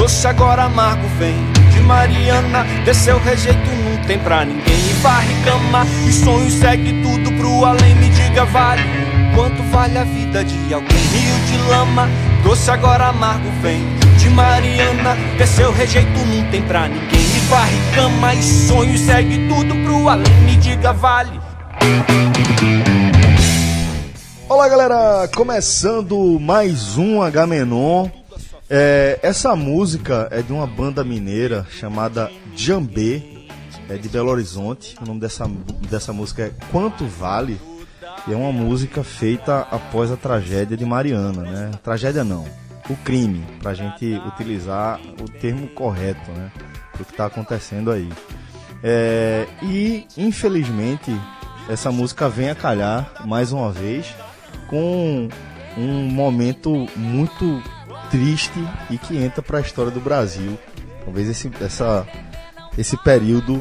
doce agora amargo vem de Mariana. Desceu rejeito, não tem pra ninguém. E varre cama, e sonho segue tudo pro além. Me diga, vale quanto vale a vida de alguém? Rio de lama, doce agora amargo vem de Mariana. Desceu rejeito, não tem pra ninguém. E varre cama, e sonho segue tudo pro além. Me diga, vale. Olá galera, começando mais um Agamenon. Essa música é de uma banda mineira chamada Jambê, de Belo Horizonte. O nome dessa música é Quanto Vale, e é uma música feita após a tragédia de Mariana, né? Tragédia não, o crime, pra gente utilizar o termo correto, né? Pro que tá acontecendo aí. E infelizmente essa música vem a calhar mais uma vez com um momento muito triste e que entra para a história do Brasil. Talvez esse período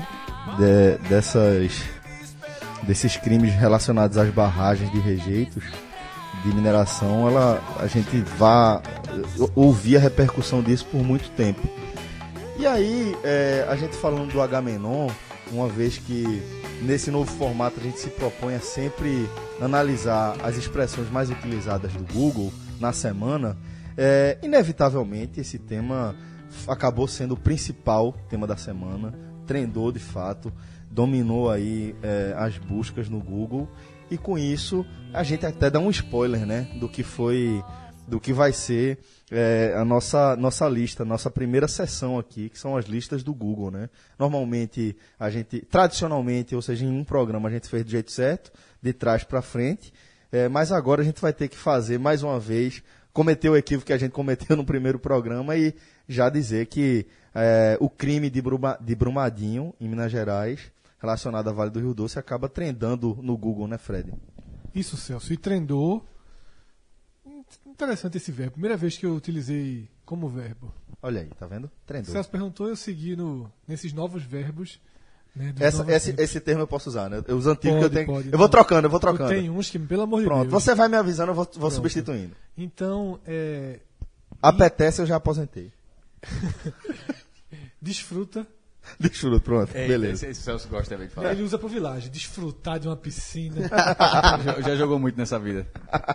desses crimes relacionados às barragens de rejeitos de mineração, a gente vai ouvir a repercussão disso por muito tempo. E aí, a gente falando do Agamenon, uma vez que nesse novo formato a gente se propõe a sempre analisar as expressões mais utilizadas do Google na semana, inevitavelmente esse tema acabou sendo o principal tema da semana, trendou de fato, dominou aí as buscas no Google, e com isso a gente até dá um spoiler, né, do que vai ser a nossa lista, nossa primeira sessão aqui, que são as listas do Google, né? Normalmente, tradicionalmente, ou seja, em um programa a gente fez do jeito certo, de trás para frente, mas agora a gente vai ter que fazer mais uma vez, cometer o equívoco que a gente cometeu no primeiro programa e já dizer que o crime de Brumadinho, em Minas Gerais, relacionado a Vale do Rio Doce, acaba trendando no Google, né, Fred? Isso, Celso, e trendou. Interessante esse verbo. Primeira vez que eu utilizei como verbo. Olha aí, tá vendo? Trendou. Celso perguntou, eu segui nesses novos verbos. Né, esse termo eu posso usar, né? Os antigos que eu tenho. Pode, eu vou trocando. Tem uns que, pelo amor de Pronto, Deus. você vai me avisando, eu vou substituindo. Então, Apetece, eu já aposentei. Desfruta. Desfruta, pronto, beleza. Esse Celso gosta também de falar. Ele usa pro Village, desfrutar de uma piscina. Já jogou muito nessa vida.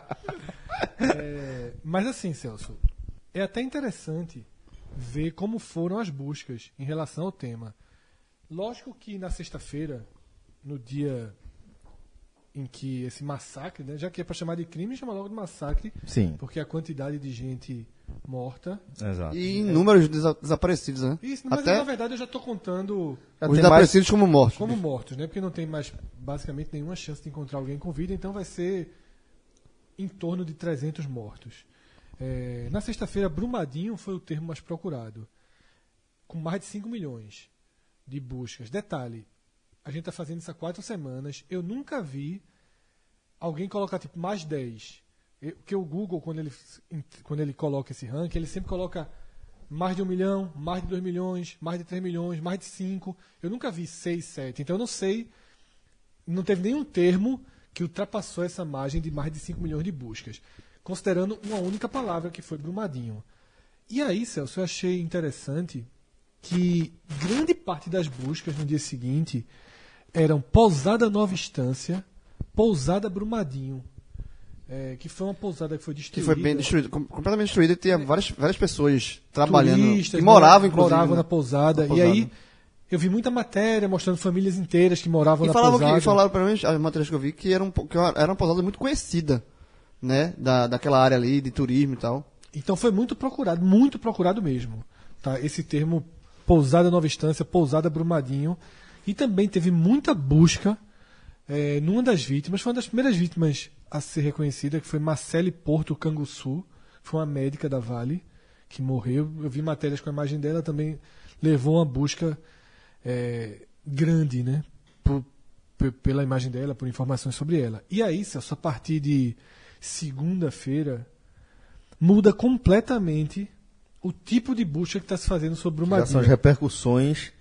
Mas assim, Celso, é até interessante ver como foram as buscas em relação ao tema. Lógico que na sexta-feira, no dia em que esse massacre, né, já que é para chamar de crime, chama logo de massacre. Sim. Porque a quantidade de gente morta. Exato. E números desaparecidos, né? Isso, mas até na verdade eu já estou contando os desaparecidos como mortos. como mortos, né? Porque não tem mais basicamente nenhuma chance de encontrar alguém com vida, então vai ser em torno de 300 mortos. Na sexta-feira, Brumadinho foi o termo mais procurado, com mais de 5 milhões de buscas. Detalhe, a gente está fazendo isso há 4 semanas, eu nunca vi alguém colocar tipo mais 10. Porque o Google, quando ele coloca esse ranking, ele sempre coloca mais de 1 milhão, mais de 2 milhões, mais de 3 milhões, mais de 5. Eu nunca vi 6, 7. Então eu não sei, não teve nenhum termo que ultrapassou essa margem de mais de 5 milhões de buscas, considerando uma única palavra, que foi Brumadinho. E aí, Celso, eu achei interessante que grande parte das buscas no dia seguinte eram Pousada Nova Estância, Pousada Brumadinho, que foi uma pousada que foi destruída. Que foi bem destruída, completamente destruída, e tinha várias pessoas trabalhando, turistas, que moravam, né, inclusive. Moravam na pousada. E aí, eu vi muita matéria mostrando famílias inteiras que moravam na pousada. E falaram para mim, as matérias que eu vi, que era uma pousada muito conhecida, né, daquela área ali, de turismo e tal. Então foi muito procurado mesmo. Tá? Esse termo Pousada Nova Estância, Pousada Brumadinho. E também teve muita busca numa das vítimas, foi uma das primeiras vítimas a ser reconhecida, que foi Marcele Porto Canguçu, foi uma médica da Vale, que morreu. Eu vi matérias com a imagem dela, também levou uma busca grande, né? Pela imagem dela, por informações sobre ela. E aí, Celso, a partir de segunda-feira, muda completamente o tipo de busca que está se fazendo sobre Brumadinho. Já são as repercussões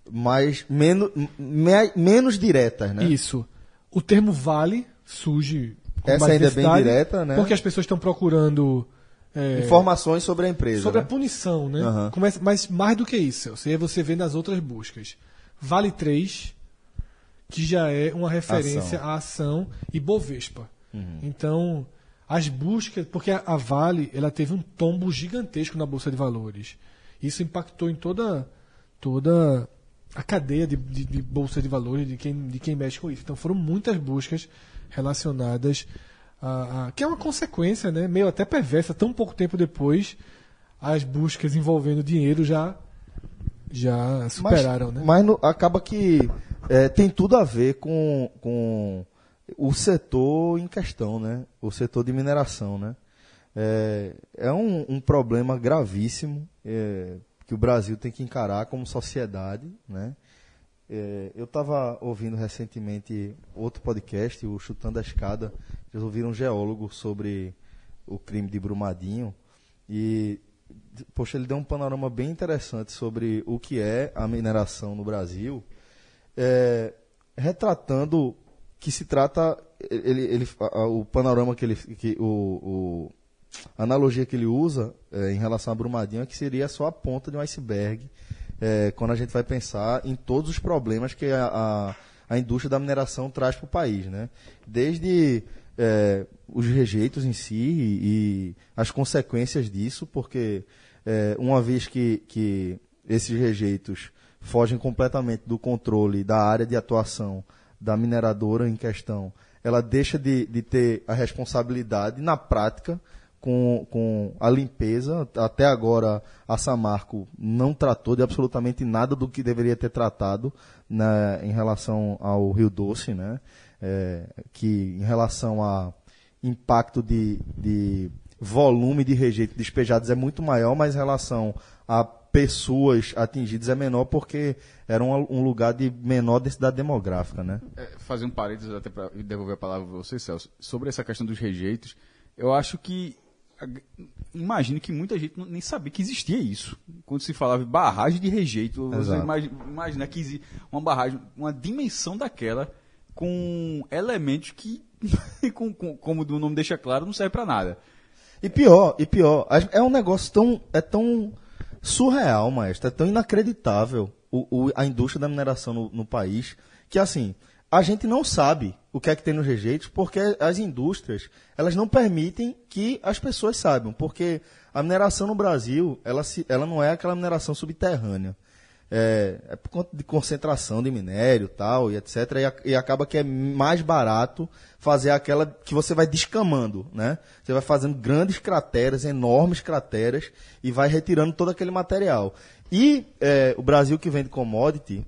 menos diretas, né? Isso. O termo Vale surge com essa mais ainda é bem diversidade, direta, né? porque as pessoas estão procurando informações sobre a empresa. Sobre né? a punição, né? Aham. Mas mais do que isso, você vê nas outras buscas. Vale 3, que já é uma referência à ação, e Bovespa. Então, as buscas... Porque a Vale ela teve um tombo gigantesco na Bolsa de Valores. Isso impactou em toda a cadeia de Bolsa de Valores, de quem mexe com isso. Então, foram muitas buscas relacionadas que é uma consequência, né, meio até perversa, tão pouco tempo depois, as buscas envolvendo dinheiro já superaram, né? Mas acaba que tem tudo a ver com o setor em questão, né? O setor de mineração, né? É um problema gravíssimo que o Brasil tem que encarar como sociedade, né? Eu estava ouvindo recentemente outro podcast, o Chutando a Escada. Eles ouviram um geólogo sobre o crime de Brumadinho e, poxa, ele deu um panorama bem interessante sobre o que é a mineração no Brasil, retratando que se trata, o panorama a analogia que ele usa em relação a Brumadinho é que seria só a ponta de um iceberg, quando a gente vai pensar em todos os problemas que a indústria da mineração traz para o país, né? Desde os rejeitos em si e as consequências disso, porque uma vez que esses rejeitos fogem completamente do controle da área de atuação da mineradora em questão, ela deixa de ter a responsabilidade na prática com a limpeza. Até agora a Samarco não tratou de absolutamente nada do que deveria ter tratado em relação ao Rio Doce, né? Que em relação a impacto de volume de rejeito despejados é muito maior, mas em relação a pessoas atingidas é menor, porque era um lugar de menor densidade demográfica, né? Fazer um parênteses até para devolver a palavra para você, Celso. Sobre essa questão dos rejeitos, eu acho que imagino que muita gente nem sabia que existia isso. Quando se falava de barragem de rejeito, você imagina que uma barragem, uma dimensão daquela com elementos que, como o nome deixa claro, não serve para nada. E pior, é um negócio tão surreal, maestro, é tão inacreditável a indústria da mineração no país, que assim, a gente não sabe o que é que tem nos rejeitos, porque as indústrias, elas não permitem que as pessoas saibam, porque a mineração no Brasil, ela não é aquela mineração subterrânea. É por conta de concentração de minério tal, e etc. E acaba que é mais barato fazer aquela que você vai descamando, né? Você vai fazendo grandes crateras, enormes crateras, e vai retirando todo aquele material. E o Brasil que vende commodity,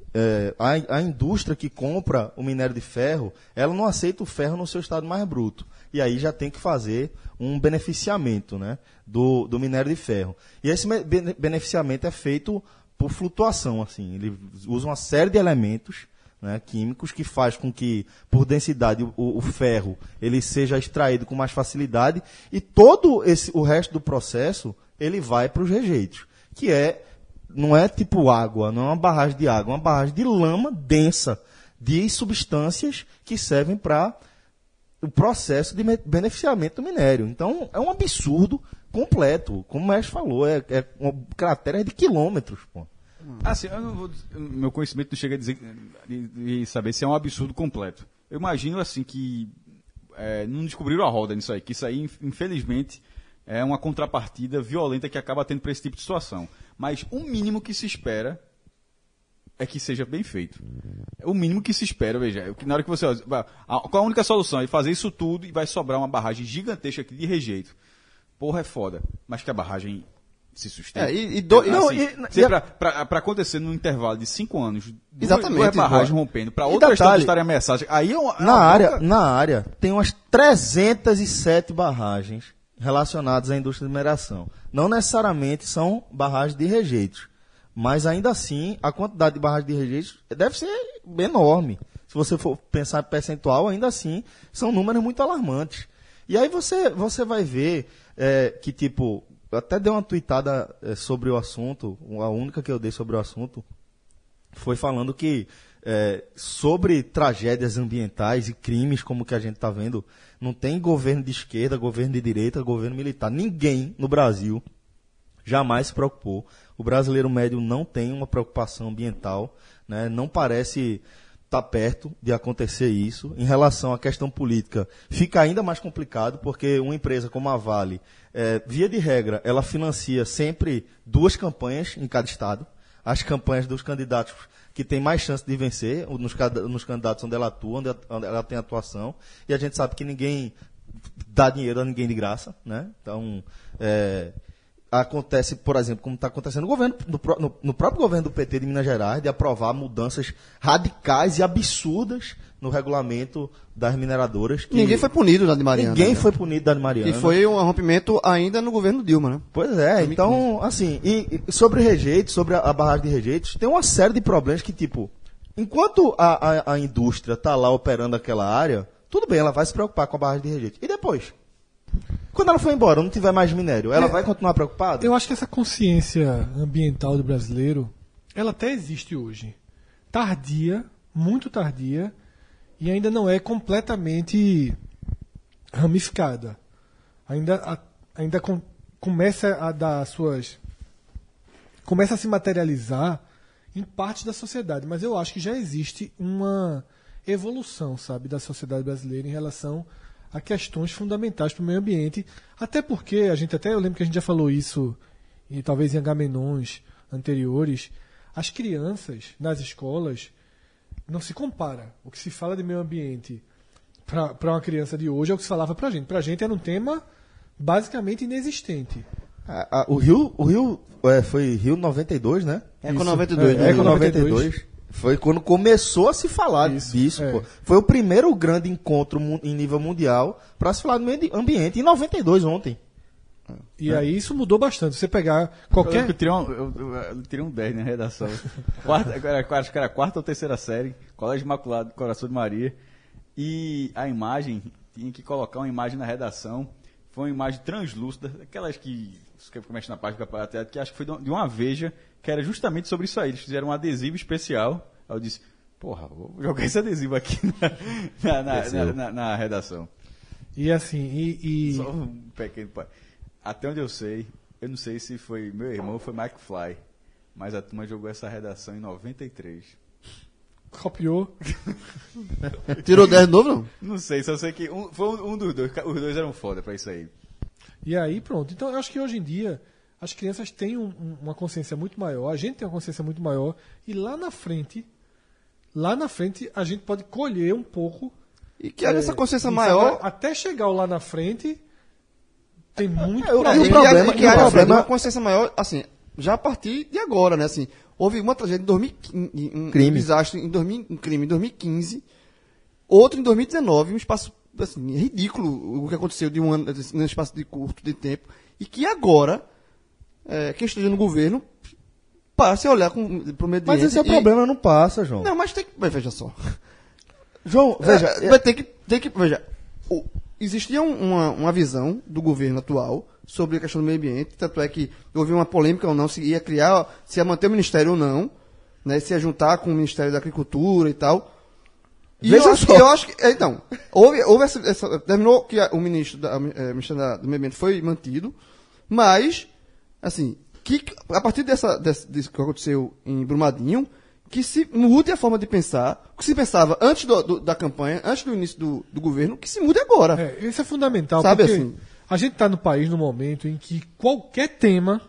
a indústria que compra o minério de ferro, ela não aceita o ferro no seu estado mais bruto. E aí já tem que fazer um beneficiamento, né, do minério de ferro. E esse beneficiamento é feito por flutuação, assim. Ele usa uma série de elementos, né, químicos que faz com que, por densidade, o ferro ele seja extraído com mais facilidade, e todo o resto do processo ele vai para os rejeitos, que não é tipo água, não é uma barragem de água, é uma barragem de lama densa, de substâncias que servem para o processo de beneficiamento do minério. Então, é um absurdo completo. Como o mestre falou, é uma cratera de quilômetros. Pô. Assim, meu conhecimento não chega a dizer de saber se é um absurdo completo. Eu imagino assim que não descobriram a roda nisso aí, que isso aí, infelizmente, é uma contrapartida violenta que acaba tendo para esse tipo de situação. Mas o mínimo que se espera é que seja bem feito. O mínimo que se espera, veja, na hora que você... Qual a única solução? É fazer isso tudo e vai sobrar uma barragem gigantesca aqui de rejeito. Porra, é foda. Mas que a barragem se sustente. Para acontecer num intervalo de 5 anos, duas barragens rompendo, para outras estarem ameaçadas. Aí na área tem umas 307 barragens relacionadas à indústria de mineração. Não necessariamente são barragens de rejeitos, mas ainda assim a quantidade de barragens de rejeitos deve ser enorme. Se você for pensar em percentual, ainda assim são números muito alarmantes. E aí você vai ver que, tipo, eu até dei uma tweetada sobre o assunto, a única que eu dei sobre o assunto foi falando que sobre tragédias ambientais e crimes como que a gente está vendo, não tem governo de esquerda, governo de direita, governo militar. Ninguém no Brasil jamais se preocupou. O brasileiro médio não tem uma preocupação ambiental, né? Não parece estar perto de acontecer isso. Em relação à questão política, fica ainda mais complicado, porque uma empresa como a Vale, via de regra, ela financia sempre 2 campanhas em cada estado. As campanhas dos candidatos que têm mais chance de vencer, nos candidatos onde ela atua, onde ela tem atuação. E a gente sabe que ninguém dá dinheiro a ninguém de graça, né? Então, acontece, por exemplo, como está acontecendo no próprio governo do PT de Minas Gerais, de aprovar mudanças radicais e absurdas no regulamento das mineradoras. Ninguém foi punido da de Mariana. Ninguém foi punido da de Mariana. E foi um rompimento ainda no governo Dilma, né? Pois é, 2015. Então, assim, e sobre rejeitos, sobre a barragem de rejeitos, tem uma série de problemas que, tipo, enquanto a indústria está lá operando aquela área, tudo bem, ela vai se preocupar com a barragem de rejeitos. E depois? Quando ela for embora, não tiver mais minério, ela vai continuar preocupada? Eu acho que essa consciência ambiental do brasileiro, ela até existe hoje. Tardia, muito tardia, e ainda não é completamente ramificada. Ainda começa a dar começa a se materializar em parte da sociedade, mas eu acho que já existe uma evolução, sabe, da sociedade brasileira em relação a questões fundamentais para o meio ambiente, até porque eu lembro que a gente já falou isso, e talvez em Agamenons anteriores, as crianças nas escolas não se compara. O que se fala de meio ambiente para uma criança de hoje é o que se falava para a gente. Para a gente era um tema basicamente inexistente. O Rio foi Rio 92, né? Eco 92. Eco 92. Foi quando começou a se falar disso. Pô. Foi o primeiro grande encontro em nível mundial para se falar do meio ambiente, em 92, ontem. E aí isso mudou bastante. Você pegar qualquer... Eu tirei um 10 na redação. Acho que era a 4ª ou 3ª série, Colégio Imaculado, Coração de Maria. E a imagem, tinha que colocar uma imagem na redação. Foi uma imagem translúcida, aquelas que mexem na página que acho que foi de uma Veja, que era justamente sobre isso aí. Eles fizeram um adesivo especial. Aí eu disse, porra, vou jogar esse adesivo aqui na redação. E assim, Só um pequeno... Até onde eu não sei se foi meu irmão ou foi McFly, mas a turma jogou essa redação em 93. Copiou. Tirou 10 de novo, não? Não sei, só sei que foi um dos dois. Os dois eram foda pra isso aí. E aí, pronto. Então, eu acho que hoje em dia as crianças têm uma consciência muito maior, a gente tem uma consciência muito maior, e lá na frente a gente pode colher um pouco. E que essa consciência maior... Até chegar lá na frente, tem muito problema. Que haja uma consciência maior, assim, já a partir de agora, né? Assim, houve uma tragédia em 2015, um desastre um crime em 2015, outro em 2019, um espaço assim, ridículo o que aconteceu de um ano, num espaço de curto de tempo, e que agora, quem esteja no governo, passe a olhar para o meio ambiente. Mas esse é o problema, não passa, João. Não, mas tem que... Veja só. João, veja... Vai ter que... Veja, existia uma visão do governo atual sobre a questão do meio ambiente, tanto é que houve uma polêmica ou não, se ia manter o ministério ou não, né, se ia juntar com o Ministério da Agricultura e tal. E eu acho que então, houve essa terminou que o ministro Ministério do Meio Ambiente foi mantido, mas, assim, que a partir disso que aconteceu em Brumadinho, que se mude a forma de pensar, o que se pensava antes da campanha, antes do início do governo, que se mude agora. Isso é fundamental, sabe, porque assim, a gente está no país no momento em que qualquer tema,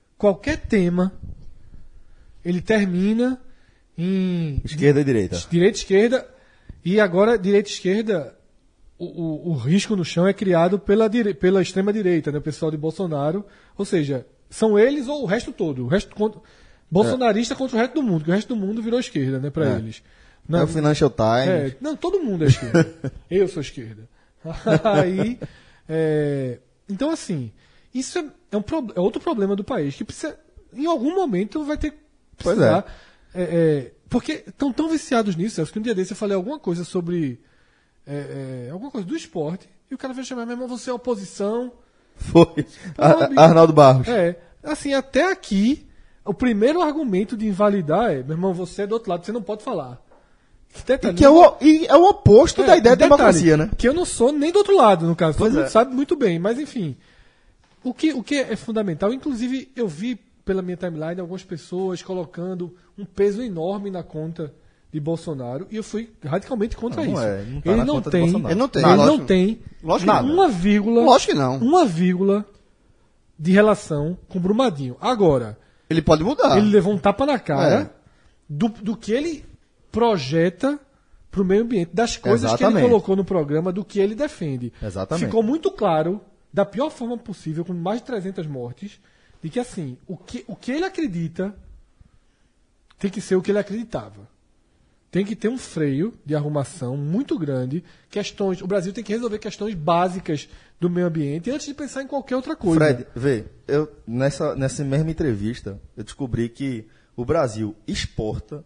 ele termina em... Esquerda e direita. Direita e esquerda, e agora direita e esquerda, o risco no chão é criado pela extrema-direita, né, o pessoal de Bolsonaro, ou seja, são eles ou o resto todo, bolsonarista contra o resto do mundo, que o resto do mundo virou esquerda, né, para eles. Não, é o Financial Times. Não, todo mundo é esquerda. Eu sou esquerda. Aí, então, assim, isso é outro problema do país, que precisa, em algum momento vai ter que precisar. Porque estão tão viciados nisso, que um dia desse eu falei alguma coisa sobre alguma coisa do esporte, e o cara veio chamar, meu irmão, você é oposição. Foi. Arnaldo Barros. Assim, até aqui, o primeiro argumento de invalidar meu irmão, você é do outro lado, você não pode falar. Detalhe, E é o oposto da ideia de detalhe, democracia, né? Que eu não sou nem do outro lado, no caso. Pois Todo mundo é. sabe muito bem. Mas, enfim, o que é fundamental, inclusive eu vi pela minha timeline algumas pessoas colocando um peso enorme na conta de Bolsonaro e eu fui radicalmente contra Não isso. é, não tá Ele na não conta de tem, Bolsonaro. Ele não tem. ele Lógico. não tem Lógico que não. uma vírgula, Lógico que não. uma vírgula de relação com Brumadinho. Agora, Ele pode mudar. ele levou um tapa na cara É. do que ele projeta para o meio ambiente, das coisas que Exatamente. ele colocou no programa, do que ele defende. Exatamente. Ficou muito claro, da pior forma possível, com mais de 300 mortes, de que assim, o que ele acredita tem que ser o que ele acreditava. Tem que ter um freio de arrumação muito grande. O Brasil tem que resolver questões básicas do meio ambiente antes de pensar em qualquer outra coisa. Fred, vê, nessa mesma entrevista, eu descobri que o Brasil exporta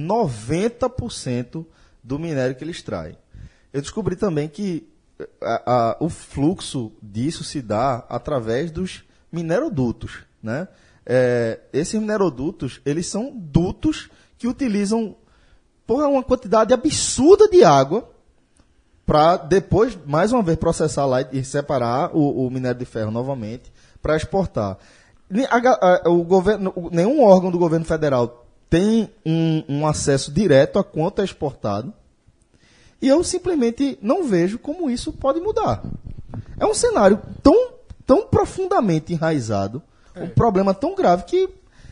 90% do minério que ele extrai. Eu descobri também que o fluxo disso se dá através dos minerodutos, né? Esses minerodutos, eles são dutos que utilizam uma quantidade absurda de água para depois, mais uma vez, processar lá e separar o minério de ferro novamente para exportar. Nenhum órgão do governo federal tem um acesso direto a quanto é exportado. E eu simplesmente não vejo como isso pode mudar. É um cenário tão profundamente enraizado, um problema tão grave que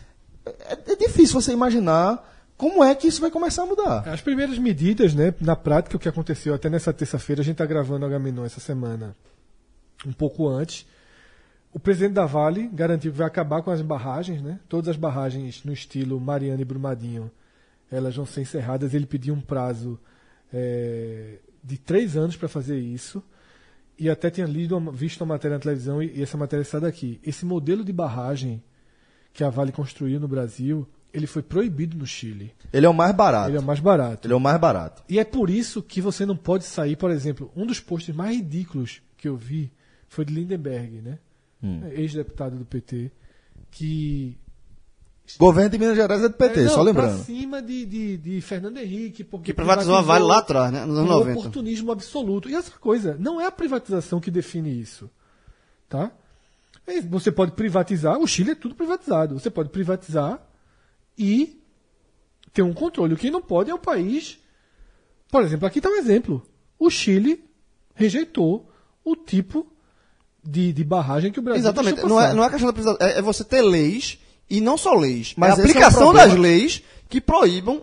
é difícil você imaginar como é que isso vai começar a mudar. As primeiras medidas, né, na prática, o que aconteceu até nessa terça-feira, a gente está gravando o Agamenon essa semana, um pouco antes. O presidente da Vale garantiu que vai acabar com as barragens, né? Todas as barragens no estilo Mariana e Brumadinho, elas vão ser encerradas. Ele pediu um prazo de 3 anos para fazer isso. E até tinha visto uma matéria na televisão e essa matéria está daqui. Esse modelo de barragem que a Vale construiu no Brasil, ele foi proibido no Chile. Ele é o mais barato. Ele é o mais barato. Ele é o mais barato. E é por isso que você não pode sair, por exemplo, um dos posts mais ridículos que eu vi foi de Lindenberg, né? Ex-deputado do PT, que... Governo de Minas Gerais é do PT, só lembrando. Pra cima de Fernando Henrique, porque Que privatizou a Vale lá atrás, né? Nos anos com 90. oportunismo absoluto. E essa coisa, não é a privatização que define isso. Tá? Você pode privatizar, o Chile é tudo privatizado. Você pode privatizar e ter um controle. O que não pode é o país... Por exemplo, aqui está um exemplo. O Chile rejeitou o tipo de barragem que o Brasil Exatamente. deixou Não passar. é questão da privatização. É você ter leis e não só leis. Mas é a esse é o aplicação problema. das leis que proíbam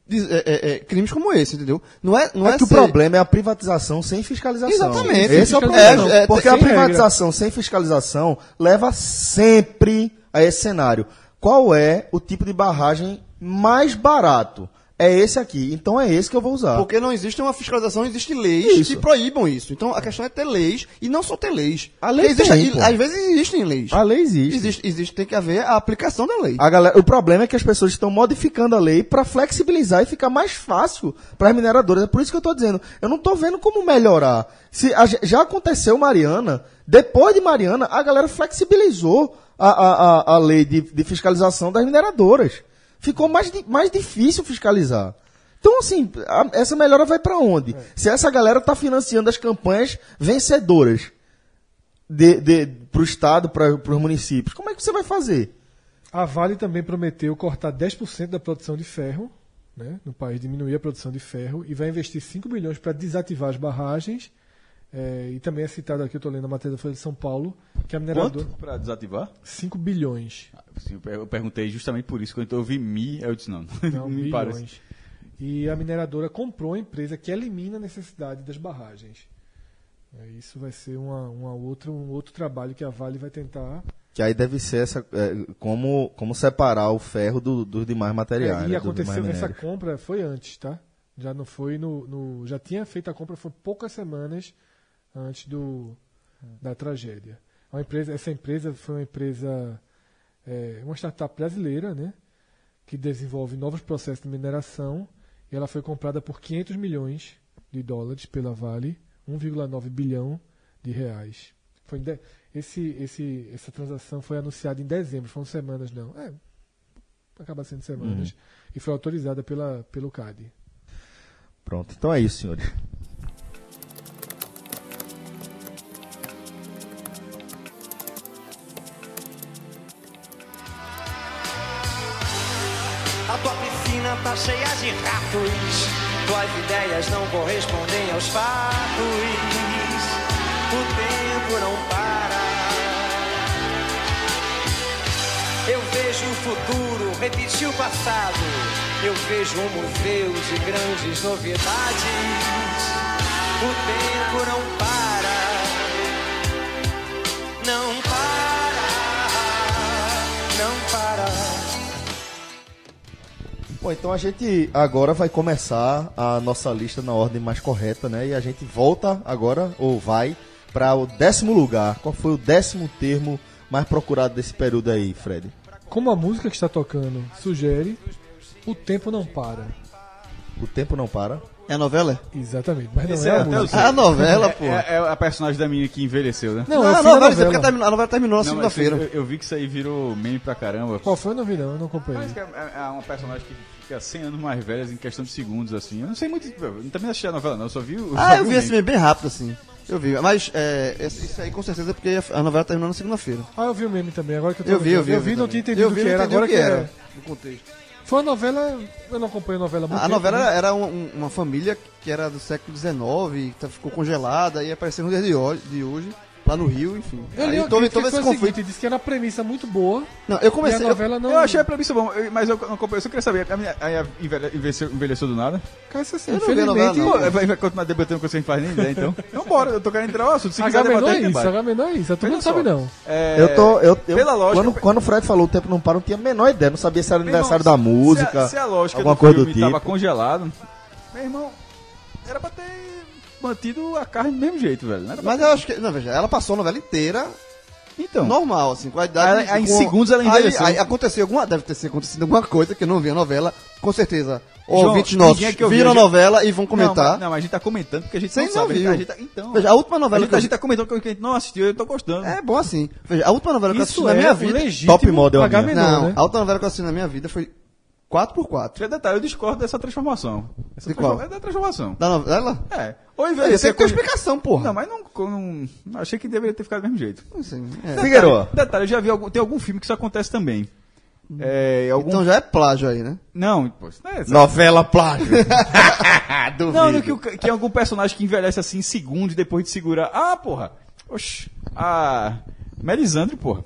crimes como esse, entendeu? Não é que o ser- problema é a privatização sem fiscalização. Exatamente. Esse é o Sem problema. fiscalização. Porque Sem a privatização sem fiscalização leva sempre a esse cenário. Qual é o tipo de barragem mais barato? É esse aqui. Então é esse que eu vou usar. Porque não existe uma fiscalização, existem leis Isso. que proíbam isso. Então a questão é ter leis e não só ter leis. A lei Existe- tem, pô. às vezes existem leis. A lei existe. Existe, tem que haver a aplicação da lei. A galera, o problema é que as pessoas estão modificando a lei para flexibilizar e ficar mais fácil para as mineradoras. É por isso que eu estou dizendo. Eu não estou vendo como melhorar. Já aconteceu Mariana. Depois de Mariana, a galera flexibilizou a lei de fiscalização das mineradoras. Ficou mais difícil fiscalizar. Então, assim, essa melhora vai para onde? Se essa galera está financiando as campanhas vencedoras para o Estado, para os municípios, como é que você vai fazer? A Vale também prometeu cortar 10% da produção de ferro, né, no país, diminuir a produção de ferro, e vai investir 5 bilhões para desativar as barragens. E também é citado aqui, eu estou lendo a matéria da Folha de São Paulo, que a mineradora... Quanto para desativar? 5 bilhões. Eu perguntei justamente por isso. Quando eu ouvi eu disse não. Não, me parece. bilhões. E a mineradora comprou a empresa que elimina a necessidade das barragens. Isso vai ser um outro trabalho que a Vale vai tentar... Que aí deve ser como separar o ferro dos demais materiais. E né, dos aconteceu, demais essa minérios. compra foi antes, tá? Já não foi já tinha feito a compra, foi poucas semanas antes da tragédia. Essa empresa foi uma empresa, uma startup brasileira, né? Que desenvolve novos processos de mineração, e ela foi comprada por 500 milhões de dólares pela Vale, 1,9 bilhão de reais. Essa transação foi anunciada em dezembro, foram semanas não. Acaba sendo semanas. E foi autorizada pelo CAD. Pronto, então é isso, senhores. A tua piscina tá cheia de ratos. Tuas ideias não correspondem aos fatos. O tempo não para. Eu vejo o futuro repetir o passado. Eu vejo um museu de grandes novidades. O tempo não para. Não para. Não para. Bom, então a gente agora vai começar a nossa lista na ordem mais correta, né? E a gente volta agora, ou vai, para o 10º lugar. Qual foi o 10º termo mais procurado desse período aí, Fred? Como a música que está tocando sugere, o tempo não para. O tempo não para. É a novela? Exatamente, mas não Esse é a até eu música. sei. É a novela, pô. É a personagem da menina que envelheceu, né? Não, Não, é a o fim da novela, isso é porque novela. a novela terminou na Não, mas segunda-feira. eu vi que isso aí virou meme pra caramba. Qual foi? Eu não vi não, eu não acompanhei. Parece que é uma personagem que fica 100 anos mais velha em questão de segundos, assim. Eu não sei muito. Eu também não assisti a novela, não. Eu só vi o. Ah, eu o vi esse meme. meme bem rápido, assim. Eu vi. Mas isso aí com certeza é porque a novela terminou na segunda-feira. Ah, eu vi o meme também, agora que eu tô Eu vi, lembrando. eu vi. não também. tinha entendido Eu o vi, que não era, entendi agora o que que era. é. No contexto. Foi uma novela, eu não acompanho a novela há muito A tempo, novela né? era uma família que era do século XIX, que ficou congelada e apareceu no dia de hoje, lá no Rio, enfim. Eu li Aí uma teve crítica que esse foi o conflito. seguinte, disse que era uma premissa muito boa, Não, eu comecei. e a novela não... Eu achei a premissa bom, mas eu não acompanhei. Eu só queria saber, a minha envelheceu do nada? Cara, isso assim, Eu não vi a novela, infelizmente... não. Pô, vai continuar debatendo com você, não faz nem ideia, então. Então bora, eu tô querendo entrar no assunto. Se quiser H menor debater, é isso, debate. H menor é isso, tu Veja não sabe só. não. Pela lógica... Quando o Fred falou o tempo não para, eu não tinha a menor ideia. Não sabia se era Meu irmão, aniversário da música, se a lógica alguma do coisa do filme tava tipo. congelado, meu irmão, era pra ter mantido a carne do mesmo jeito, velho. Não era pra Mas eu acho que. Não, veja, ela passou a novela inteira Então, normal, assim, com a idade. Aí, em com- segundos ela envelheceu. Aí aconteceu deve ter acontecido alguma coisa que eu não vi a novela, com certeza. João, Ouvintes nossos ninguém que ouviu, viram a a gente- novela e vão comentar. Não, mas a gente tá comentando porque a gente Você não não sabe. viu. A gente tá, então, Veja, a última novela a gente tá comentando que a gente não assistiu e eu tô gostando. É bom assim. Veja, a última novela que eu assisti Isso na é minha o vida. legítimo Top model, H minha. menor, Não, né? a última novela que eu assisti na minha vida foi 4x4. Já detalhe, eu discordo dessa transformação. De qual? É da transformação. Da novela? É. Ou Você envelhecer tem explicação, porra. Não, mas não achei que deveria ter ficado do mesmo jeito. Assim, é. Figueiredo. Detalhe, eu já vi tem algum filme que isso acontece também. Então já é plágio aí, né? Não, pô, isso não é Novela plágio. Não, que é algum personagem que envelhece assim em segundos depois de segurar. Ah, porra! Oxi. A Melisandre, porra.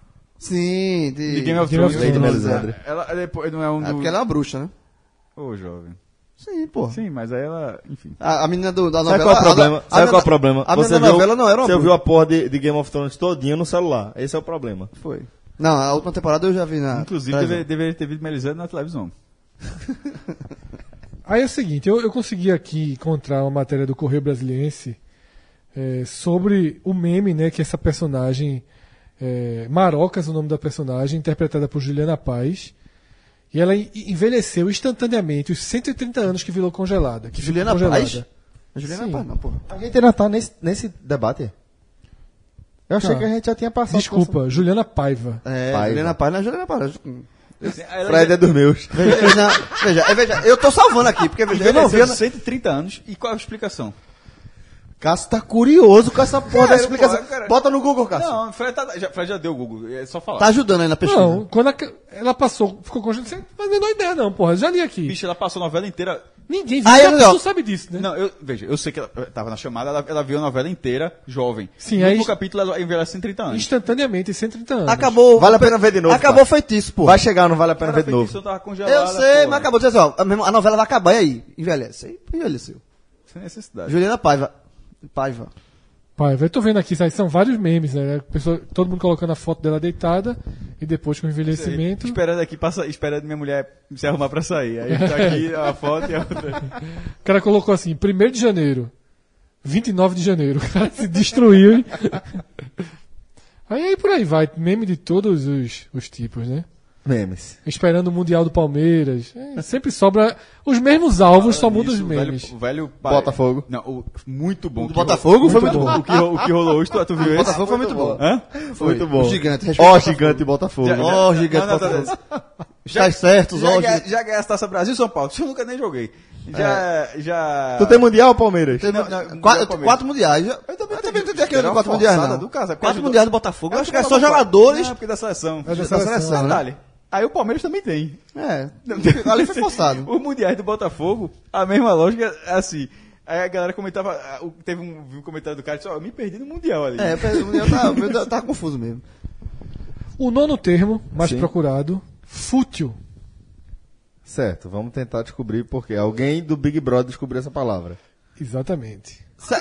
Sim, De Game of Game of Thrones. Lady Melisandre. Ela depois não é um É do... porque ela é uma bruxa, né? Ô, jovem. Sim, porra. Sim, mas aí ela... Enfim. A menina da novela. Sabe qual é o problema? Sabe qual é o problema? A menina da novela não era uma Você bruxa. viu a porra de Game of Thrones todinha no celular. Esse é o problema. Foi. Não, a última temporada eu já vi na. Inclusive, televisão. deveria ter visto Melisandre na televisão. Aí é o seguinte, eu consegui aqui encontrar uma matéria do Correio Brasiliense sobre o meme, né, que essa personagem, Marocas, o nome da personagem, interpretada por Juliana Paz, e ela envelheceu instantaneamente os 130 anos que virou congelada. Que ficou Juliana congelada. Paz? A Juliana Sim. Paz, não, porra. A gente ainda tá nesse debate. Eu achei Tá. que a gente já tinha passado. Desculpa, Juliana Paiva. É, Paiva. Juliana Paz não é Juliana Paz. Fred é dos meus. Veja, eu tô salvando aqui, porque veja, eu não vi. 130 anos. E qual a explicação? Cássio tá curioso com essa porra da Cara, explicação. porra, cara. Bota no Google, Cássio. Não, Fred já deu o Google. É só falar. Tá ajudando aí na pesquisa. Não, quando ela passou, ficou congelada, sem fazer a menor ideia não, porra. Já li aqui. Bicho, ela passou a novela inteira... Ninguém viu, Aí, a pessoa não. sabe disso, né? Não, eu sei que ela tava na chamada, ela viu a novela inteira, jovem. Sim, no aí- último capítulo ela envelhece 130 anos. Instantaneamente, 130 anos. Acabou. Vale a pena ver de novo, Acabou pai. o feitiço, pô. Vai chegar, não vale a pena Cara, ver de a novo. feitiço tava congelada, Eu sei, porra. mas acabou de dizer assim, ó, a novela vai acabar e aí? Envelhece. Aí envelheceu. Sem necessidade. Juliana Paiva. Paiva. Pai, eu tô vendo aqui, são vários memes, né? Todo mundo colocando a foto dela deitada e depois com o envelhecimento. Esperando aqui, esperando minha mulher se arrumar pra sair. Aí tá aqui a foto e a outra. O cara colocou assim, 1º de janeiro, 29 de janeiro. O cara se destruiu. Hein? Aí por aí vai, meme de todos os tipos, né? Memes. Esperando o Mundial do Palmeiras. Sempre sobra os mesmos alvos, só muda os Isso, memes. O velho Botafogo. Não, muito bom. O do Botafogo foi muito bom. O que rolou hoje, tu viu esse? Botafogo foi muito bom. Hã? Muito bom. O gigante. Ó, gigante Botafogo. Já- Ó, gigante não, Botafogo. Tá certo, Já óbvio. já ganhei a Taça Brasil e São Paulo. Isso eu nunca nem joguei. Já... Tu tem Mundial, Palmeiras? Quatro mundiais. Eu também entendi aquilo de 4 mundiais, não. Do caso, é porque 4 ajudou- mundiais do Botafogo. Eu É acho que é porque só jogadores. Não, porque da seleção. É da Da seleção, seleção, né? Detalhe. Aí o Palmeiras também tem. É. Ali foi forçado. Os mundiais do Botafogo, a mesma lógica, assim. Aí a galera comentava, teve um comentário do cara e disse, ó, eu me perdi no Mundial ali. É, o mundial tava confuso mesmo. O nono termo, mais Sim. procurado, fútil. Certo, vamos tentar descobrir porque alguém do Big Brother descobriu essa palavra. Exatamente.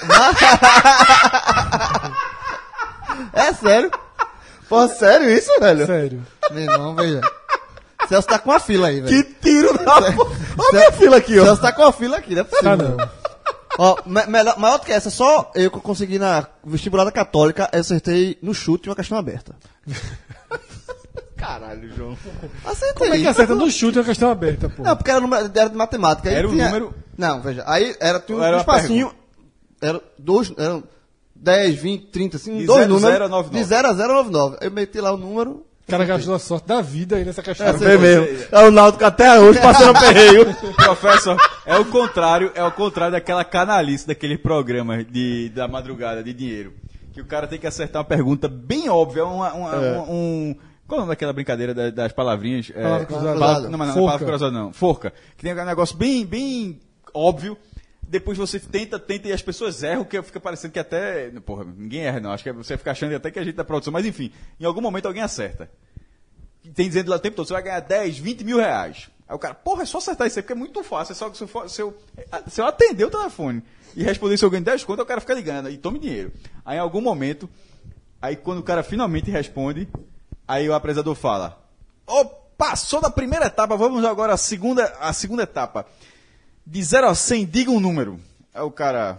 É sério? Pô, sério isso, velho? Sério. Meu irmão, veja. Celso tá com uma fila aí, velho. Que tiro da porra. Olha a minha fila aqui, ó. Celso tá com uma fila aqui, né? Tá não. Ó, maior do que essa, só eu que consegui na vestibular da Católica, eu acertei no chute uma questão aberta. Caralho, João. Acertei. Como é que acerta no chute é uma questão aberta, pô? Não, porque era de matemática. Aí Era o tinha... número- Não, veja. Aí tinha Era um uma espacinho. Eram 10, 20, 30, assim, De dois 0 a números. 0 a 99. De 0 a 0 a 99. Aí eu meti lá o número. O cara gastou a sorte da vida aí nessa questão. É mesmo. É o Náutico até hoje passando perreio. Professor, é o contrário daquela canalice daquele programa da madrugada de dinheiro. Que o cara tem que acertar uma pergunta bem óbvia, qual é o nome daquela brincadeira das palavrinhas? Palavra cruzada. Não, mas não é Forca. palavra cruzada não. Forca. Que tem um negócio bem óbvio. Depois você tenta e as pessoas erram, que fica parecendo que até... Porra, ninguém erra não. Acho que você fica achando até que a gente da produção. Mas enfim, em algum momento alguém acerta. Tem dizendo lá o tempo todo, você vai ganhar 10, 20 mil reais. Aí o cara, porra, é só acertar isso aí, porque é muito fácil. É só que se eu atender o telefone e responder se eu ganho 10 conto, o cara fica ligando e tome dinheiro. Aí em algum momento, aí quando o cara finalmente responde, aí o apresentador fala, passou da primeira etapa, vamos agora à segunda etapa. De 0 a 100, diga um número. Aí o cara...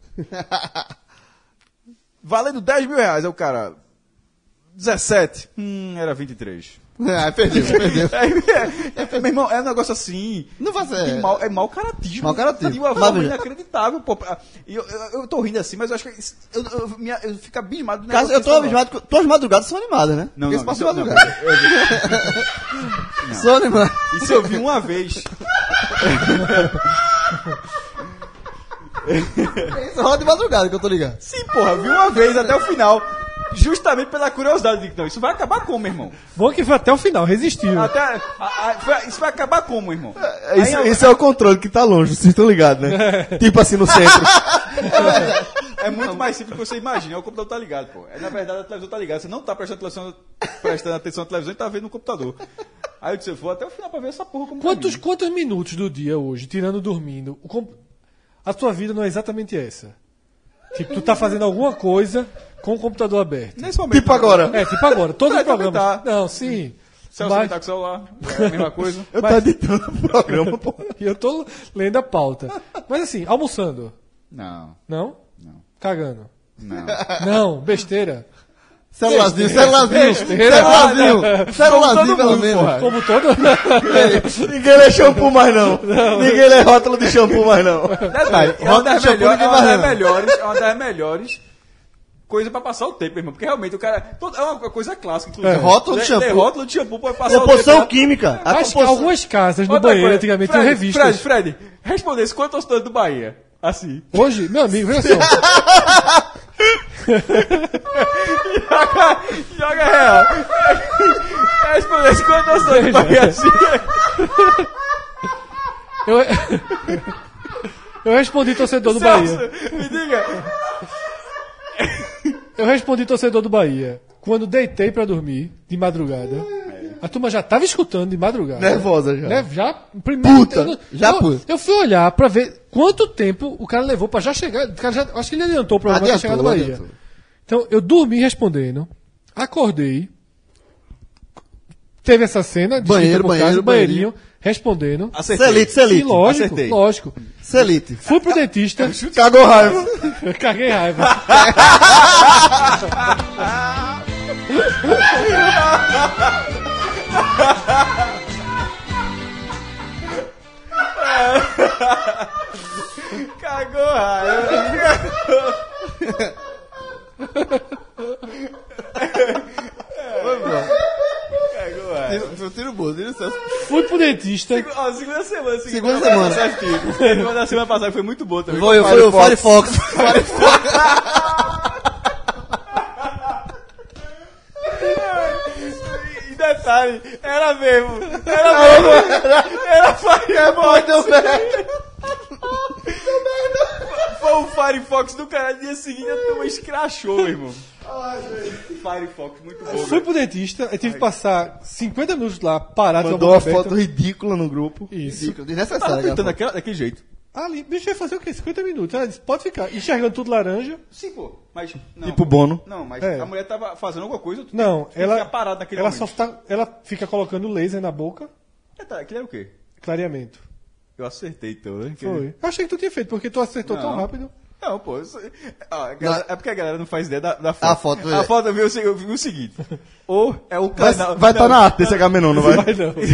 Valendo 10 mil reais. Aí o cara... 17. Era 23. Perdeu. Meu irmão, é um negócio assim... Não vai ser. É mau caratismo. Mau caratismo. De uma Mas forma veja. inacreditável, pô. E eu tô rindo assim, mas eu acho que... Eu fico abismado do Caso, eu tô abismado que tuas madrugadas são animadas, né? Não, Porque não, se passa isso- madrugada. Sou animado. Isso eu vi uma vez. Isso roda de madrugada que eu tô ligado. Sim, porra, eu vi uma vez até o final. Justamente pela curiosidade. Eu digo, não, isso vai acabar como, irmão? Bom que foi até o final, resistiu. Isso vai acabar como, irmão? Isso é o controle que tá longe, vocês estão ligados, né? Tipo assim no centro. É muito mais simples do que você imagina. O computador tá ligado, pô. Na verdade, a televisão tá ligada. Você não tá prestando atenção na televisão e tá vendo no computador. Aí eu disse, eu vou até o final pra ver essa porra como Quantos minutos do dia hoje, tirando dormindo, a tua vida não é exatamente essa? Tipo, tu tá fazendo alguma coisa com o computador aberto. Nesse momento. Tipo agora. É, tipo agora, todos os Vai também programas. tá. Não, sim. Celso Mas- tá com o celular. É a mesma coisa. Eu tô editando o programa, pô. E eu tô lendo a pauta. Mas assim, almoçando. Não, Não? não, Não. não. Não, besteira. Celularzinho, pelo menos. Como todo. Ninguém lê shampoo mais não. Ninguém lê rótulo de shampoo mais não. Detalhe, é uma das melhores coisas pra passar o tempo, irmão. Porque realmente o cara. É uma coisa clássica, inclusive. Rótulo de shampoo. Tem rótulo de shampoo pra passar o tempo. Composição química. A Acho que composição- algumas casas no Outra banheiro coisa, antigamente tinham revistas. Fred, respondesse quanto torcedor do Bahia? Assim. Hoje, meu amigo, veja só. Joga real. Respondesse quanto torcedor do Bahia assim. Eu respondi torcedor do Bahia. Celso, me diga. Eu respondi torcedor do Bahia. Quando deitei pra dormir, de madrugada, a turma já tava escutando de madrugada. Nervosa já. Né? Já, primeiro, Puta, eu fui olhar pra ver quanto tempo o cara levou pra já chegar. O cara acho que ele adiantou o programa pra chegar no Bahia. Adiantou. Então, eu dormi respondendo, acordei, teve essa cena, Banheiro, banheirinho, respondendo. Acertei. Selite. Sim, lógico, acertei. lógico. Selite. Fui pro dentista, Cagou raiva. caguei raiva. Cagou raiva. Cagou raiva. Tiro boa. Diga, Celso. Fui pro dentista. Segunda semana. Segunda semana. Semana da semana passada foi muito boa também. Foi o Firefox. E detalhe, era mesmo. Era Firefox. Foi o Firefox do cara. Dia seguinte a turma escrachou, meu irmão. Firefox, muito bom. Fui pro dentista, eu tive que passar 50 minutos lá, parado. Mandou uma foto ridícula no grupo. Isso. Tava Desnecessário. pintando daquele jeito. Ali, bicho, vai fazer o quê? 50 minutos. Ela disse, pode ficar. Enxergando tudo laranja. Sim, pô. Mas. Não, Tipo Bono. Não, mas É. a mulher tava fazendo alguma coisa. Não, ela. Fica parado naquele ela momento. só ela fica colocando laser na boca, Aquilo era o quê? clareamento. Eu acertei então, né? Foi. Eu achei que tu tinha feito, porque tu acertou tão Não. rápido. Não, pô. É porque a galera não faz ideia da foto. A foto, A foto eu vi o seguinte. Ou é o Vai canal. estar na arte desse Agamenon, não vai? Mas não.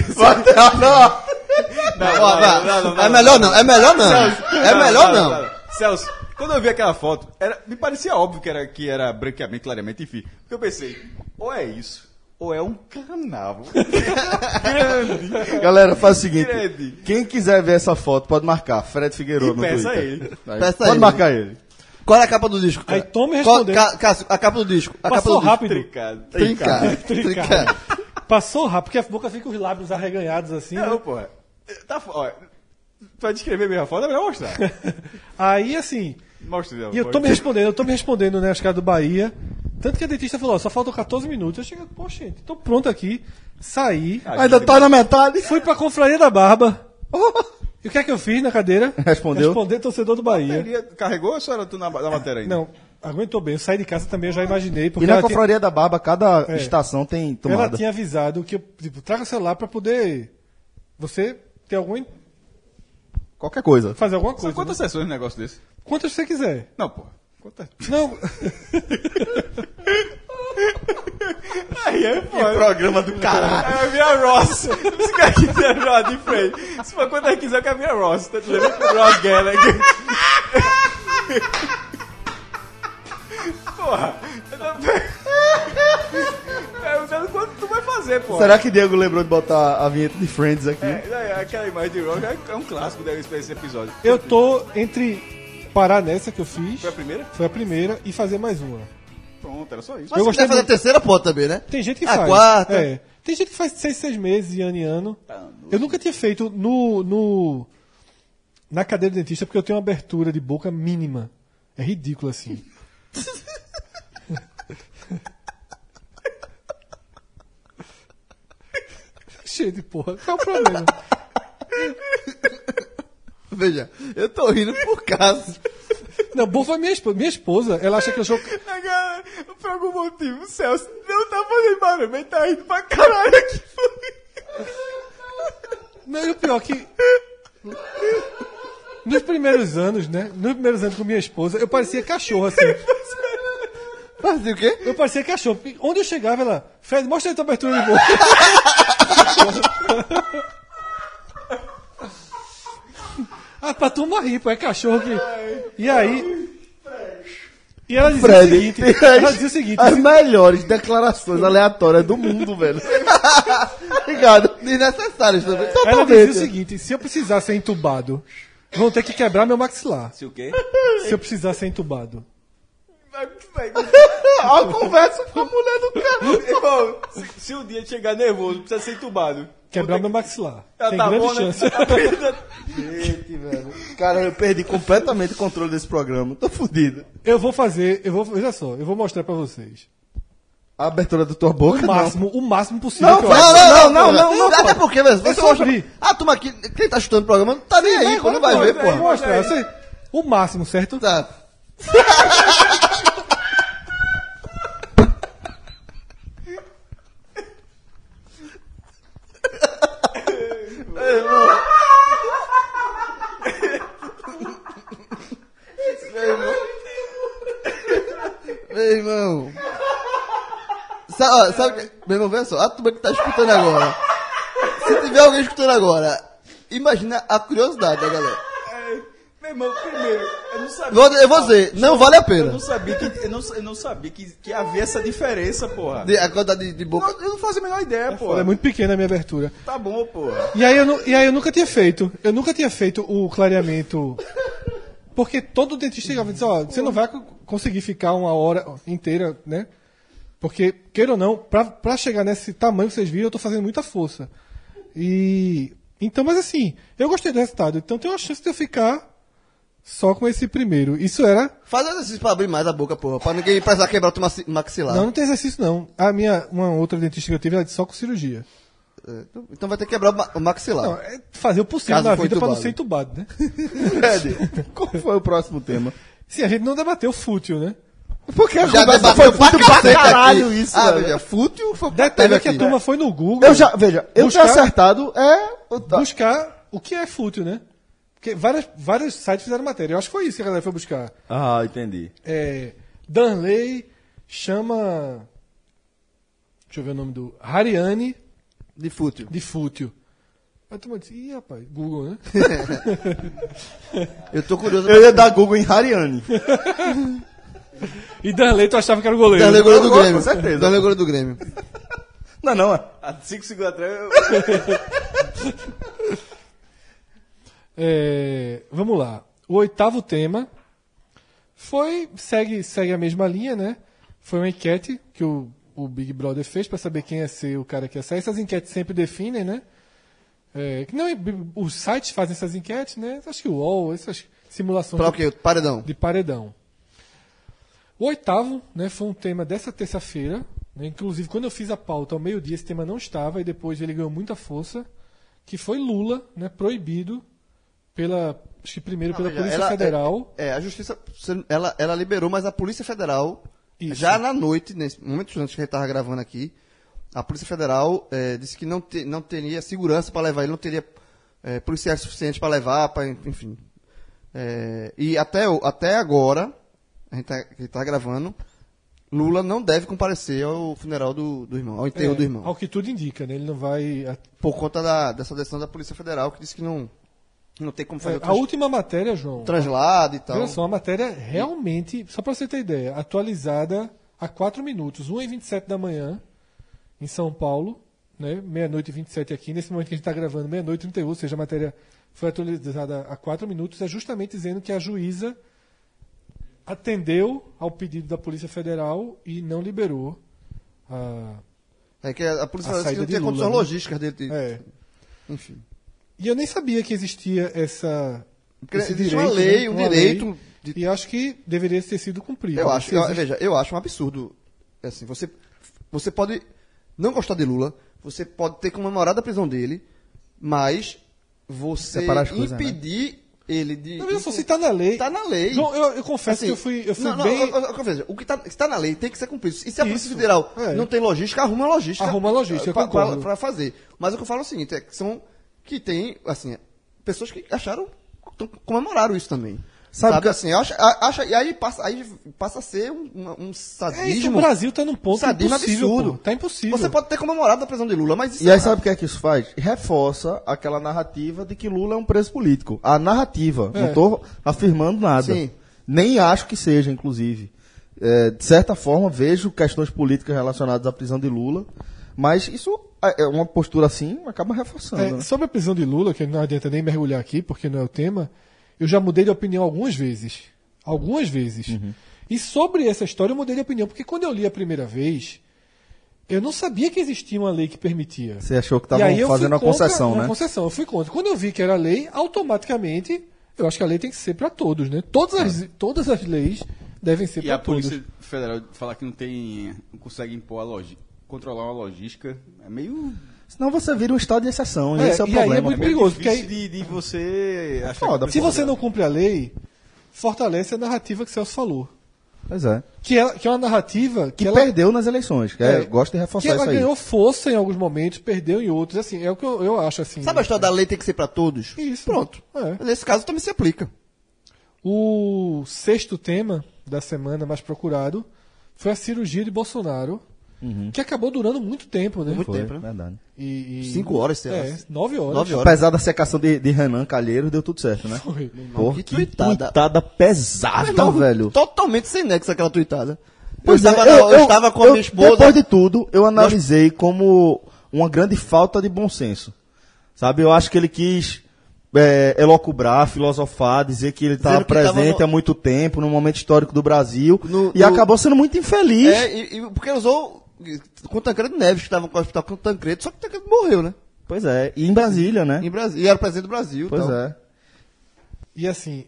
É melhor não. É melhor não. Celso, quando eu vi aquela foto, me parecia óbvio que era branqueamento, clareamento, enfim. Porque eu pensei, ou é isso, ou é um canal. Grande. Galera, faz o seguinte. Grande. Quem quiser ver essa foto, pode marcar Fred Figueiredo no Peça Twitter. ele. Aí, Peça pode ele. marcar ele. Qual é a capa do disco? Aí cara? Tom me respondeu. Cássio, a capa do disco. A capa Passou do disco. rápido. Trincado. Trincado. Passou rápido, porque a boca fica os lábios arreganhados assim. Não, né? porra. Ó, pra descrever mesmo a foto, é melhor mostrar. Aí, assim. Mostra, não. E eu tô me respondendo, né, as caras do Bahia. Tanto que a dentista falou, ó, só faltam 14 minutos. Eu cheguei, pô, gente, tô pronto aqui. Saí. Ainda tá na metade. Fui pra Confraria da Barba. E o que é que eu fiz na cadeira? Respondeu? Responder torcedor do Bahia. Ele carregou ou só era tu na matéria ainda? Não, aguentou bem. Eu saí de casa também, eu já imaginei. Porque E na ela tinha- Confraria da Barba, cada É. estação tem ela tomada. tinha avisado que eu, tipo, traga o celular pra poder você ter algum, Qualquer coisa. fazer alguma São coisa. quantas né? sessões de negócio desse? Quantas você quiser. Não, porra. Quantas? Não, Aí é foda. Programa do caralho. É a minha Ross. Se quer quiser Ross de frente. Se for quando quiser, eu quero a minha Ross. Tá te lembra? Ross Gallagher. Porra. Perguntando quanto tu vai fazer, porra. Será que Diego lembrou de botar a vinheta de Friends aqui? Aquela imagem de Ross é um clássico desse episódio. eu tô entre parar nessa que eu fiz. Foi a primeira? Foi a primeira e fazer mais uma. Pronto, era só isso. Mas Eu você gostei quer fazer a muito. terceira pode também, né? Tem gente que A faz. quarta. É. Tem gente que faz 6 meses, de ano em ano. Eu nunca tinha feito na cadeira de dentista porque eu tenho uma abertura de boca mínima. É ridículo assim. Gente, porra, qual é o problema? Veja, eu tô rindo por causa. Não, bom foi minha esposa. Minha esposa, ela acha que eu sou. Agora, por algum motivo, o Celso não tá fazendo barulho, mas tá rindo pra caralho aqui. Não, e o pior que. Nos primeiros anos, né? Nos primeiros anos com minha esposa, eu parecia cachorro, assim. Fazia o quê? Eu parecia cachorro. Onde eu chegava, ela. Fred, mostra aí tua abertura de boca. Ah, pra turma rir, pô, é cachorro que. E aí. E ela dizia Fred, o seguinte. tem Ela dizia o seguinte. as melhores declarações aleatórias do mundo, velho. Obrigado. Desnecessários também. Ela dizia o Totalmente. seguinte: se eu precisar ser entubado, vão ter que quebrar meu maxilar. Se o quê? Se eu precisar ser entubado. A conversa com a mulher do cara. Irmão, se um dia chegar nervoso, precisa ser entubado. Quebrar meu maxilar. Ela Tem tá grande bom, né? chance. Gente, velho. Cara, eu perdi completamente o controle desse programa. Tô fudido. Eu vou fazer, veja só, eu vou mostrar pra vocês. A abertura da tua boca, O máximo possível Não, que eu faz- acho. não. Até porque, velho, você só mostra. abrir. A turma aqui, quem tá chutando o programa, não tá nem aí, quando vai ver, Vou porra. mostrar. O máximo, certo? Tá. Meu irmão. Sabe que. Meu irmão, vê só. A turma que tá escutando agora. Se tiver alguém escutando agora, imagina a curiosidade da galera. Meu Meu irmão, primeiro, eu não sabia. Eu vou dizer, não vale a pena. Eu não sabia que havia essa diferença, porra. A quantidade de boca. Eu não fazia a menor ideia, porra. É muito pequena a minha abertura. Tá bom, porra. E aí eu nunca tinha feito. Eu nunca tinha feito o clareamento. Porque todo dentista chegava e dizia, ó, você não vai conseguir ficar uma hora inteira, né? Porque, queira ou não, pra chegar nesse tamanho que vocês viram, eu tô fazendo muita força. Então, mas assim, eu gostei do resultado. Então tem uma chance de eu ficar só com esse primeiro. Isso era... Faz exercício pra abrir mais a boca, porra. Pra ninguém precisar quebrar o maxilar. Não tem exercício não. Uma outra dentista que eu tive, ela disse só com cirurgia. Então vai ter que quebrar o maxilar. Não, é fazer o possível Caso na for vida pra não entubado. ser entubado, né? Ed, qual foi o próximo tema? Sim, a gente não debateu fútil, né? Porque a Já conversa debateu foi muito pra cacete caralho aqui. isso, Ah, velho. veja, fútil foi Detalhe é que a aqui. turma foi no Google Eu Buscar- tinha acertado, buscar o que é fútil, né? Porque vários sites fizeram matéria. Eu acho que foi isso que a galera foi buscar. Ah, entendi. Danley chama... Deixa eu ver o nome do... Hariane De fútil. de fútil. Aí a turma disse, ih, rapaz, Google, né? Eu tô curioso. Eu ia dar Google em Hariane. E Danley, tu achava que era o goleiro. Darley goleiro do Com Grêmio. certeza. Darley goleiro do Grêmio. Não, é. Há 5 segundos atrás Vamos lá. O 8º tema segue a mesma linha, né? Foi uma enquete que o Big Brother fez para saber quem ia ser o cara que ia sair. Essas enquetes sempre definem, né? Que não, os sites fazem essas enquetes, né? Acho que o UOL, essas simulações Pra o quê? Paredão. de paredão. O 8º, né, foi um tema dessa terça-feira. Né? Inclusive, quando eu fiz a pauta ao meio-dia, esse tema não estava, e depois ele ganhou muita força, que foi Lula, né, proibido acho que primeiro pela Veja, Polícia Federal. A Justiça, ela liberou, mas a Polícia Federal, Isso. já na noite, nesse momento antes que a gente estava gravando aqui, a Polícia Federal disse que não teria segurança para levar, ele não teria policiais suficientes para levar, enfim. E até agora, a gente está gravando, Lula não deve comparecer ao funeral do irmão, ao enterro do irmão. Ao que tudo indica, né? Ele não vai. Por conta dessa decisão da Polícia Federal, que disse que não tem como fazer A última matéria, João. translado e tal. Olha só, a matéria realmente, só para você ter ideia, atualizada há 4 minutos, 1h27 da manhã, em São Paulo, né? Meia-noite e 27 aqui, nesse momento que a gente está gravando, meia-noite e 31, ou seja, a matéria foi atualizada há 4 minutos, é justamente dizendo que a juíza atendeu ao pedido da Polícia Federal e não liberou a... Que a Polícia A Federal disse que saída não de tinha Lula, condições né? logísticas dele. É. Enfim. E eu nem sabia que existia esse Existe direito, uma lei, né? um Uma direito. lei, e acho que deveria ter sido cumprido. Eu acho, Se existe- veja, eu acho um absurdo. Assim, você pode não gostar de Lula, você pode ter comemorado a prisão dele, mas você Separar as coisas, impedir ele de. Não, veja só, se tá na lei. Tá na lei. João, eu confesso Assim, que eu fui não, bem. veja, o que está na lei tem que ser cumprido. E se a Polícia Isso, Federal é. não tem logística, arruma a logística. Arruma a logística, eu concordo. Para fazer. Mas o que eu falo é o seguinte, que tem, assim, pessoas que comemoraram isso também. Sabe que- assim, e aí passa a ser um sadismo. É isso, o Brasil tá num ponto sadismo impossível. absurdo. Pô. Tá impossível. Você pode ter comemorado a prisão de Lula, mas isso E aí sabe o que é que isso faz? Reforça aquela narrativa de que Lula é um preso político. A narrativa. É. Não estou afirmando nada. Sim. Nem acho que seja, inclusive. De certa forma, vejo questões políticas relacionadas à prisão de Lula. Mas isso é uma postura assim, acaba reforçando. Né? Sobre a prisão de Lula, que não adianta nem mergulhar aqui, porque não é o tema, eu já mudei de opinião algumas vezes. Algumas vezes. E sobre essa história eu mudei de opinião, porque quando eu li a primeira vez, eu não sabia que existia uma lei que permitia. Você achou que E aí estavam eu fazendo fui uma contra concessão, uma né? concessão, eu fui contra. Quando eu vi que era lei, automaticamente, eu acho que a lei tem que ser para todos, né? Todas as leis devem ser E para a todos. Polícia Federal falar que não consegue impor controlar uma logística, é meio... Senão você vira um estado de exceção. E esse é o e aí é problema. muito meio perigoso, porque difícil aí, de você achar foda, que se você não cumpre a lei, fortalece a narrativa que o Celso falou. Pois é. Que é uma narrativa Que ela, perdeu nas eleições. Gosto de que reforçar ela isso aí. ganhou força em alguns momentos, perdeu em outros. Assim, é o que eu acho assim. Sabe a história da lei tem que ser para todos? Isso. Pronto. É. Nesse caso também se aplica. O 6º tema da semana mais procurado foi a cirurgia de Bolsonaro. que acabou durando muito tempo, né? Muito Foi, tempo, né? verdade. E 5 horas, sei lá. 9 horas. 9 horas. Apesar da secação de Renan Calheiros, deu tudo certo, né? Foi. Porra, que que tuitada. tuitada pesada, Irmão, velho. Totalmente sem nexo aquela tuitada. Pois é, Eu estava com a minha esposa. Depois de tudo, eu analisei como uma grande falta de bom senso. Sabe, eu acho que ele quis elocubrar, filosofar, dizer que ele estava Dizendo que tava presente no- há muito tempo, num momento histórico do Brasil, e No- acabou sendo muito infeliz. Porque ele usou com o Tancredo Neves, que estava com o hospital com o Tancredo, só que o Tancredo morreu, né? Pois é, e em Brasília, né? Em Brasília. E era presidente do Brasil. Pois tal. é. E assim,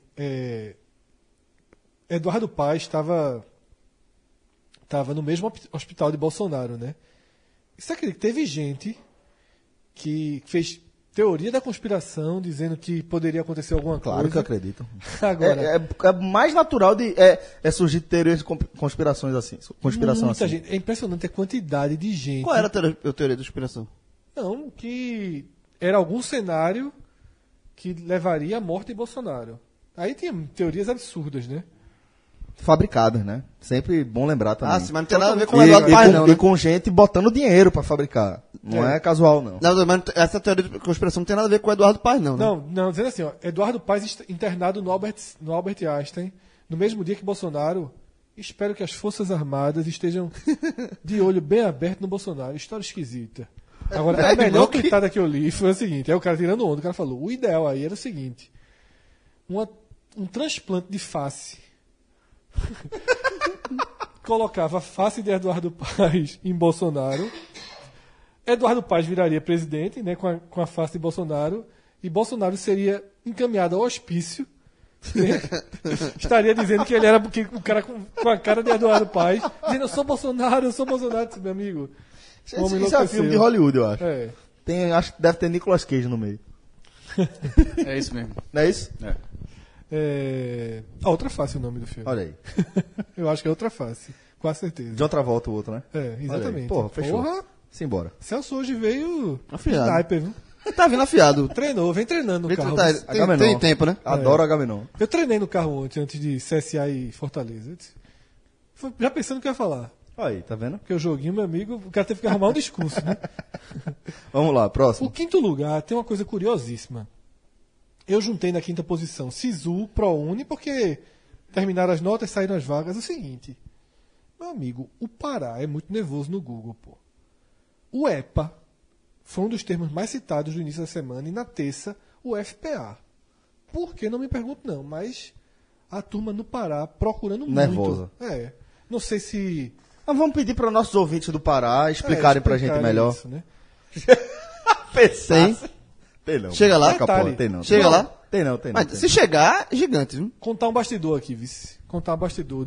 Eduardo Paes estava no mesmo hospital de Bolsonaro, né? Você acredita que teve gente que fez teoria da conspiração dizendo que poderia acontecer alguma Claro que eu coisa? acredito. Agora, É mais natural de surgir teorias de conspirações assim. Conspiração muita assim. gente. É impressionante a quantidade de gente. Qual era a teoria da conspiração? Não, que era algum cenário que levaria à morte de Bolsonaro. Aí tinha teorias absurdas, né? Fabricadas, né? Sempre bom lembrar também. Ah, sim, mas não tem nada a ver com o E, Eduardo e Paes, com, não, e né? com gente botando dinheiro pra fabricar. Não é casual, não. Não, mas essa teoria da conspiração não tem nada a ver com o Eduardo Paes, não, né? Não, dizendo assim, ó, Eduardo Paes internado no Albert Einstein, no mesmo dia que Bolsonaro. Espero que as Forças Armadas estejam de olho bem aberto no Bolsonaro. História esquisita. Agora, a melhor tweetada que eu li foi o seguinte, aí o cara tirando onda, o cara falou, o ideal aí era o seguinte, um transplante de face. Colocava a face de Eduardo Paes em Bolsonaro. Eduardo Paes viraria presidente, né, com a face de Bolsonaro, e Bolsonaro seria encaminhado ao hospício. Né? Estaria dizendo que ele era o cara com a cara de Eduardo Paes, dizendo, eu sou Bolsonaro. Disse, meu amigo. o homem Isso é filme de enlouqueceu. Hollywood, eu acho. É. Acho que deve ter Nicolas Cage no meio. É isso mesmo. Não é isso? Outra Face é o nome do filme. Olha aí. Eu acho que é Outra Face, com a certeza. De outra volta o outro, né? É, Olha aí. exatamente. Porra, fechou. Porra, Simbora. Celso hoje veio Afiado. sniper, viu? Ele tá vindo afiado. Vem treinando no Vem carro. tentar- tem, Agamenon. tem tempo, né? Adoro Agamenon. Eu treinei no carro ontem, antes de CSA e Fortaleza. Eu disse, já pensando o que eu ia falar. Olha aí, tá vendo? Porque o joguinho, meu amigo, o cara teve que arrumar um discurso, né? Vamos lá, O próximo. quinto lugar tem uma coisa curiosíssima. Eu juntei na quinta posição Sisu, ProUni, porque terminaram as notas, saíram as vagas. É o seguinte, meu amigo, o Pará é muito nervoso no Google, pô. O EPA foi um dos termos mais citados no início da semana e na terça o FPA. Por que? Não me pergunto não, mas a turma no Pará procurando Nervosa. muito. Não sei se... Mas vamos pedir para nossos ouvintes do Pará explicarem pra gente melhor. Isso, né? Tem. Tem não. Chega lá. Taca a porra, tem não. Chega Tem não. lá. Tem não, tem não. Mas tem se chegar, gigante, viu? Contar um bastidor aqui, vice. Contar um bastidor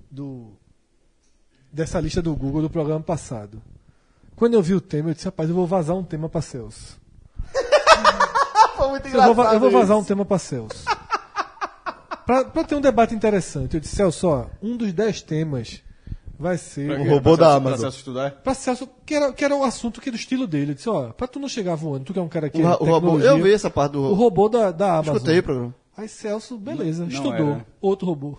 dessa lista do Google do programa passado. Quando eu vi o tema, eu disse, rapaz, eu vou vazar um tema pra Celso. Foi muito Eu vou vazar um tema pra Celso. Pra ter um debate interessante. Eu disse, Celso, ó, um dos 10 temas vai ser... O robô da Amazon. Pra Celso estudar? Pra Celso, que era o assunto que era do estilo dele. Eu disse, ó, pra tu não chegar voando, tu que é um cara que O é robô. tecnologia, Eu vi essa parte do o robô. robô da Amazon. Escutei o programa. Aí Celso, beleza, Não estudou. era. Outro robô.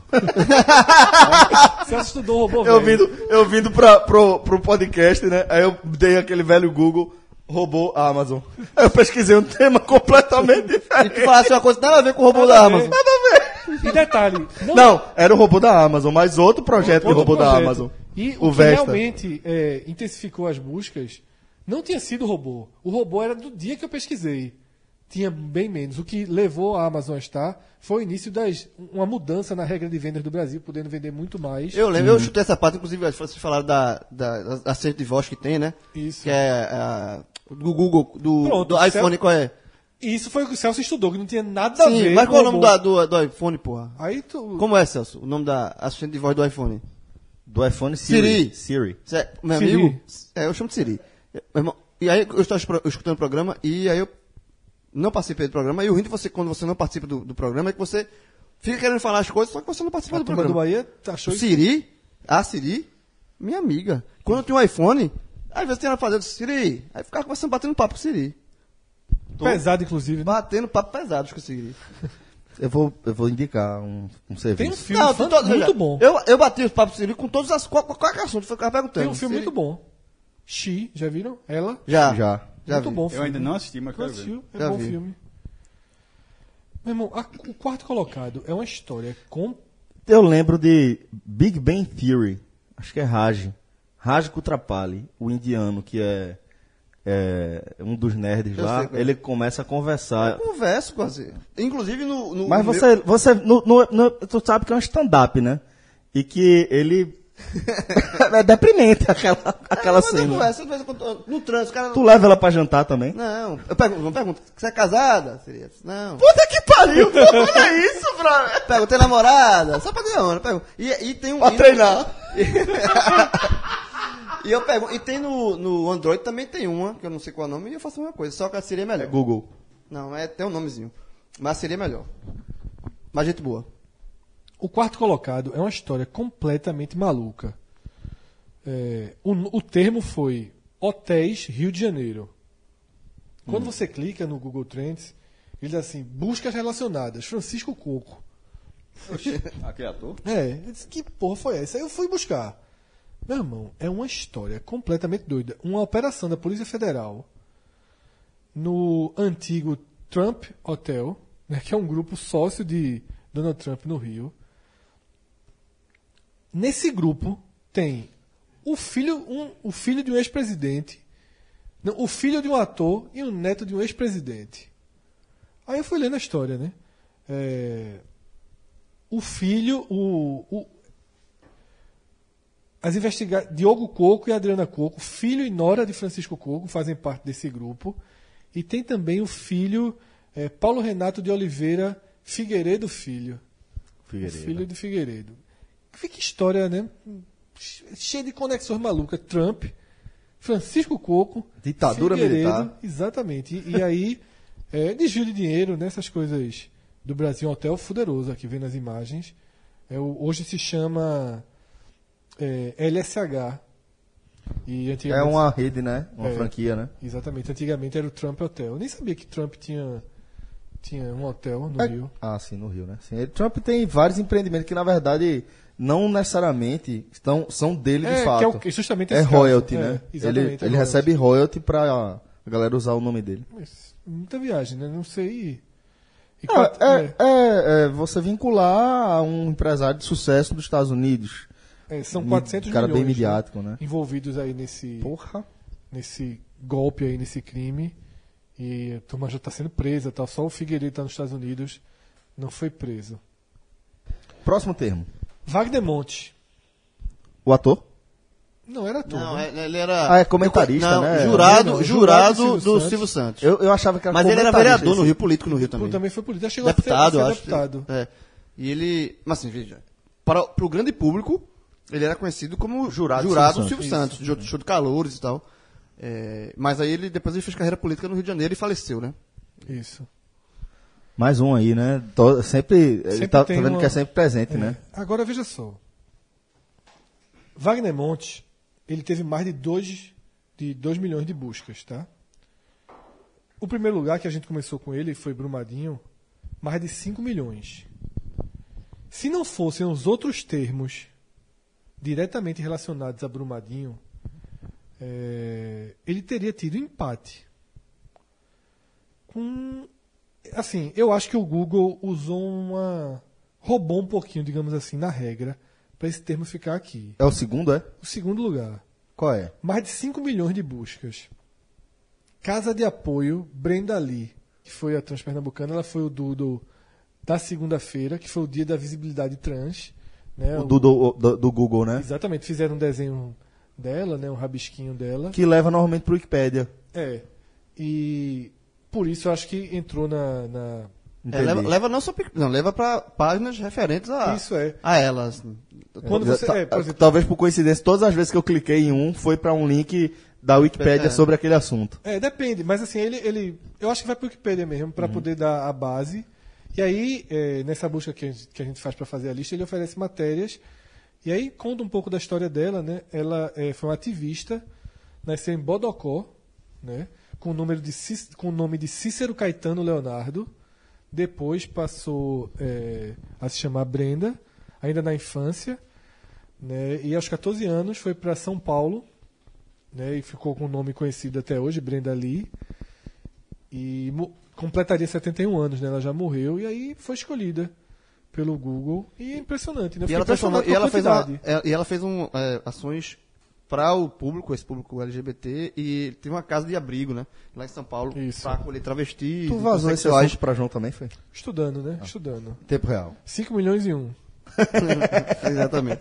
Celso estudou o robô Eu velho. vindo pro podcast, né? Aí eu dei aquele velho Google, robô Amazon. Aí eu pesquisei um tema completamente E diferente. tu falasse uma coisa nada a ver com o robô Nada da a ver. Amazon. E detalhe, Não, era o robô da Amazon, mas outro projeto de outro robô da projeto. Amazon. E O o que Vesta. realmente intensificou as buscas não tinha sido o robô. O robô era do dia que eu pesquisei. Tinha bem menos. O que levou a Amazon a estar foi o início uma mudança na regra de vendas do Brasil, podendo vender muito mais. Eu lembro, eu chutei essa parte, inclusive, vocês falaram da assistente de voz que tem, né? Isso. Que é do Google, Pronto, do iPhone, qual é? E isso foi o que o Celso estudou, que não tinha nada a Sim, ver mas com qual é o robô. nome do iPhone, porra? Aí tu... Como é, Celso? O nome da assistente de voz do iPhone? Do iPhone Siri. Meu Siri. amigo, eu chamo de Siri. Meu irmão, e aí eu estava escutando o programa e aí eu não participei do programa. E o ruim de você, quando você não participa do programa, é que você fica querendo falar as coisas, só que você não participa A do turma do programa. Bahia achou O isso. Siri, a Siri, minha amiga. Quando eu tinha um iPhone, às vezes tinha ela fazendo Siri, aí ficava conversando, batendo papo com o Siri. Pesado, inclusive. Né? Batendo papo pesado com o Siri. Eu vou indicar um serviço. Tem um filme Não, muito veja, bom. Eu bati os papos com o Siri com todas as. Qualquer assunto, foi o cara perguntando. Tem um filme Siri, muito bom. She, já viram? Ela? Já. Muito vi. bom Eu filme. ainda não assisti, mas quero ver. Assistiu? É Já bom vi. filme. Meu irmão, o quarto colocado é uma história Eu lembro de Big Bang Theory. Acho que é Raj. Raj Kutrapali, o indiano, que é um dos nerds Eu lá. sei qual é. Ele começa a conversar. Converso com você. Inclusive no. Mas no tu sabe que é um stand-up, né? E que ele... é deprimente aquela Eu cena. converso, de vez em quando, no trânsito, cara. Tu leva ela pra jantar também? Não, eu pergunto, você é casada? Seria? Não. Puta que pariu! Olha isso, brother! Pergunto, tem namorada? Só pra ganhar onda, pergunto. E tem um. Pra treinar. E eu pergunto, e tem no Android também tem uma, que eu não sei qual é o nome, e eu faço a mesma coisa, só que a seria melhor. Google. Não, tem um nomezinho. Mas seria melhor. Mais gente boa. O quarto colocado é uma história completamente maluca. O termo foi Hotéis Rio de Janeiro. Quando você clica no Google Trends, ele diz assim, buscas relacionadas, Francisco Coco. Aquele ator? Eu disse, que porra foi essa? Aí eu fui buscar. Meu irmão, é uma história completamente doida. Uma operação da Polícia Federal no antigo Trump Hotel, né, que é um grupo sócio de Donald Trump no Rio. Nesse grupo tem o filho de um ex-presidente, não, o filho de um ator e o neto de um ex-presidente. Aí eu fui lendo a história, né? O filho, Diogo Coco e Adriana Coco, filho e nora de Francisco Coco, fazem parte desse grupo. E tem também o filho Paulo Renato de Oliveira Figueiredo Filho. O filho de Figueiredo. Que história, né? Cheia de conexões malucas. Trump, Francisco Coco, Ditadura Figueiredo, militar. Exatamente. E aí, desvio de dinheiro, né? Essas coisas do Brasil, um hotel fuderoso aqui, vendo as imagens. Hoje se chama LSH. E É antigamente, uma rede, né? Uma franquia, né? exatamente. Antigamente era o Trump Hotel. Eu nem sabia que Trump tinha um hotel no Rio. Ah, sim, no Rio, né? Sim, Trump tem vários empreendimentos que, na verdade, não necessariamente são dele de fato. Que é justamente É esse caso. royalty, né? Exatamente. Ele recebe royalty pra a galera usar o nome dele. Mas, muita viagem, né? Não sei. Você vincular a um empresário de sucesso dos Estados Unidos. São 400 cara milhões bem midiático, né? envolvidos aí nesse golpe aí, nesse crime. E a turma já está sendo presa, tá? Só o Figueiredo está nos Estados Unidos, não foi preso. Próximo termo. Wagner Monte. O ator? Não era ator. Não, né? ele era. É comentarista, né? Jurado do Silvio Santos. Eu achava que era Mas ele era comentarista, vereador no esse- Rio, político no Rio também. Também foi político. Chegou Deputado, a eu ser acho. deputado. E ele. Mas assim, veja. Para o grande público, ele era conhecido como Jurado Silvio Santos, de show de calores e tal. Mas aí depois ele fez carreira política no Rio de Janeiro e faleceu, né? Isso. Mais um aí, né? Sempre ele tá tem vendo uma- que é sempre presente, né? Agora veja só. Wagner Monte, ele teve mais de 2 milhões de buscas, tá? O primeiro lugar que a gente começou com ele foi Brumadinho, mais de 5 milhões. Se não fossem os outros termos diretamente relacionados a Brumadinho, ele teria tido empate. Assim, eu acho que o Google roubou um pouquinho, digamos assim, na regra, para esse termo ficar aqui. É o segundo, é? O segundo lugar, Qual é? mais de 5 milhões de buscas. Casa de Apoio, Brenda Lee, que foi a Transpernambucana, ela foi o doodle da segunda-feira, que foi o dia da visibilidade trans. Né? O do Google, né? Exatamente, fizeram um desenho dela, né? Um rabisquinho dela. Que leva normalmente pro Wikipédia. E por isso eu acho que entrou na Entendi. Leva não só não, leva para páginas referentes Isso é. a elas. Quando você, por exemplo, Talvez por coincidência, todas as vezes que eu cliquei em um, foi para um link da Wikipédia sobre aquele assunto. depende, mas assim, eu acho que vai para o Wikipedia mesmo, para poder dar a base. E aí, nessa busca que a gente faz para fazer a lista, ele oferece matérias. E aí conta um pouco da história dela, né? Ela foi uma ativista, nasceu em Bodocó, né? Com o nome de Cícero Caetano Leonardo. Depois passou a se chamar Brenda, ainda na infância. Né? E aos 14 anos foi para São Paulo, né, e ficou com o nome conhecido até hoje, Brenda Lee. E completaria 71 anos, né? Ela já morreu e aí foi escolhida pelo Google. E é impressionante, né? E ela, impressionado com a quantidade. ela fez ações para o público, esse público LGBT, e teve uma casa de abrigo, né? Lá em São Paulo, para acolher travestis. Tu vazou esse assunto pra João também, foi? Estudando, né? Estudando. Tempo real. 5 milhões e 1. Exatamente.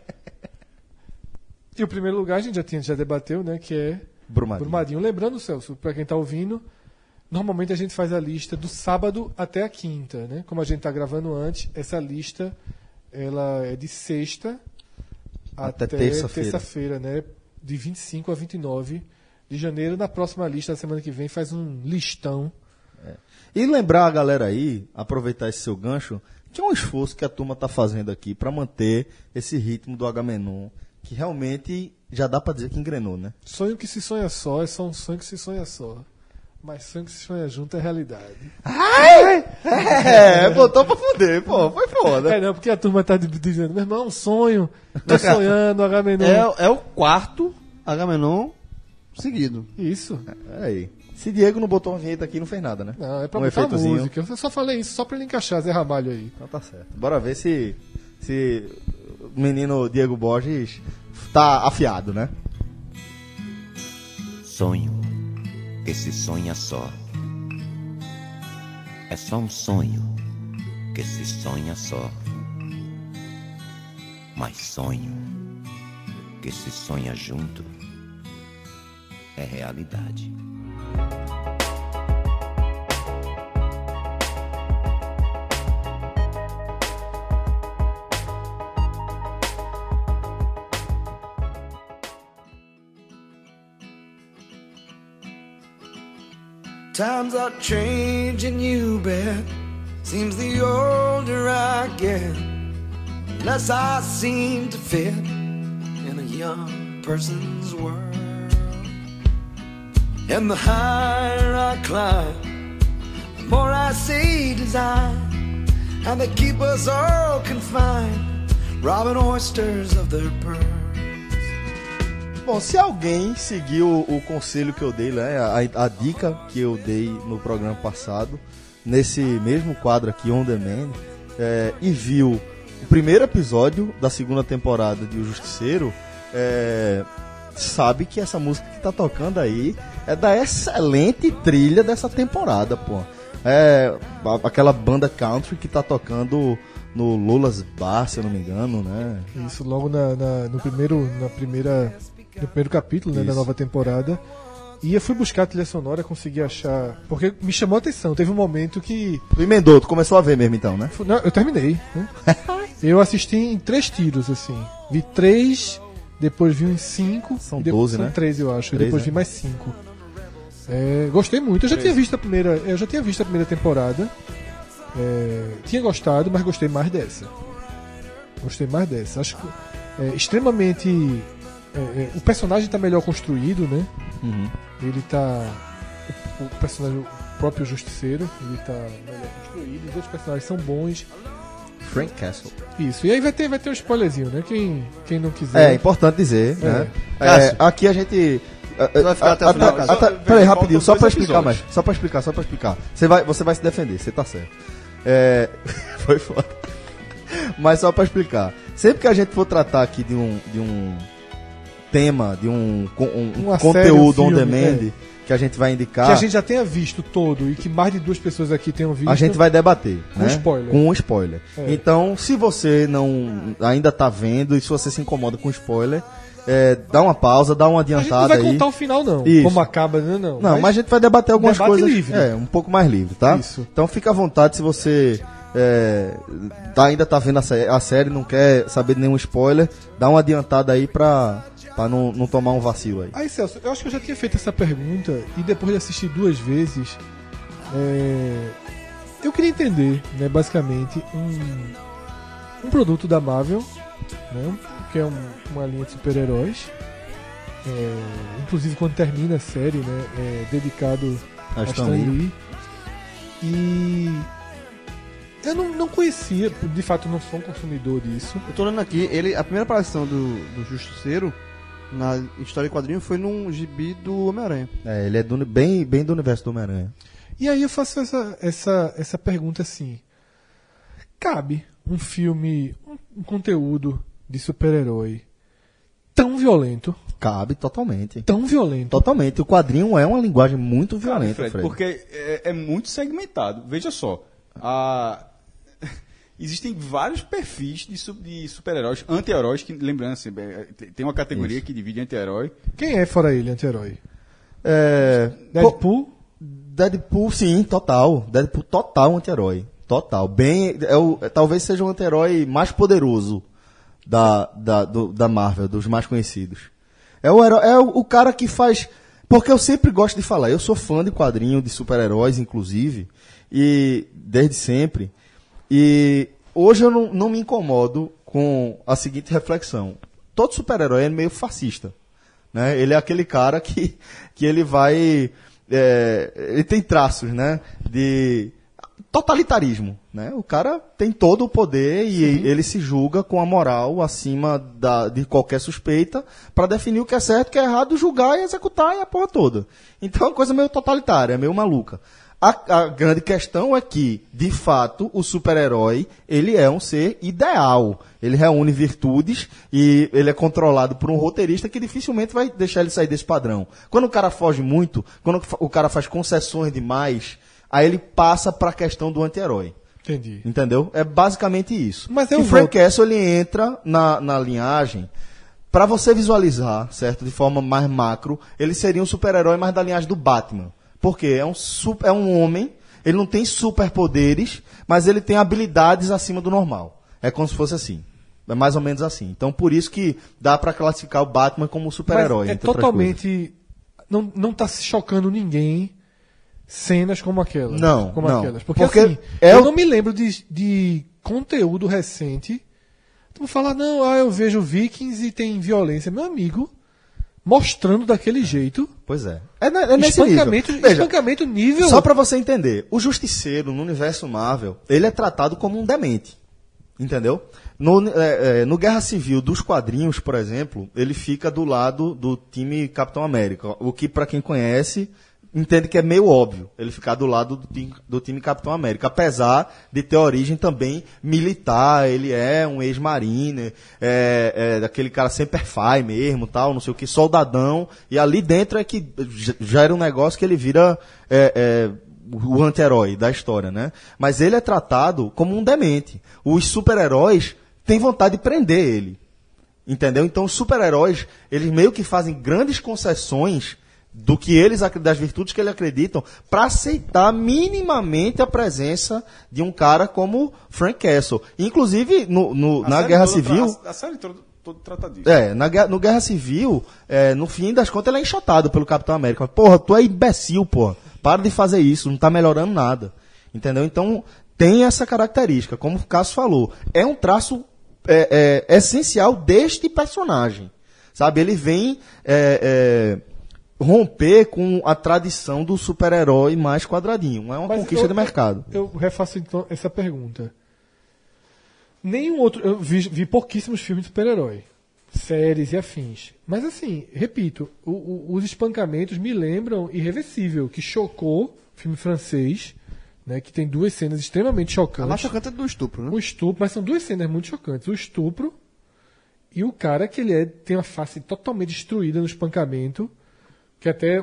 E o primeiro lugar a gente já debateu, né? Que é Brumadinho. Lembrando, Celso, para quem tá ouvindo, normalmente a gente faz a lista do sábado até a quinta, né? Como a gente tá gravando antes, essa lista ela é de sexta até terça-feira, né? De 25 a 29 de janeiro. Na próxima lista, na semana que vem, faz um listão. E lembrar a galera aí, aproveitar esse seu gancho, que é um esforço que a turma tá fazendo aqui para manter esse ritmo do Agamenon, que realmente já dá para dizer que engrenou, né? Sonho que se sonha só é só um sonho que se sonha só. Mas sonho que se sonha junto é realidade. Botou pra fuder, pô, foi foda. Não, porque a turma tá dizendo, meu irmão, é um sonho, tô sonhando, Agamenon. É o quarto Agamenon seguido. Isso. Aí. Se Diego não botou uma vinheta aqui, não fez nada, né? Não, é pra botar música. Eu só falei isso só pra ele encaixar Zé Ramalho aí. Então tá certo. Bora ver se o menino Diego Borges tá afiado, né? Sonho que se sonha só. É só um sonho que se sonha só. Mas sonho que se sonha junto é realidade. Times are changing, you bet. Seems the older I get, less I seem to fit in a young person's world. And the higher I climb, the more I see design, and they keep us all confined, robbing oysters of their pearls. Bom, se alguém seguiu o conselho que eu dei, né, a dica que eu dei no programa passado, nesse mesmo quadro aqui, On Demand, e viu o primeiro episódio da segunda temporada de O Justiceiro, sabe que essa música que tá tocando aí é da excelente trilha dessa temporada, pô. É aquela banda country que tá tocando no Lola's Bar, se eu não me engano, né? Isso, logo no primeiro capítulo, né, da nova temporada. E eu fui buscar a trilha sonora, consegui achar. Porque me chamou a atenção. Teve um momento que. Tu emendou, tu começou a ver mesmo então, né? Não, eu terminei. Né? Eu assisti em 3 tiros, assim. Vi 3, depois vi uns 5. São 12, são né? 13, eu acho. 13, e depois vi mais 5. Gostei muito. Eu já tinha visto a primeira temporada. Tinha gostado, mas gostei mais dessa. Acho que extremamente. O personagem está melhor construído, né? Uhum. Ele tá. O personagem, o próprio Justiceiro, ele tá melhor construído. Os outros personagens são bons. Frank Castle. Isso. E aí vai ter um spoilerzinho, né? Quem não quiser. É importante dizer, né? Cássio. Aqui a gente. vai ficar até o final, Cássio. Peraí, rapidinho, só pra explicar episódios. mais. Só pra explicar. Você vai se defender, você tá certo. Foi foda. Mas só pra explicar. Sempre que a gente for tratar aqui de um tema, de Uma conteúdo série, um on filme, demand que a gente vai indicar, Que a gente já tenha visto todo e que mais de 2 pessoas aqui tenham visto. a gente vai debater, Com né? spoiler. Com um spoiler. É. Então, se você ainda tá vendo e se você se incomoda com spoiler, dá uma pausa, dá uma A gente não adiantada vai aí. contar o final, não. Isso. Como acaba, não. Não, mas a gente vai debater algumas debate coisas. livre. Um pouco mais livre, tá? Isso. Então fica à vontade se você ainda tá vendo a série, não quer saber de nenhum spoiler, dá uma adiantada aí pra não tomar um vacilo aí. Aí, Celso, eu acho que eu já tinha feito essa pergunta e depois de assistir 2 vezes, eu queria entender, né, basicamente, um produto da Marvel, né, que é uma linha de super-heróis. Inclusive, quando termina a série, né, é dedicado a Stan Lee. E eu não conhecia, de fato, não sou um consumidor disso. Eu tô olhando aqui, a primeira aparição do Justiceiro na história de quadrinho foi num gibi do Homem-Aranha. Ele é bem do universo do Homem-Aranha. E aí eu faço essa pergunta assim. Cabe um filme, um conteúdo de super-herói tão violento? Cabe totalmente. Tão violento. Totalmente. O quadrinho é uma linguagem muito violenta, Fred, Fred. porque é muito segmentado. Veja só. Existem vários perfis de super-heróis, anti-heróis, que, lembrando assim, tem uma categoria que divide anti-herói. Quem é fora ele, anti-herói? Deadpool? Deadpool, sim, total. Deadpool total anti-herói. Total. Talvez seja o anti-herói mais poderoso da Marvel, dos mais conhecidos. É o cara que faz... Porque eu sempre gosto de falar, eu sou fã de quadrinho, de super-heróis, inclusive, e desde sempre. E hoje eu não me incomodo com a seguinte reflexão. Todo super-herói é meio fascista. Né? Ele é aquele cara que ele vai... ele tem traços, né, de totalitarismo. Né? O cara tem todo o poder e ele se julga com a moral acima de qualquer suspeita para definir o que é certo, o que é errado, julgar e executar e a porra toda. Então é uma coisa meio totalitária, meio maluca. A grande questão é que, de fato, o super-herói, ele é um ser ideal. Ele reúne virtudes e ele é controlado por um roteirista que dificilmente vai deixar ele sair desse padrão. Quando o cara foge muito, quando o cara faz concessões demais, aí ele passa para a questão do anti-herói. Entendi. Entendeu? É basicamente isso. Mas o Frank Castle, ele entra na linhagem... Para você visualizar, certo, de forma mais macro, ele seria um super-herói mais da linhagem do Batman. Porque é um homem, ele não tem superpoderes, mas ele tem habilidades acima do normal. É como se fosse assim. É mais ou menos assim. Então, por isso que dá pra classificar o Batman como super-herói. Mas é totalmente... Não tá se chocando ninguém cenas como aquelas. Não. Aquelas. Porque assim, eu não me lembro de conteúdo recente. Tu falar, eu vejo Vikings e tem violência. Meu amigo... mostrando daquele jeito. Pois é. É nesse nível. Espancamento nível... Só pra você entender, o Justiceiro, no universo Marvel, ele é tratado como um demente. Entendeu? No Guerra Civil dos quadrinhos, por exemplo, ele fica do lado do time Capitão América. O que, pra quem conhece, entende que é meio óbvio ele ficar do lado do time Capitão América, apesar de ter origem também militar. Ele é um ex-marine, daquele cara sempre fai mesmo, tal, não sei o que, soldadão, e ali dentro é que já era um negócio que ele vira o anti-herói da história, né? Mas ele é tratado como um demente. Os super-heróis têm vontade de prender ele, entendeu? Então os super-heróis, eles meio que fazem grandes concessões das virtudes que eles acreditam, para aceitar minimamente a presença de um cara como Frank Castle. Inclusive, na Guerra Civil... A série toda trata disso. No Guerra Civil, no fim das contas, ele é enxotado pelo Capitão América. Porra, tu é imbecil, porra. Para de fazer isso, não tá melhorando nada. Entendeu? Então, tem essa característica, como o Cássio falou. É um traço essencial deste personagem. Sabe? Ele vem... romper com a tradição do super-herói mais quadradinho. É uma conquista de mercado. Eu refaço então essa pergunta. Nenhum outro... Eu vi pouquíssimos filmes de super-herói. Séries e afins. Mas assim, repito, os espancamentos me lembram Irreversível, que chocou, filme francês, né, que tem duas cenas extremamente chocantes. A mais chocante é do estupro, né? O estupro, mas são duas cenas muito chocantes. O estupro e o cara que tem uma face totalmente destruída no espancamento, que até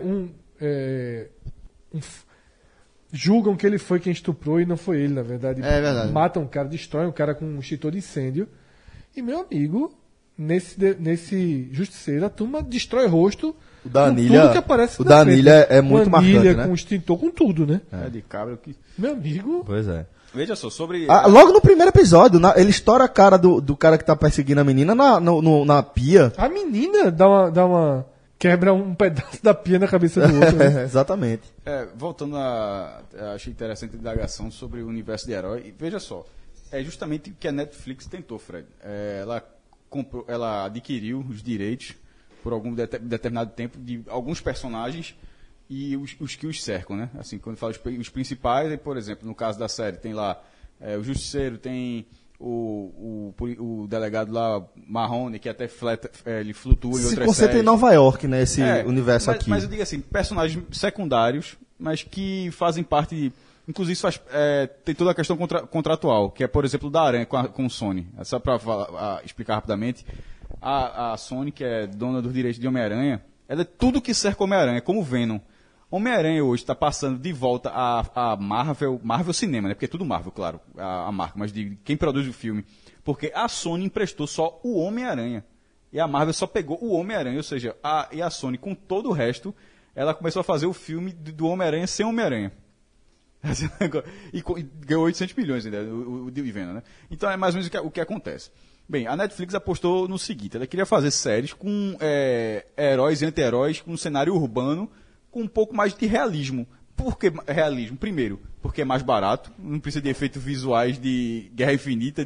julgam que ele foi quem estuprou e não foi ele, na verdade. É verdade. Matam um cara, destroem um cara com um extintor de incêndio. E, meu amigo, nesse Justiceiro, a turma destrói rosto o da com Anilha, tudo que aparece o da Anilha é muito marcante, né? Com extintor, com tudo, né? De cabra que... Meu amigo... Pois é. Veja só, sobre... logo no primeiro episódio, ele estoura a cara do cara que tá perseguindo a menina na pia. A menina dá uma quebra um pedaço da pia na cabeça do outro. Né? Exatamente. Voltando achei interessante a indagação sobre o universo de herói. E veja só, é justamente o que a Netflix tentou, Fred. Ela adquiriu os direitos por algum determinado tempo de alguns personagens e os que os cercam, né? Assim, quando fala os principais, por exemplo, no caso da série, tem lá o Justiceiro, tem o delegado lá, Marrone, que até ele flutua em Se outras concentra séries. em Nova York, né? Esse universo aqui. Mas eu digo assim, personagens secundários, mas que fazem parte... Inclusive, tem toda a questão contratual, que é, por exemplo, da Aranha com o Sony. Só para explicar rapidamente, a Sony, que é dona dos direitos de Homem-Aranha, ela é tudo que cerca Homem-Aranha, como Venom. Homem-Aranha hoje está passando de volta a Marvel Cinema, né? Porque é tudo Marvel, claro, a marca, mas de quem produz o filme. Porque a Sony emprestou só o Homem-Aranha. E a Marvel só pegou o Homem-Aranha, ou seja, a Sony, com todo o resto, ela começou a fazer o filme do Homem-Aranha sem Homem-Aranha. E ganhou 800 milhões ainda, o de Venom, né? Então é mais ou menos o que acontece. Bem, a Netflix apostou no seguinte, ela queria fazer séries com heróis e anti-heróis, com um cenário urbano, com um pouco mais de realismo. Por que realismo? Primeiro, porque é mais barato, não precisa de efeitos visuais de Guerra Infinita,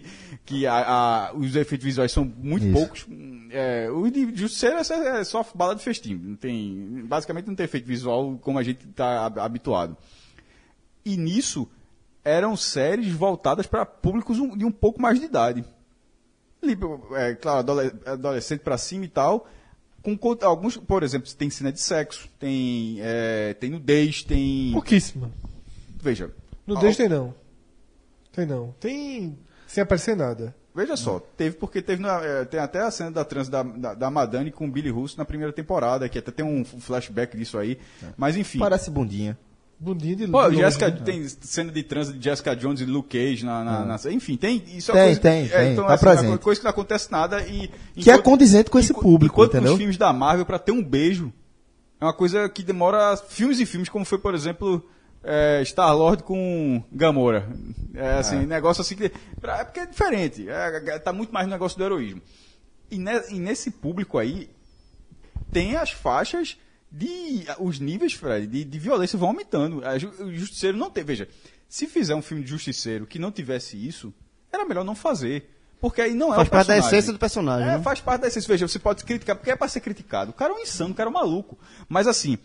os efeitos visuais são muito poucos. O de Justiceiro é só bala de festim, basicamente não tem efeito visual como a gente está habituado. E nisso, eram séries voltadas para públicos de um pouco mais de idade. Claro, adolescente para cima e tal. Com alguns, por exemplo, tem cena de sexo, tem nudez, tem... Pouquíssima. Veja. Nudez tem não. Tem não. Tem sem aparecer nada. Veja só, tem até a cena da trans da Madani com o Billy Russo na primeira temporada, que até tem um flashback disso aí. Mas enfim. Parece bundinha. Bundinha de Pô, longe, né? tem cena de trans de Jessica Jones e Luke Cage enfim, tem. Isso Tem, então, tá assim, presente. é uma coisa que não acontece nada e... Que é condizente com esse público, enquanto entendeu? os filmes da Marvel, pra ter um beijo, é uma coisa que demora filmes e filmes, como foi, por exemplo, Star-Lord com Gamora. Negócio assim que... porque é diferente, tá muito mais no negócio do heroísmo. E nesse público aí, tem as faixas... os níveis, Fred, de violência vão aumentando. O Justiceiro não tem. Veja, se fizer um filme de Justiceiro que não tivesse isso, era melhor não fazer. Porque aí não é Faz o parte da personagem. essência do personagem. né? Faz parte da essência. Veja, você pode criticar, porque é pra ser criticado. O cara é um insano, o cara é um maluco. Mas assim,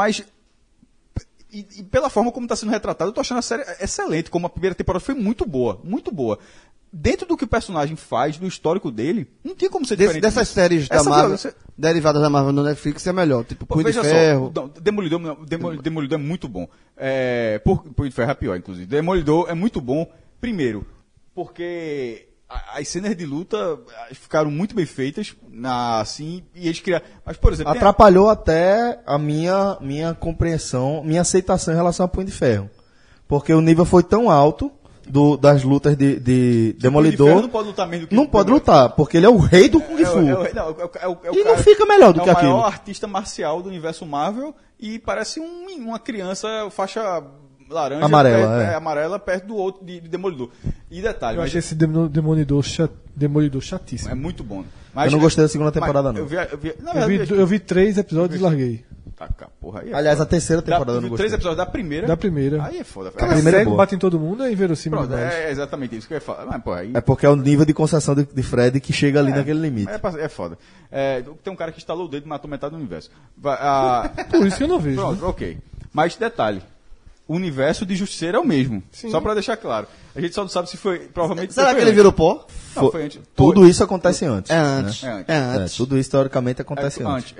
e pela forma como está sendo retratado, eu tô achando a série excelente. Como a primeira temporada foi muito boa, muito boa. Dentro do que o personagem faz, do histórico dele, não tinha como ser diferente. Dessas séries da Marvel, derivadas da Marvel no Netflix, é melhor. Tipo, Punho de Ferro. Demolidor é muito bom. Punho de Ferro é pior, inclusive. Demolidor é muito bom, primeiro, porque as cenas de luta ficaram muito bem feitas, assim, e eles criaram... Mas, por exemplo... Atrapalhou até a minha compreensão, minha aceitação em relação a Punho de Ferro. Porque o nível foi tão alto... das lutas de Demolidor. Não pode lutar mesmo do que não pode lutar, porque ele é o rei do Kung Fu. E não fica melhor do que aquilo. É o maior artista marcial do universo Marvel e parece uma criança faixa laranja amarela perto do outro de Demolidor. E detalhe, Eu achei esse Demolidor chatíssimo. é muito bom. Eu não gostei da segunda temporada, não. Eu vi 3 episódios e larguei. Porra, aí Aliás, a terceira temporada eu não gostei. 3 episódios da primeira. Da primeira. Aí é foda. A primeira é boa. Bate em todo mundo, é inverossímil Pronto, demais. é exatamente isso que eu ia falar. Mas, porra, aí... É porque é o nível de concessão de Fred que chega ali naquele limite. É foda. Tem um cara que instalou o dedo e matou metade do universo. Por isso que eu não vejo. Pronto, né? ok. Mas detalhe. O universo de Justiceiro é o mesmo. Sim. Só pra deixar claro. A gente só não sabe se foi... Provavelmente Será foi que ele antes. virou pó? Não, foi antes. Tudo isso acontece antes. É antes. né? É antes. É antes. Tudo isso, teoricamente, acontece antes.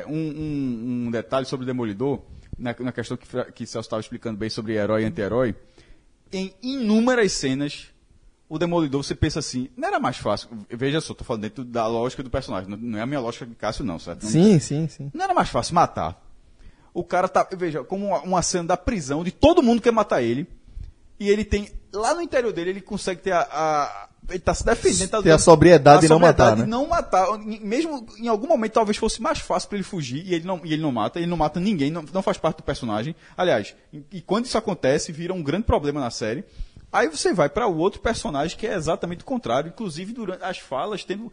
Um detalhe sobre o Demolidor, na questão que Celso estava explicando bem sobre herói e anti-herói, em inúmeras cenas, o Demolidor, você pensa assim, não era mais fácil, veja só, estou falando dentro da lógica do personagem, não é a minha lógica de Cássio não, certo? Sim. Não era mais fácil matar. O cara tá, veja, como uma cena da prisão, de todo mundo quer matar ele, e ele tem, lá no interior dele, ele consegue ter ele tá se defendendo. Ter a sobriedade de não matar, né? Não matar. Mesmo em algum momento talvez fosse mais fácil para ele fugir e ele não mata ninguém, não faz parte do personagem. Aliás, e quando isso acontece, vira um grande problema na série. Aí você vai para o outro personagem que é exatamente o contrário, inclusive durante as falas tendo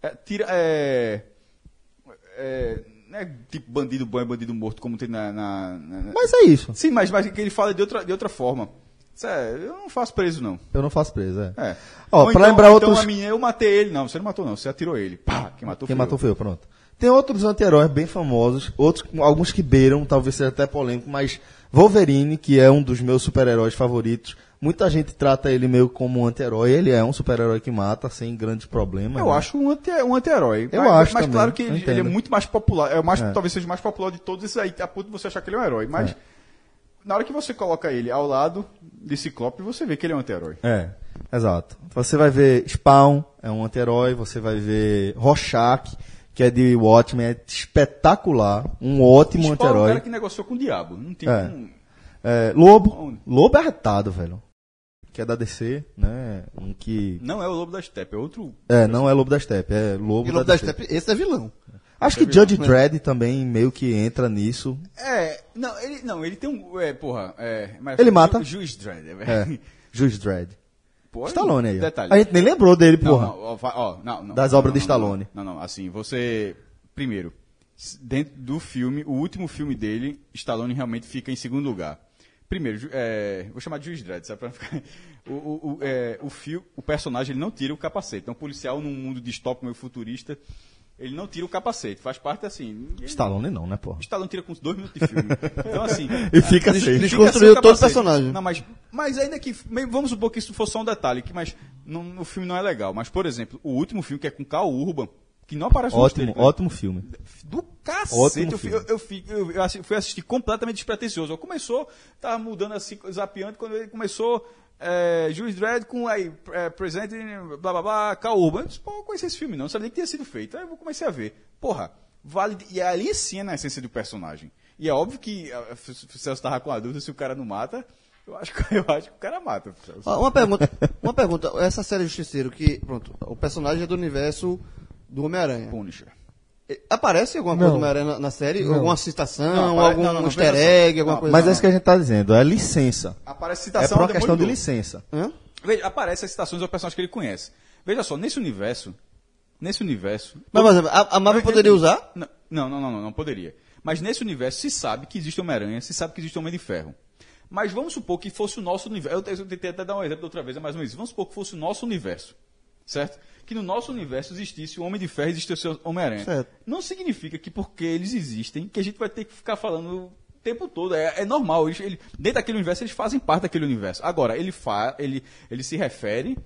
não é tipo bandido bom e bandido morto como tem na... Mas é isso. Sim, mas que ele fala de outra forma. Eu não faço preso, não. Eu não faço preso, Ó, pra então, lembrar outros... Então a minha, eu matei ele. Não, você não matou, não. Você atirou ele. Pá, quem matou foi eu, pronto. Tem outros anti-heróis bem famosos, alguns que beiram, talvez seja até polêmico, mas Wolverine, que é um dos meus super-heróis favoritos, Muita gente trata ele meio como um anti-herói. Ele é um super-herói que mata sem grandes problemas. Eu né? acho um anti-herói. Eu mas, acho mas também, claro que eu ele é entendo. muito mais popular. Talvez seja o mais popular de todos esses aí, a ponto de você achar que ele é um herói. Mas na hora que você coloca ele ao lado de Ciclope, você vê que ele é um anti-herói. É, exato. Você vai ver Spawn, é um anti-herói. Você vai ver Rorschach, que é de Watchmen, é espetacular. Um ótimo Spawn é um anti-herói. cara que negociou com o diabo. Não tem como... Lobo. Lobo é arretado, velho. Que é da DC, né? Um que... Não é o Lobo da Steppe, é outro... não é Lobo da Steppe, é Lobo E Lobo da da DC. Steppe, esse é vilão. Acho que Judge Dredd também meio que entra nisso. Ele tem um... mas Ele mata? Juiz Dredd. Juiz Dredd. Pô, Stallone aí. Ó. Detalhe. A gente nem lembrou dele, porra. Não. Das obras de Stallone. Não. Assim, você... Primeiro, dentro do filme, o último filme dele, Stallone realmente fica em segundo lugar. Primeiro, vou chamar de Juiz Dredd, sabe? Pra ficar... O personagem ele não tira o capacete. Então, um policial num mundo distópico meio futurista, ele não tira o capacete. Faz parte assim. Stallone não, né, porra? Stallone tira com uns 2 minutos de filme. Então, assim. E fica sem. Desconstruiu todo o personagem. Não, mas ainda que. Vamos supor que isso fosse só um detalhe, mas no filme não é legal. Mas, por exemplo, o último filme, que é com Karl Urban, que não aparece no Ótimo, trailer, ótimo filme. do cacete. Ótimo filme. Eu fui assistir completamente despretensioso. Começou, tava mudando assim, zapeando, quando ele começou, Juiz Dredd com presente, blá blá blá, Karl Urban. Eu disse, pô, eu conheci esse filme não sabia nem que tinha sido feito. Aí eu comecei a ver. Porra, vale. E ali sim é na essência do personagem. E é óbvio que o Celso tava com a dúvida se o cara não mata. Eu acho que o cara mata. Uma pergunta. Essa série Justiceiro, que, pronto, o personagem é do universo do Homem-Aranha. Punisher. Aparece alguma coisa Não. do Homem-Aranha na série? Não. Alguma citação, Não, algum não, easter veja só. egg, alguma Não, coisa Mas é assim? isso que a gente tá dizendo, é licença. Aparece É citação por uma ao questão de Demolidor. licença. Hã? Veja, aparece as citações ao personagem que ele conhece. Veja só, nesse universo. Mas, por exemplo, a Marvel poderia usar? Não poderia. Mas nesse universo se sabe que existe Homem-Aranha, se sabe que existe Homem de Ferro. Mas vamos supor que fosse o nosso universo. Eu tentei até dar um exemplo da outra vez, é mais ou menos isso. Vamos supor que fosse o nosso universo. Certo? Que no nosso universo existisse o Homem de Ferro e existisse o Homem-Aranha. Certo. Não significa que porque eles existem, que a gente vai ter que ficar falando o tempo todo. É normal. Dentro daquele universo, eles fazem parte daquele universo. Agora, ele se refere.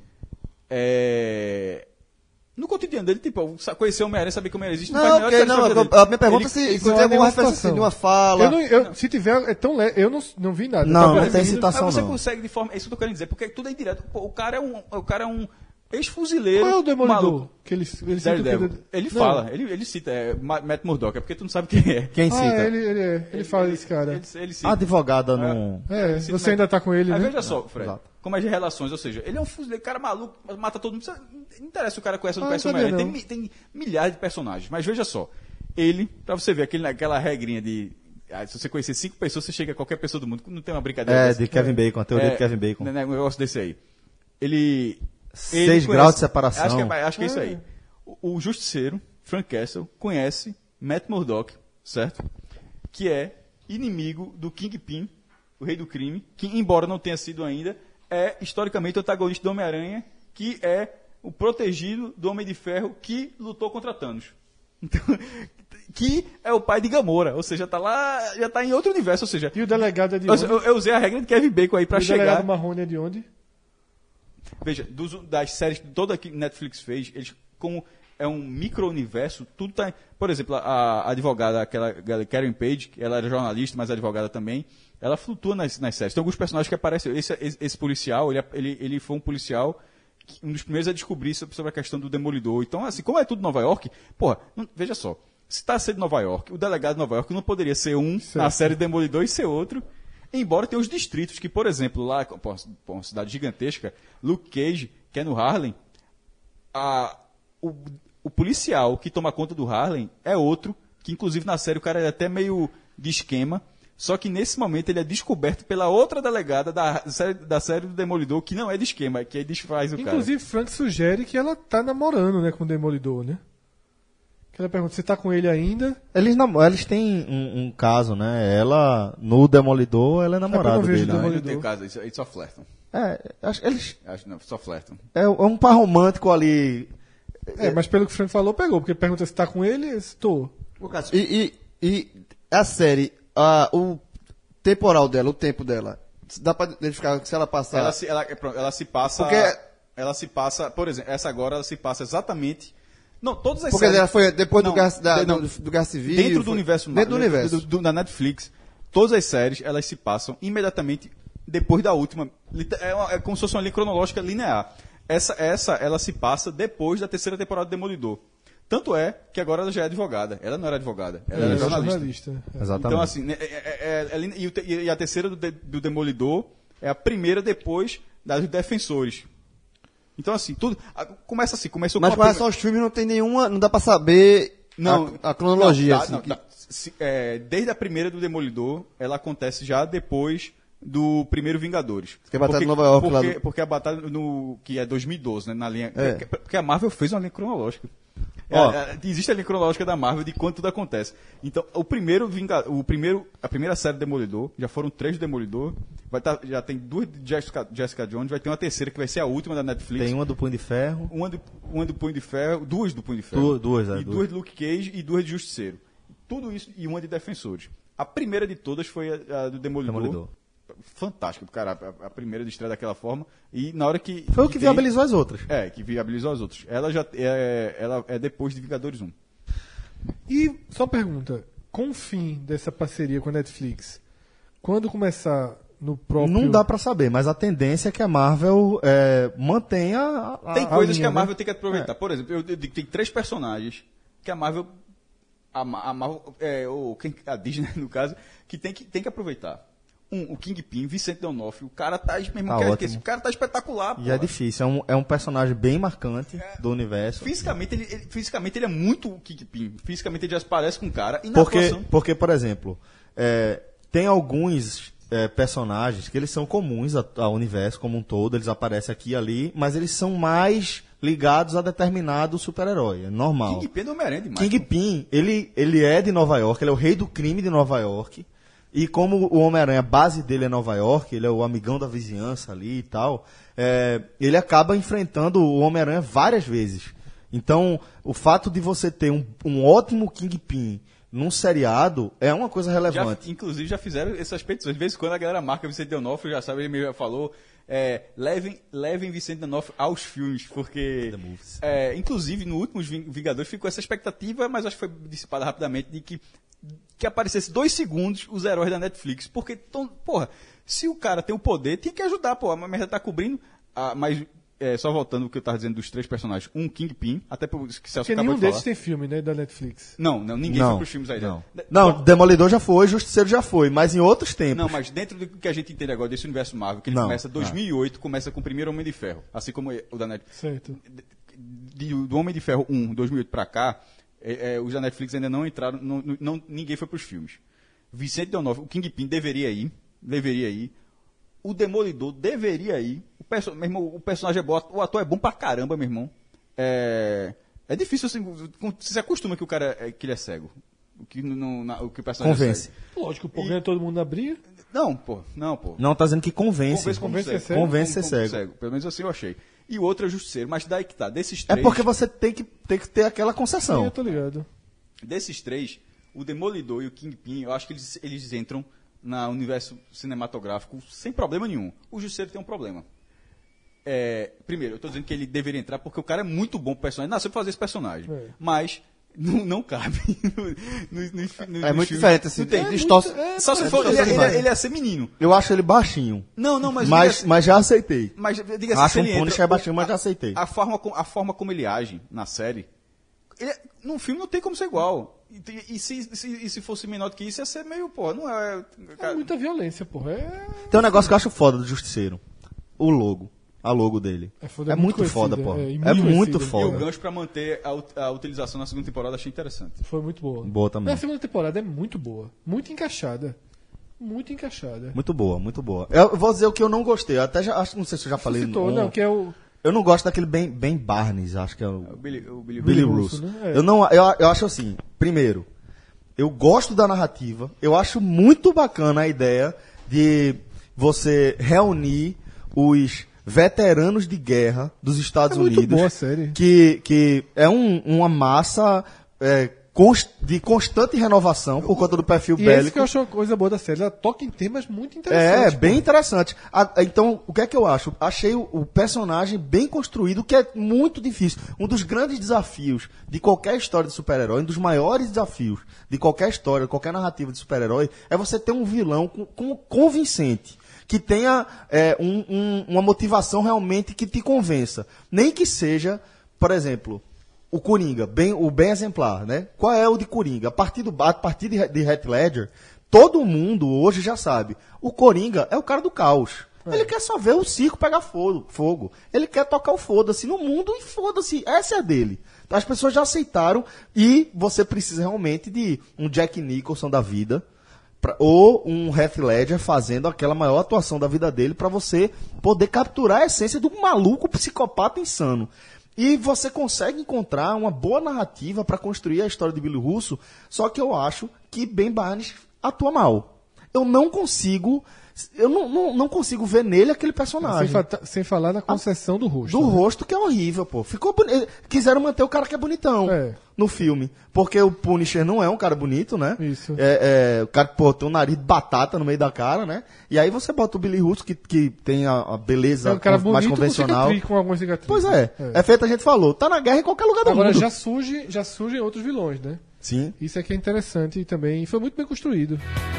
No cotidiano dele, tipo, conhecer o Homem-Aranha, saber que o Homem-Aranha existe. Não, faz menor ok, diferença não. pra vida A minha dele. pergunta é Ele se não tem é alguma nenhuma referência situação. de uma fala. Se tiver, é tão leve. Eu não vi nada. Não, Tá não tem parecendo- citação. Mas você não. consegue de forma. É isso que eu tô querendo dizer, porque tudo é indireto. Pô, o cara é um ex-fuzileiro. Qual é o Demolidor? maluco. Que ele cita Daredevil. o que- Ele Não. fala, ele cita Matt Murdock, é porque tu não sabe quem é. Quem cita? Ele fala desse cara. Ele cita. A advogada não... Você ainda tá com ele, Mas né? veja só, Fred, exato. como é de relações, ou seja, ele é um fuzileiro, cara maluco, mata todo mundo. Não interessa se o cara conhece ou não Ah, conhece o não sabia, Homem-Aranha. Tem milhares de personagens, mas veja só, ele, pra você ver, aquela regrinha de. Se você conhecer 5 pessoas, você chega a qualquer pessoa do mundo, não tem uma brincadeira dessa. de Kevin Bacon, a teoria de Kevin Bacon. Um negócio desse aí. Ele 6 graus de separação. Acho que é isso aí. O Justiceiro, Frank Castle, conhece Matt Murdock, certo? Que é inimigo do Kingpin, o rei do crime, que, embora não tenha sido ainda, é historicamente o antagonista do Homem-Aranha, que é o protegido do Homem de Ferro que lutou contra Thanos. Então, que é o pai de Gamora, ou seja, tá lá, já tá em outro universo, ou seja, E o delegado é de eu, onde? eu usei a regra de Kevin Bacon aí pra E o chegar. delegado Marrone é de onde? Veja, das séries toda que Netflix fez, eles como é um micro-universo, tudo tá... Por exemplo, a advogada, aquela Karen Page, ela era jornalista, mas advogada também, ela flutua nas séries. Tem alguns personagens que aparecem. Esse policial, ele foi um policial, um dos primeiros a descobrir sobre a questão do Demolidor. Então, assim, como é tudo Nova York, porra, veja só, se está sendo Nova York, o delegado de Nova York não poderia ser na série Demolidor e ser outro. Embora tenha os distritos, que, por exemplo, lá, uma cidade gigantesca, Luke Cage, que é no Harlem, o policial que toma conta do Harlem é outro, que inclusive na série o cara é até meio de esquema, só que nesse momento ele é descoberto pela outra delegada da série do Demolidor, que não é de esquema, que aí desfaz o cara. Inclusive, Frank sugere que ela tá namorando, né, com o Demolidor, né? Que ela pergunta, você tá com ele ainda? Eles têm um caso, né? Ela, no Demolidor, ela é namorada não vejo dele. né? Não, ele não Demolidor. tem casa, eles só flertam. Acho que eles... Não, só flertam. É um par romântico ali. Mas pelo que o Frank falou, pegou. Porque ele pergunta se tá com ele, estou. E a série, o temporal dela, o tempo dela, Dá pra identificar que se ela passar... Ela se passa... Porque- Ela se passa, por exemplo, essa agora ela se passa exatamente... Não, todas as Porque séries... ela foi depois Não, do Guerra Civil... Dentro do universo... Dentro do universo. Da Netflix, todas as séries, elas se passam imediatamente depois da última. É como se fosse uma linha cronológica linear. Essa ela se passa depois da terceira temporada do Demolidor. Tanto é que agora ela já é advogada. Ela não era advogada, ela era jornalista. Exatamente. Então, assim, e a terceira do Demolidor é a primeira depois da dos Defensores. Então, assim, tudo. Começa assim, começou Mas com com relação aos filmes não tem nenhuma... Não dá pra saber a cronologia. Não, assim, não, que- não. Desde a primeira do Demolidor, ela acontece já depois do primeiro Vingadores. Que é a Batalha de Nova York lá Porque a batalha que é 2012, né, na linha. É. Porque a Marvel fez uma linha cronológica. Ó. Existe a linha cronológica da Marvel de quando tudo acontece. Então, a primeira série do Demolidor, já foram 3 do Demolidor, já tem 2 de Jessica Jones, vai ter uma terceira que vai ser a última da Netflix. Tem uma do Punho de Ferro. Uma do Punho de Ferro, 2 do Punho de Ferro. Duas, E 2 de Luke Cage e 2 de Justiceiro. Tudo isso e uma de Defensores. A primeira de todas foi a do Demolidor. Fantástico, cara. A primeira de estreia daquela forma. E na hora que. Foi o que tem- viabilizou as outras. Que viabilizou as outras. Ela já ela é depois de Vingadores 1. E só uma pergunta, com o fim dessa parceria com a Netflix, quando começar no próprio... Não dá pra saber, mas a tendência é que a Marvel mantenha Tem coisas linha, que a Marvel né? tem que aproveitar. Por exemplo, eu digo que tem 3 personagens que a Marvel. A Marvel. A Disney, no caso, que tem que aproveitar. O Kingpin, Vicente D'Onofrio, o cara tá. Meu irmão, Tá que ótimo. esse cara tá espetacular, E é difícil, é um personagem bem marcante do universo. Fisicamente ele é muito o Kingpin. Fisicamente ele já se parece com o cara. E na atuação. Porque, por exemplo, tem alguns personagens que eles são comuns ao universo como um todo, eles aparecem aqui e ali, mas eles são mais ligados a determinado super-herói, é normal. Kingpin é do Homem-Aranha demais. Kingpin, ele é de Nova York, ele é o rei do crime de Nova York. E como o Homem-Aranha, a base dele é Nova York, ele é o amigão da vizinhança ali e tal, ele acaba enfrentando o Homem-Aranha várias vezes. Então, o fato de você ter um ótimo Kingpin num seriado é uma coisa relevante. Inclusive já fizeram essas petições. De vez em quando a galera marca Vicente D'Onofrio, já sabe, ele me falou, levem Vicente D'Onofrio aos filmes, porque... inclusive, no último Vingadores ficou essa expectativa, mas acho que foi dissipada rapidamente, de que aparecesse 2 segundos os heróis da Netflix. Porque, porra, se o cara tem o poder, tem que ajudar, pô. Mas já tá cobrindo. Mas, só voltando ao que eu tava dizendo dos 3 personagens. Kingpin, até por isso que Celso Porque acabou nenhum de falar. desses tem filme, né, da Netflix. Não, ninguém foi pros filmes aí. Não, Demolidor já foi, Justiceiro já foi, mas em outros tempos. Não, mas dentro do que a gente entende agora desse universo Marvel, que ele Não, começa em 2008, começa com o primeiro Homem de Ferro. Assim como o da Netflix. Certo. Do Homem de Ferro 1, 2008 pra cá, os da Netflix ainda não entraram, ninguém foi pros filmes. Vicente D'Onofrio, o Kingpin deveria ir. O Demolidor deveria ir. Meu irmão, o personagem é bom, o ator é bom pra caramba, meu irmão. É difícil, assim, você se acostuma que o cara que ele é cego. O que o personagem Convence. é cego. Lógico, o ganha todo mundo na briga. Não, pô. Não, tá dizendo que convence. Convence ser cego. Convence ser cego. Pelo menos assim eu achei. E o outro é Justiceiro. Mas daí que tá, desses 3... É porque você tem que ter aquela Sim, concessão. eu tô ligado. Desses 3, o Demolidor e o Kingpin, eu acho que eles entram no universo cinematográfico sem problema nenhum. O Justiceiro tem um problema. Primeiro, eu tô dizendo que ele deveria entrar porque o cara é muito bom pro personagem. Nasceu pra fazer esse personagem. Mas não cabe no É muito diferente, assim. Distorce. Só se for, ele ia ser menino. Eu acho ele baixinho. Não, Mas já aceitei. Mas diga assim, Acho se um ele Punisher entra, baixinho, mas já aceitei. A forma como ele age na série, no filme não tem como ser igual. E se fosse menor do que isso, ia ser meio, pô, não é... É muita violência, porra. Tem um negócio que eu acho foda do Justiceiro. O logo. A logo dele. foda, É muito conhecida, foda, pô. e É muito conhecida. E o foda. gancho pra manter a utilização na segunda temporada achei interessante. Foi muito boa. Boa também. A segunda temporada é muito boa. Muito encaixada. Muito encaixada. Muito boa, muito boa. Eu vou dizer o que eu não gostei. Eu até já, não sei se eu já falei. Citou, não, que é o... Eu não gosto daquele Ben Barnes, acho que é o O Billy Billy Russo, Russo. né? Eu acho assim, primeiro, eu gosto da narrativa, eu acho muito bacana a ideia de você reunir os veteranos de guerra dos Estados É muito Unidos. boa a série. Que é uma massa de constante renovação por conta do perfil E bélico. esse que eu acho uma coisa boa da série. Ela toca em temas muito interessantes. Bem interessante. Então, o que é que eu acho? Achei o personagem bem construído, que é muito difícil. Um dos grandes desafios de qualquer história de super-herói, um dos maiores desafios de qualquer história, de qualquer narrativa de super-herói, é você ter um vilão convincente. Que tenha uma motivação realmente que te convença. Nem que seja, por exemplo, o Coringa, o bem exemplar, né? Qual é o de Coringa? A partir de Heath Ledger, todo mundo hoje já sabe. O Coringa é o cara do caos. Ele quer só ver o circo pegar fogo. Ele quer tocar o foda-se no mundo e foda-se. Essa é a dele. Então, as pessoas já aceitaram e você precisa realmente de um Jack Nicholson da vida, ou um Heath Ledger fazendo aquela maior atuação da vida dele para você poder capturar a essência do maluco psicopata insano. E você consegue encontrar uma boa narrativa para construir a história de Billy Russo, só que eu acho que Ben Barnes atua mal. Eu não consigo ver nele aquele personagem. Sem falar na concessão do rosto. Do rosto, que é horrível, pô. Ficou quiseram manter o cara que é bonitão no filme. Porque o Punisher não é um cara bonito, né? Isso. O cara, pô, tem um nariz de batata no meio da cara, né? E aí você bota o Billy Russo, que tem a beleza um cara mais bonito, convencional. Com algumas cicatrizes. Pois é feito, a gente falou. Tá na guerra em qualquer lugar do Agora mundo. já surgem outros vilões, né? Sim. Isso aqui é interessante também. E foi muito bem construído.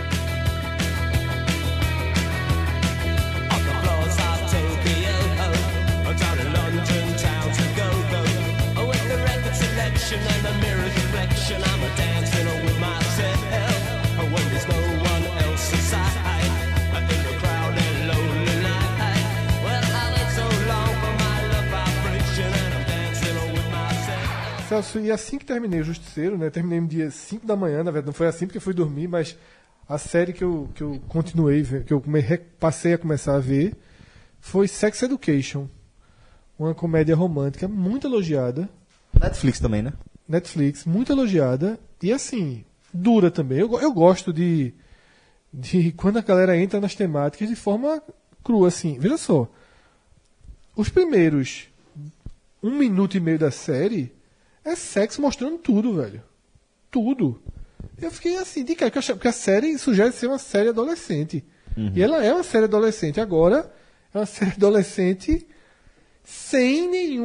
Celso, e assim que terminei o Justiceiro, né? Terminei no dia 5 da manhã, na verdade não foi assim porque eu fui dormir, mas a série que eu continuei, que eu passei a começar a ver, foi Sex Education. Uma comédia romântica muito elogiada. Netflix também, né? Netflix, muito elogiada. E assim, dura também. Eu gosto de quando a galera entra nas temáticas de forma crua, assim. Veja só. Os primeiros 1 minuto e meio da série é sexo mostrando tudo, velho. Tudo. Eu fiquei assim, de cara, porque a série sugere ser uma série adolescente. Uhum. E ela é uma série adolescente. Agora, é uma série adolescente sem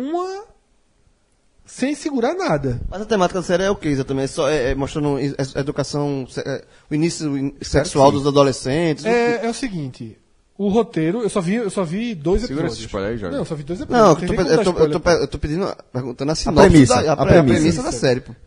segurar nada. Mas a temática da série é o que exatamente? É só mostrando a educação, o início sexual dos adolescentes? É o seguinte, o roteiro, eu só vi 2 episódios. Segura esse spoiler aí, Jorge. Não, eu só vi 2 episódios. Não, eu tô perguntando a sinopse a premissa da série, pô.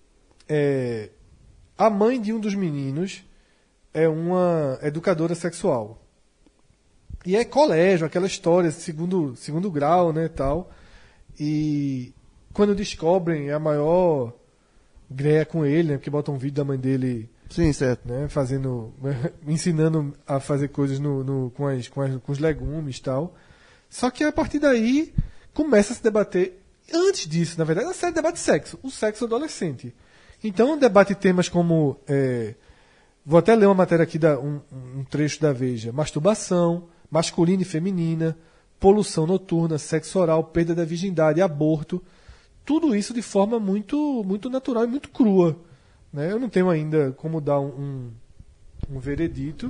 A mãe de um dos meninos é uma educadora sexual. E é colégio, aquela história, segundo grau, né, tal. E quando descobrem, é a maior greia com ele, né, porque botam um vídeo da mãe dele... Sim, certo. Né, ensinando a fazer coisas com os legumes e tal. Só que a partir daí começa a se debater. Antes disso, na verdade, a série debate sexo. O sexo adolescente. Então debate temas como... vou até ler uma matéria aqui, um trecho da Veja. Masturbação, masculina e feminina, poluição noturna, sexo oral, perda da virgindade, aborto. Tudo isso de forma muito, muito natural e muito crua. Né? Eu não tenho ainda como dar um veredito,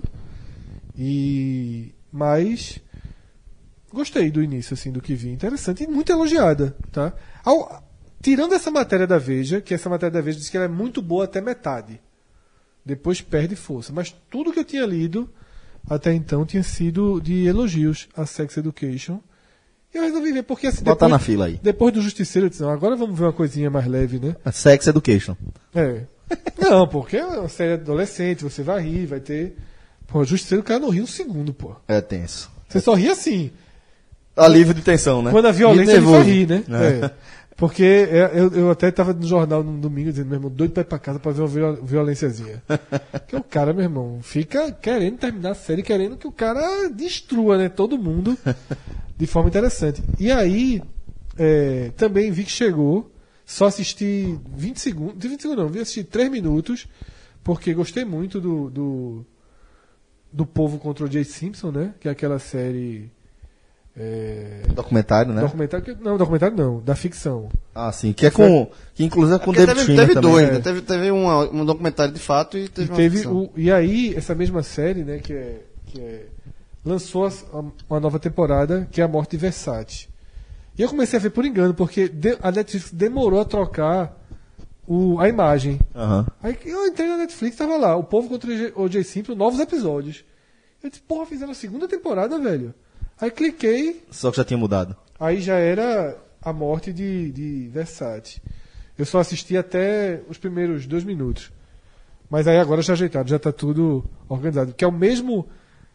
mas gostei do início assim, do que vi. Interessante e muito elogiada. Tá? Tirando essa matéria da Veja, que essa matéria da Veja diz que ela é muito boa até metade. Depois perde força. Mas tudo que eu tinha lido até então tinha sido de elogios a Sex Education. E eu resolvi ver, porque assim, botar na fila aí. Depois do Justiceiro, eu disse, não, agora vamos ver uma coisinha mais leve, né? A Sex Education. Não, porque é uma série adolescente, você vai rir, vai ter... Pô, o Justiceiro, o cara não ri um segundo, pô. É tenso. Você só ri assim. Alívio de tensão, né? Quando a violência ele vai rir, né? Porque eu até estava no jornal no domingo dizendo, meu irmão, doido pra ir pra casa pra ver uma violênciazinha. Porque o cara, meu irmão, fica querendo terminar a série, querendo que o cara destrua, né? Todo mundo de forma interessante. E aí, também vi que chegou, só assisti 20 segundos, 20 segundos não, vi assistir 3 minutos, porque gostei muito do Povo contra o Jay Simpson, né? Que é aquela série Documentário, né? Documentário não, da ficção. Ah, sim, que inclusive é com o David Schwimmer teve também. dois, né? Teve um documentário de fato e teve uma ficção. E aí, essa mesma série, né, lançou uma nova temporada, que é A Morte de Versace. E eu comecei a ver por engano, porque a Netflix demorou a trocar a imagem. Aham. Aí eu entrei na Netflix, tava lá, O Povo contra O.J. Simpson, novos episódios. Eu disse, porra, fizeram a segunda temporada, velho. Aí cliquei, Só que já tinha mudado. aí já era A Morte de Versace. Eu só assisti até os primeiros 2 minutos. Mas aí agora já ajeitaram, já tá tudo organizado. Que é a mesma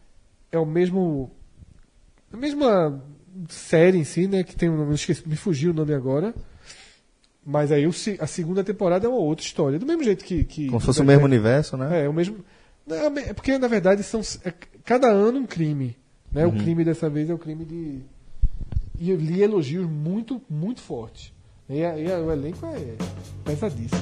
série em si, né? Que tem um nome, me fugiu o nome agora. Mas aí a segunda temporada é uma outra história. Do mesmo jeito que Como se fosse o mesmo universo, né? É, o mesmo. É porque, na verdade, cada ano um crime. Né? O crime dessa vez é o crime de. E eu li elogios muito, muito fortes. E o elenco é pesadíssimo.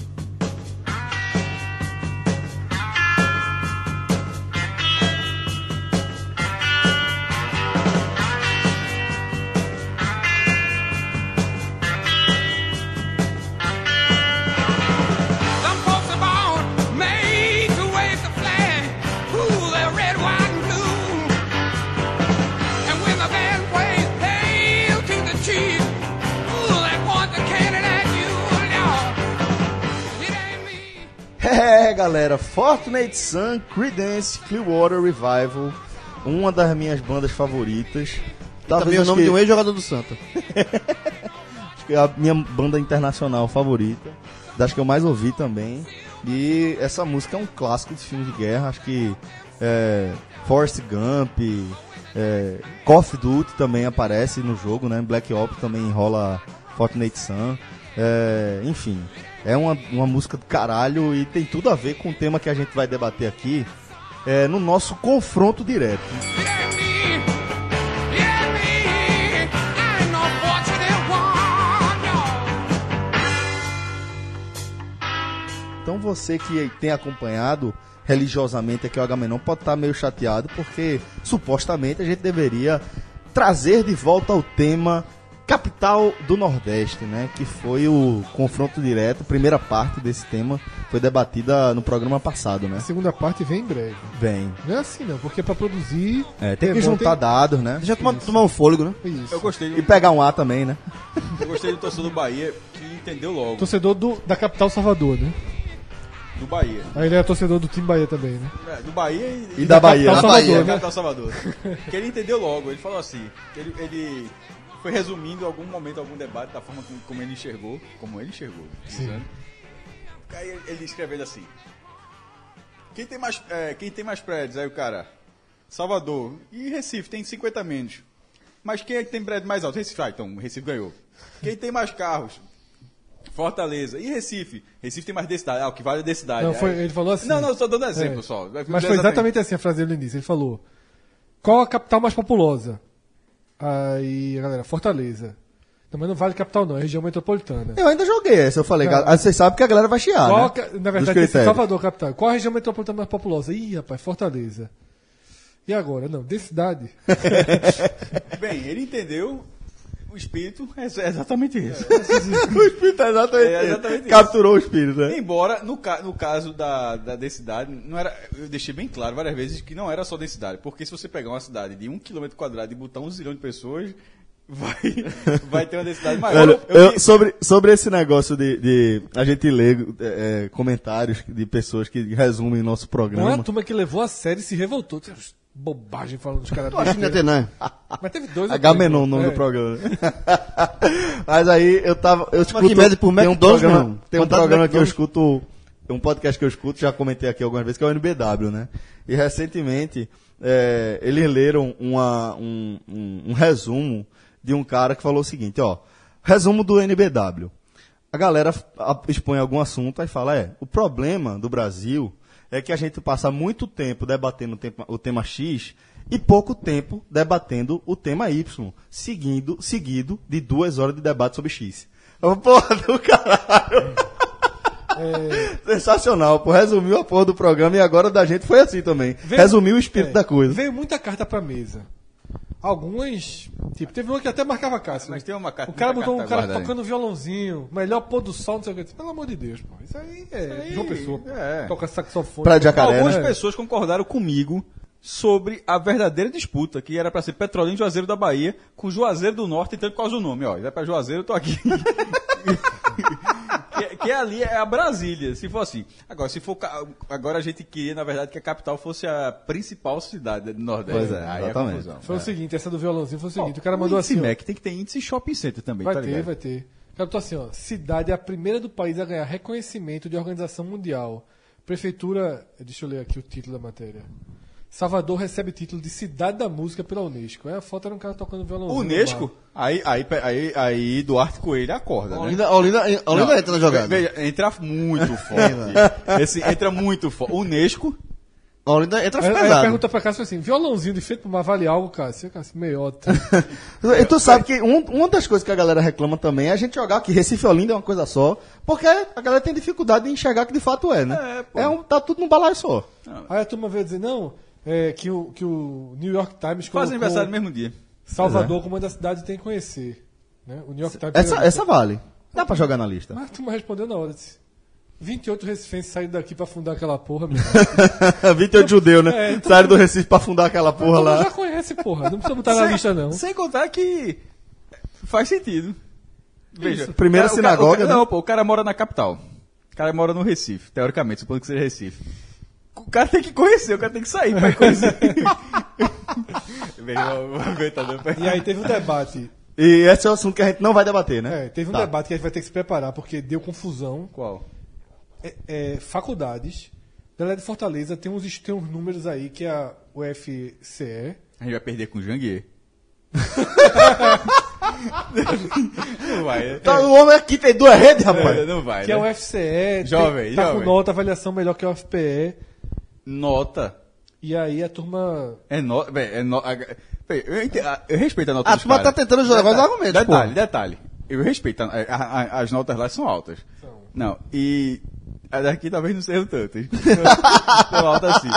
Some folks are born made to wave the flag. Ooh, they're red, white, and blue. And when the band plays Hail to the Chief, ooh, they point the cannon at you. No, it ain't me. É, galera, Fortunate Son, Creedence Clearwater Revival, uma das minhas bandas favoritas. Também é o nome de um ex-jogador do Santa. Acho que é a minha banda internacional favorita, das que eu mais ouvi também. E essa música é um clássico de filme de guerra. Acho que Forrest Gump, Call of Duty também aparece no jogo, né? Black Ops também rola Fortunate Son. Enfim, é uma música do caralho e tem tudo a ver com o tema que a gente vai debater aqui no nosso confronto direto. It ain't me. It ain't me. I ain't no fortunate one. No. Então você que tem acompanhado religiosamente aqui o Agamenon pode estar meio chateado porque supostamente a gente deveria trazer de volta o tema Capital do Nordeste, né? Que foi o confronto direto, primeira parte desse tema foi debatida no programa passado, né? A segunda parte vem em breve. Bem, Não é assim, não, porque pra produzir. tem que juntar dados, né? Deixa eu tomar um fôlego, né? Isso. Eu gostei, E pegar um A também, né? eu gostei do torcedor do Bahia que entendeu logo. Torcedor da capital Salvador, né? Do Bahia. Aí ele é torcedor do time Bahia também, né? Do Bahia E da Bahia. capital Bahia, Salvador, né? Capital Salvador. Que ele entendeu logo, ele falou assim, ele foi resumindo em algum momento, algum debate, da forma como ele enxergou, dizendo. Aí ele escrevendo assim, quem tem mais prédios? Aí o cara, Salvador e Recife tem 50 menos. Mas quem é que tem prédio mais alto? Recife. Ah, então Recife ganhou. Quem tem mais carros? Fortaleza. E Recife? Recife tem mais densidade. Ah, o que vale é densidade. Não, Aí- ele falou assim. Não, só dando exemplo só. Mas foi exatamente assim a frase dele no início. Ele falou: qual a capital mais populosa? Aí a galera, Fortaleza. Não, mas não vale capital, não, é região metropolitana. Eu ainda joguei essa, eu falei, Não. vocês sabem que a galera vai chiar, Qual, né? na Dos verdade, esse critérios. Salvador, capital. Qual a região metropolitana mais populosa? Ih, rapaz, Fortaleza. E agora? Não, densidade. Bem, ele entendeu o espírito, é exatamente isso. O espírito é exatamente, É exatamente isso. capturou o espírito, né? Embora, no caso da densidade, não era, eu deixei bem claro várias vezes que não era só densidade. Porque se você pegar uma cidade de 1 km² e botar 1 zilhão de pessoas, vai ter uma densidade maior. Velho, sobre esse negócio de a gente ler comentários de pessoas que resumem nosso Não é a programa. turma que levou a série e se revoltou. Tinha umas bobagem falando dos caras. Eu acho que não ia ter, não. Mas teve dois. Agamenon, o nome do programa. Mas aí eu escuto. que mede por tem um McDonald's, programa, não. tem um Quantidade de programa que eu McDonald's. escuto, um podcast que eu escuto, já comentei aqui algumas vezes, que é o NBW, né? E recentemente eles leram um resumo de um cara que falou o seguinte, ó, resumo do NBW. A galera expõe algum assunto e fala, o problema do Brasil é que a gente passa muito tempo debatendo o tema X e pouco tempo debatendo o tema Y, seguido de 2 horas de debate sobre X. Porra do caralho! Sensacional, pô. Resumiu a porra do programa e agora da gente foi assim também. Resumiu o espírito da coisa. Veio muita carta pra mesa. algumas. Tipo, teve uma que até marcava Cássio. Mas tem uma carta. O cara botou um carta cara guardada aí. tocando violãozinho, melhor pôr do sol, não sei o que. Pelo amor de Deus, pô. Isso aí é João Pessoa. Pô. é. Toca saxofone. Praia de Jacaré, Algumas né? pessoas concordaram comigo sobre a verdadeira disputa, que era pra ser Petrolina e Juazeiro da Bahia, com Juazeiro do Norte, então por causa do nome, ó. Vai pra Juazeiro, eu tô aqui. que ali é a Brasília, se for assim. Agora, se for. Agora a gente queria, na verdade, que a capital fosse a principal cidade do Nordeste. Pois é, Aí exatamente. confusão. Foi o seguinte, essa do violãozinho foi o seguinte. Ó, o cara mandou assim. ó, INSIMEC tem que ter índice shopping center também, Vai tá ter, ligado? vai ter. O cara botou assim, ó. Cidade é a primeira do país a ganhar reconhecimento de organização mundial. Prefeitura. Deixa eu ler aqui o título da matéria. Salvador recebe título de Cidade da Música pela Unesco. Aí a foto era um cara tocando violãozinho. Unesco? Aí Duarte Coelho acorda, né? Olinda Não, entra na jogada. Veja, entra muito forte. Entra muito forte. Unesco. Olinda entra Aí a pesado. pergunta pra Cássio foi assim: violãozinho de feito pra vale algo, Cássio? Cássio, meiota. E tu sabe que uma das coisas que a galera reclama também é a gente jogar que Recife e Olinda é uma coisa só, porque a galera tem dificuldade em enxergar que de fato é, né? Tá tudo num balaio só. Aí a turma veio dizer: não, que o New York Times Faz colocou aniversário no mesmo dia. Salvador como uma das cidades que tem que conhecer. Né? O New York Times. Essa vale. Dá pra jogar na lista. Mas a turma respondeu na hora. Disse, 28 recifenses saíram daqui pra fundar aquela porra, meu. 28 judeu, né? Saíram do Recife pra fundar aquela porra Todo mundo lá. já conhece, porra. Não precisa botar na lista, não. Sem contar que faz sentido. Veja. Primeira sinagoga, né? Não, pô, o cara mora na capital. O cara mora no Recife, teoricamente, supondo que seja Recife. O cara tem que conhecer, o cara tem que sair pra conhecer. E aí teve um debate. E esse é o assunto que a gente não vai debater, né? Teve um debate que a gente vai ter que se preparar, porque deu confusão. Qual? Faculdades. Galera de Fortaleza tem uns números aí que a UFCE. A gente vai perder com o Janguier. Não vai. Então, o homem aqui tem duas redes, rapaz. Não vai. Que a né? UFCE Jovem, tá jovem. com nota, avaliação melhor que a UFPE. Nota. E aí a turma. Eu respeito a nota A dos turma tá caras. tentando jogar os argumentos, Detalhe. Eu respeito. As notas lá são altas. Não, e as daqui talvez não sejam tantas. São altas assim.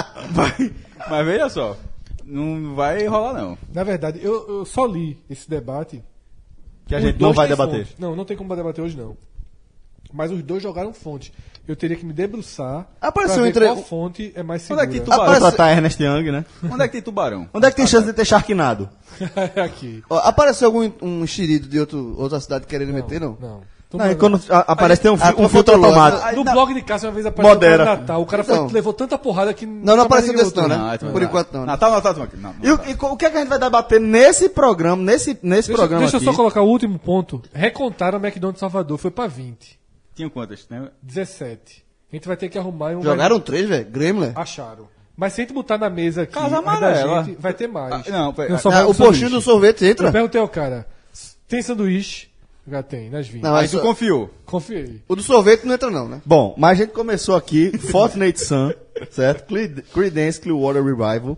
Mas veja só. Não vai rolar, não. Na verdade, eu só li esse debate. Que a Os gente não dois vai têm debater. fonte. Não tem como debater hoje, não. Mas os dois jogaram fonte. Eu teria que me debruçar Apareceu pra ver entre- qual fonte é mais Onde segura. é que tem tubarão? Contratar Ernest Young, né? Onde é que tem tubarão? Onde é que tem chance de ter Sharknado? Aqui. Ó, apareceu algum um enxerido de outra cidade querendo meter, não? Não. Não, e quando aparece tem um turma filtro controlou, automático. No blog de Cássio uma vez apareceu Modera. o Natal. O cara Então. levou tanta porrada que. Não apareceu desse não, né? Não, Por enquanto não. Natal. Não. E o que é que a gente vai debater nesse programa, nesse programa Deixa eu aqui? só colocar o último ponto. Recontaram o McDonald's de Salvador. Foi pra 20. Tinha quantas? Né? 17. A gente vai ter que arrumar um. Jogaram 3, velho. Gremlin. Acharam. Mas se a gente botar na mesa aqui, Casa as da Amarela. gente, vai ter mais. Não, só vai O com postinho do sorvete Eu entra. perguntei ao cara, tem sanduíche? Já tem, nas 20. Não, Aí mas tu confiou. Confiei. o do sorvete não entra não, né? Bom, mas a gente começou aqui, Fortnite Sun, certo? Creedence Clearwater Revival.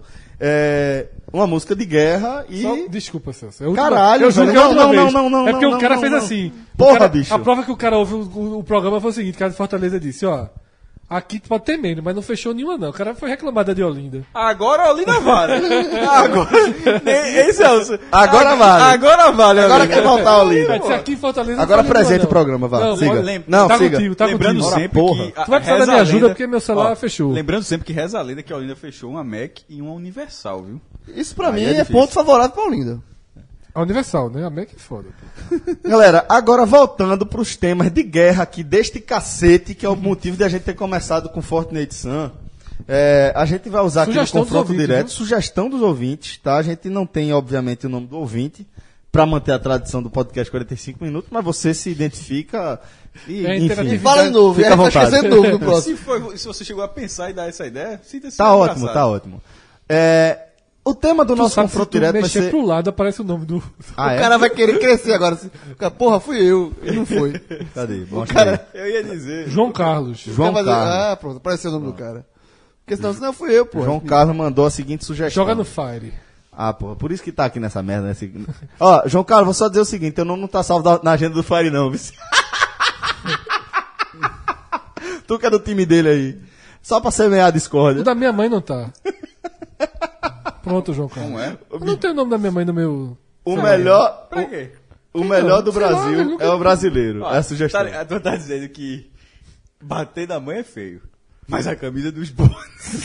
Uma música de guerra e... Só, desculpa, Celso. É a última- Caralho, eu juro velho. que é a última Não, vez. não, É porque não, o cara não, fez não. assim. Porra, O cara- bicho. A prova que o cara ouve o programa foi o seguinte, o cara de Fortaleza disse, ó, aqui tu pode ter menos, mas não fechou nenhuma não. O cara foi reclamar da de Olinda. Agora a Olinda vale. Agora. Ei, Celso. Agora vale. Agora vale. Agora amigo. quer voltar a Olinda. Vai dizer aqui em Fortaleza não Agora faz nenhuma, apresenta não. o programa, vá. Não, Siga. pode- Não, tá siga. contigo, tá Lembrando contigo. sempre porra. que... Tu vai precisar da minha ajuda porque meu celular fechou. Lembrando sempre que reza a lenda que a Olinda fechou uma Mac e uma Universal, viu? Isso pra Aí mim é é difícil. ponto favorável pra Olinda. A Universal, né? A Mac é foda. Pô. Galera, agora voltando pros temas de guerra aqui deste cacete, que é o motivo de a gente ter começado com Fortnite Sun. A gente vai usar aqui no Sugestão dos confronto ouvintes, direto, viu? sugestão dos ouvintes, tá? A gente não tem, obviamente, o nome do ouvinte para manter a tradição do podcast 45 minutos, mas você se identifica e, É enfim, interatividade. Fala de novo, fica à tá vontade. esquecendo de novo no próximo. Se você chegou a pensar e dar essa ideia, sinta-se Tá ótimo, abraçado. tá ótimo. O tema do Tu nosso sabe, se confronto tu direto vai mexer ser... pro lado, aparece o nome do... Ah, O cara vai querer crescer agora. O cara, porra, fui eu. E não foi. Cadê? Mostra cara- aí. Eu ia dizer. João Carlos. João Vai fazer- Carlos. Ah, pronto, apareceu o nome do cara. Porque senão fui eu, pô. João Carlos mandou a seguinte sugestão. Joga no Fire. Ah, porra, por isso que tá aqui nessa merda, né? Ó, João Carlos, vou só dizer o seguinte, teu nome não tá salvo na agenda do Fire, não, viu? Tu que é do time dele aí. Só pra semear a O discórdia. da minha mãe não tá. Pronto, João Carlos. Como é? Eu não tenho o nome da minha mãe no meu... O melhor... Pra quê? O melhor do Sei lá, Brasil eu nunca- é o brasileiro. É a sugestão. Tu tá dizendo que bater na mãe é feio. Mas a camisa dos bons.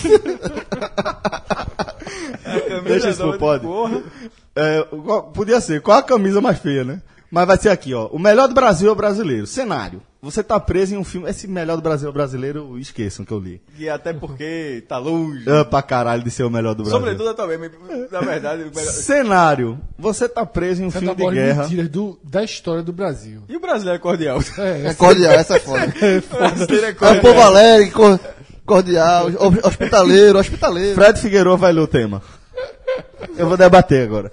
A camisa Deixa isso nova pro de pod. porra. Podia ser. Qual a camisa mais feia, né? Mas vai ser aqui, ó. O melhor do Brasil é o brasileiro. Cenário. Você tá preso em um filme... Esse melhor do Brasil é o brasileiro, esqueçam que eu li. E até porque tá longe. Pra caralho de ser o melhor do Brasil. Sobretudo também, na verdade. o melhor- Cenário. Você tá preso em um filme de Catagora guerra. mentiras da história do Brasil. E o brasileiro é cordial. É cordial, essa é foda. O brasileiro é É um cordial. povo alegre, cordial, hospitaleiro. Fred Figueiredo vai ler o tema. Eu vou debater agora.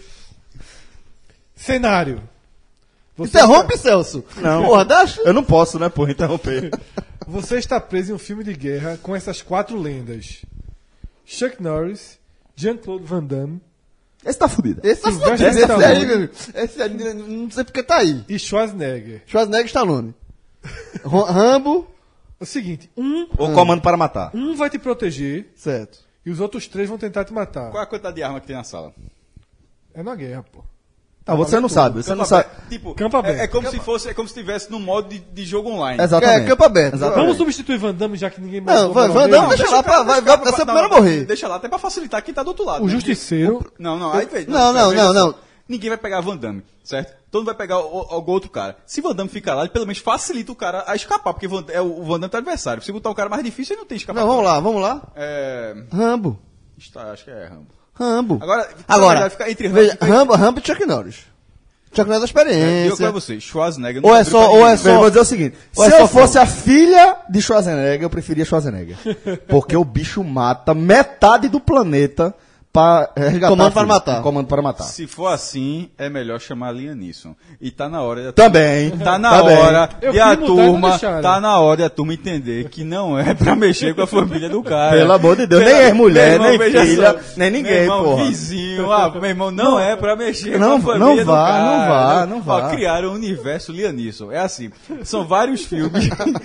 Cenário. Interrompe, Celso. Não. Porra, deixa. Eu não posso, né, porra, interromper. Você está preso em um filme de guerra com essas 4 lendas: Chuck Norris, Jean-Claude Van Damme Esse tá fudido. Esse tá Sylvester fudido. Esse Stallone. aí, meu amigo. Esse aí, não sei porque tá aí. e Schwarzenegger. Schwarzenegger e Stallone. Rambo, É o seguinte, Ou Comando para Matar. um vai te proteger certo. e os outros 3 vão tentar te matar. Qual é a quantidade de arma que tem na sala? É na guerra, pô. Ah, você não sabe, você não Campo sabe. aberto. Tipo, Campo aberto. É como se fosse, é como se estivesse no modo de jogo online. Exatamente. É, campo aberto. Vamos substituir Van Damme, já que ninguém Não, matou Van Damme deixa lá, vai ser o não, primeiro a morrer. Deixa lá, até pra facilitar quem tá do outro lado. O né? Justiceiro. Não, aí veja. Não. veja só. Ninguém vai pegar Van Damme, certo? Todo mundo vai pegar algum outro cara. Se Van Damme ficar lá, ele pelo menos facilita o cara a escapar, porque o Van Damme tá adversário. Se botar um cara mais difícil, ele não tem escapar. Não, vamos lá. Rambo. Rambo. Acho que é Rambo. Rambo. Agora, na verdade, fica entre veja, Rambo e Chuck Norris. Chuck Norris da E eu experiência. com você, Schwarzenegger. Ou é só- ou é Eu vou dizer o seguinte: Ou se é eu só fosse a filha de Schwarzenegger, eu preferia Schwarzenegger. Porque o bicho mata metade do planeta pra resgatar. Comando a para filha. matar. Comando para matar. Se for assim, é melhor chamar a Liam Neeson. E tá na hora... Também. Tá na Também. hora Eu de a fui mudar e não turma, deixaram. tá na hora de a turma entender que não é pra mexer com a família do cara. Pelo amor de Deus, nem é mulher, Meu irmão, nem veja filha, só. nem ninguém, Meu irmão, porra. vizinho, meu irmão, não é pra mexer Não, com a não família do vá, cara. não vá. Ó, criaram o universo Liam Neeson. É assim, são vários filmes,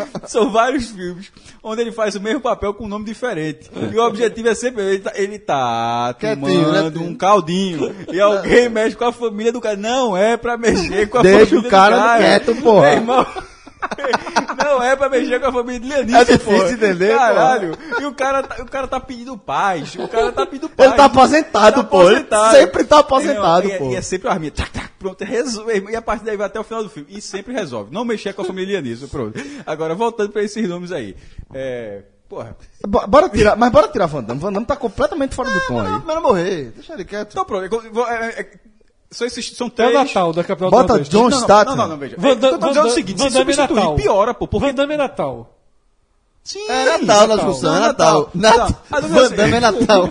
onde ele faz o mesmo papel com um nome diferente. E o objetivo é sempre, ele tá Quietinho, tomando né? um caldinho e alguém mexe com a família do cara. Não é pra mexer com a Deixa família o cara do cara. quieto, porra. Meu irmão, não é pra mexer com a família de Liam Neeson, É difícil porra. entender, Caralho. E o cara tá pedindo paz. O cara tá pedindo paz. Ele tá aposentado, pô. Ele sempre tá aposentado, Não, pô. E é sempre uma arminha. Pronto, resolve. E a partir daí vai até o final do filme. E sempre resolve. Não mexer com a família nisso, pronto. Agora, voltando pra esses nomes aí. Porra. Bora tirar Van Damme. Van Damme tá completamente fora do tom aí. Primeiro a morrer. Deixa ele quieto. Então, pronto. São É o três. Natal da capital do Bota Nordeste. John Statham. Não, veja. Van Damme- Eu tô dizendo o seguinte: Van se Damme é substituir, Natal. piora, pô. Porque... Van Damme é Natal. Sim, É Natal na discussão, é Natal. Van Damme é Natal.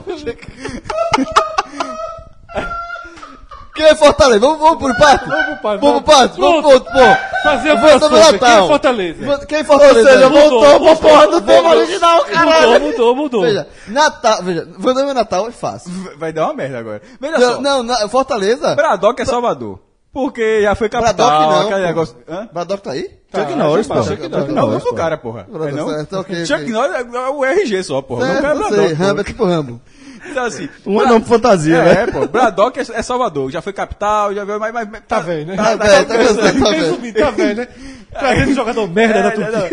Quem é Fortaleza? Vamos por parte? Vamos pro parte. Vamos por parte? Vamos pro outro, pô. Fazer a Van Damme é próxima. Quem é Natal. Fortaleza? Quem é Fortaleza? Ou seja, Mudou, voltou pra porra do tema mudou. original, caralho. Mudou. Veja, Natal, veja, Van Damme é Natal é fácil. vai dar uma merda agora. Veja só. Não, Fortaleza. Braddock é Salvador. Porque já foi capital. Braddock não, aquele pô. negócio. Hã? Braddock tá aí? Chuck Norris, pô. Chuck Norris. Chuck Não, Norris, não pô. cara, porra. É não? Certo, ok, Chuck ok. Norris é o RG só, porra. Não É, é eu Braddock. sei, porra. Rambo é tipo Rambo. Então, assim. Um nome fantasia, né? Pô. Braddock é Salvador. Já foi capital, já veio. Mas Tá velho, né? Tá velho, tá cansado, tá velho. Resumindo, tá velho, né? Trazendo jogador merda da Turquia.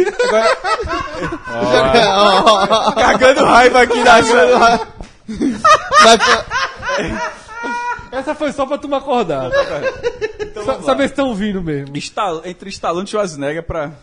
Agora, cagando raiva aqui da sala. Essa foi só pra tu me acordar. Então, Saber se estão ouvindo mesmo. Entre Stallone e Schwarzenegger pra.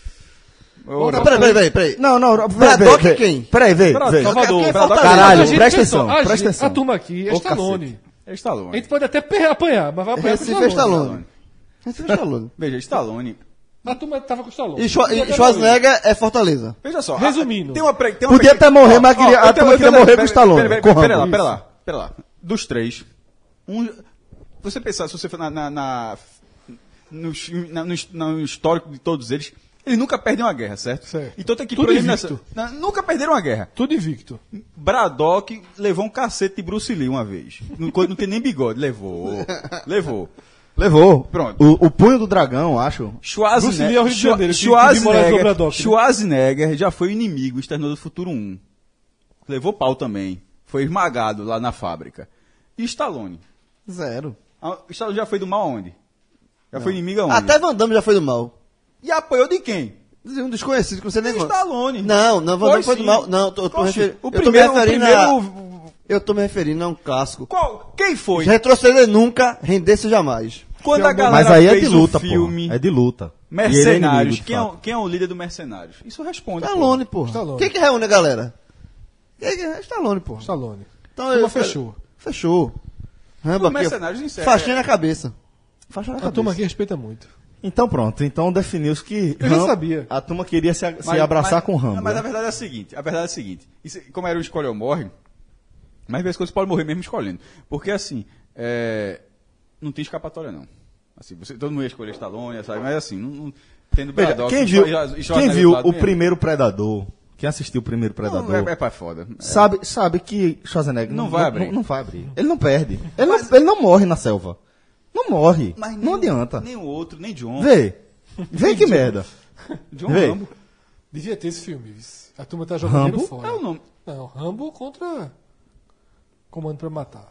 Peraí. Não, Braddock vê. quem? Peraí, vê. Salvador. Quem é Braddock Fortaleza? Caralho, A gente presta pensou, atenção, presta atenção. A turma aqui é Ô, Stallone. É A Stallone. gente pode até apanhar, mas vai apanhar com Recife é Stallone. Recife é Stallone. Veja, Stallone. A turma tava com o Stallone. E Schwarzenegger é Fortaleza. Veja só. Resumindo. Tem uma Podia até morrer, mas a turma queria morrer com o Stallone. com o Rambo. Pera lá. Dos três, você pensar, se você for no histórico de todos eles, eles nunca perdem uma guerra, certo? Certo. Então tem que Tudo por eles invicto. nunca perderam uma guerra. Tudo invicto. Braddock levou um cacete de Bruce Lee uma vez. Quando não tem nem bigode. Levou. Levou. Pronto. O punho do dragão, acho. Bruce Lee é o Rio de Janeiro, que demoralizou o Braddock, né? Schwarzenegger já foi inimigo em Exterminador do Futuro 1. Levou pau também. foi esmagado lá na fábrica. E Stallone? Zero. Stallone já foi do mal aonde? Já foi inimigo aonde? Até Van Damme já foi do mal. E apoiou de quem? Um desconhecido que você nem conhece. Stallone. Não, Van Damme foi do sim. mal. Não, eu tô Oxi, referindo. o Eu tô me primeiro- referindo o primeiro- Eu tô me referindo a um clássico. Quem foi? Retroceder nunca, render-se jamais. Quando a galera Mas aí é fez de luta, o filme pô. É de luta. E ele é Mercenários, inimigo, de fato. quem é o líder do Mercenários? Isso responde. Stallone, porra. Stallone. Quem que reúne a galera? Stallone, porra. Stallone. Então, Turma fechou. Fechou. Rambo O aqui, Mercenários encerra. faixinha na cabeça. Faixinha na A cabeça. turma aqui respeita muito. Então pronto, então definiu-se que Eu já sabia. a turma queria se abraçar com o Rambo. Mas né? a verdade é a seguinte, isso, como era o escolhe ou morre, mas às vezes você pode morrer mesmo escolhendo. Porque assim, não tem escapatória não. Assim, todo mundo ia escolher Stallone, sabe? Mas assim, não tendo Veja, Braddock, quem viu, Schwarzenegger quem viu do lado o mesmo. primeiro Predador, quem assistiu o primeiro Predador, Não, é pra foda. sabe que Schwarzenegger Não vai abrir. Não vai abrir. Ele não perde. Ele não morre na selva. Não morre. Mas não adianta. Nem o outro, nem John. Vê que merda. John Vê. Rambo. Devia ter esse filme. A turma tá jogando Rambo? ele fora. É o nome. Não, Rambo contra Comando pra Matar.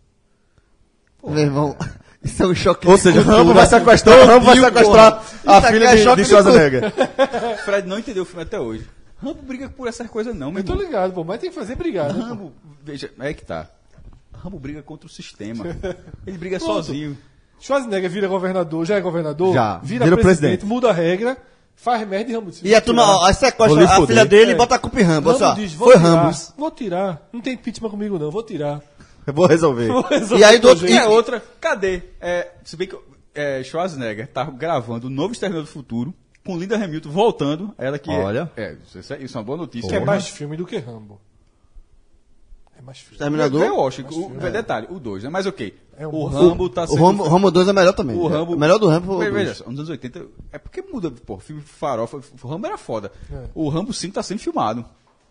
Meu irmão, isso é um choque Ou de seja, cultura. Rambo vai sequestrar a Isso aqui filha é de choque de Schwarzenegger. Fred não entendeu o filme até hoje. Rambo briga por essas coisas não, meu Eu tô irmão. ligado, pô, mas tem que fazer brigar, né? pô? Rambo, veja, é que tá. Rambo briga contra o sistema. Ele briga Pronto. sozinho. Schwarzenegger vira governador, já é governador, Já, vira vira presidente, presidente. muda a regra, faz merda e Rambo diz, E a turma, ó, aí Vou sequestra lhe a foder. filha dele e É. bota a culpa em Rambo. Rambo Assim, ó, diz, vou foi tirar, Rambo. vou tirar, não tem impeachment comigo não, vou tirar. Eu vou resolver. Vou resolver E aí do outro jeito. E a outra, cadê? Se bem que Schwarzenegger tá gravando o novo Exterminador do Futuro com Linda Hamilton voltando, ela que Olha. isso é uma boa notícia. Que é mais filme do que Rambo. É mais filme. Terminador. Eu acho, detalhe, o 2, né? Mas ok. É um o bom Rambo tá O sendo... Rambo 2 é melhor também. O Rambo... O melhor do Rambo foi o Veja 2. só, nos anos 80... É porque muda, pô. Filme farofa... O Rambo era foda. É. O Rambo 5 tá sendo filmado.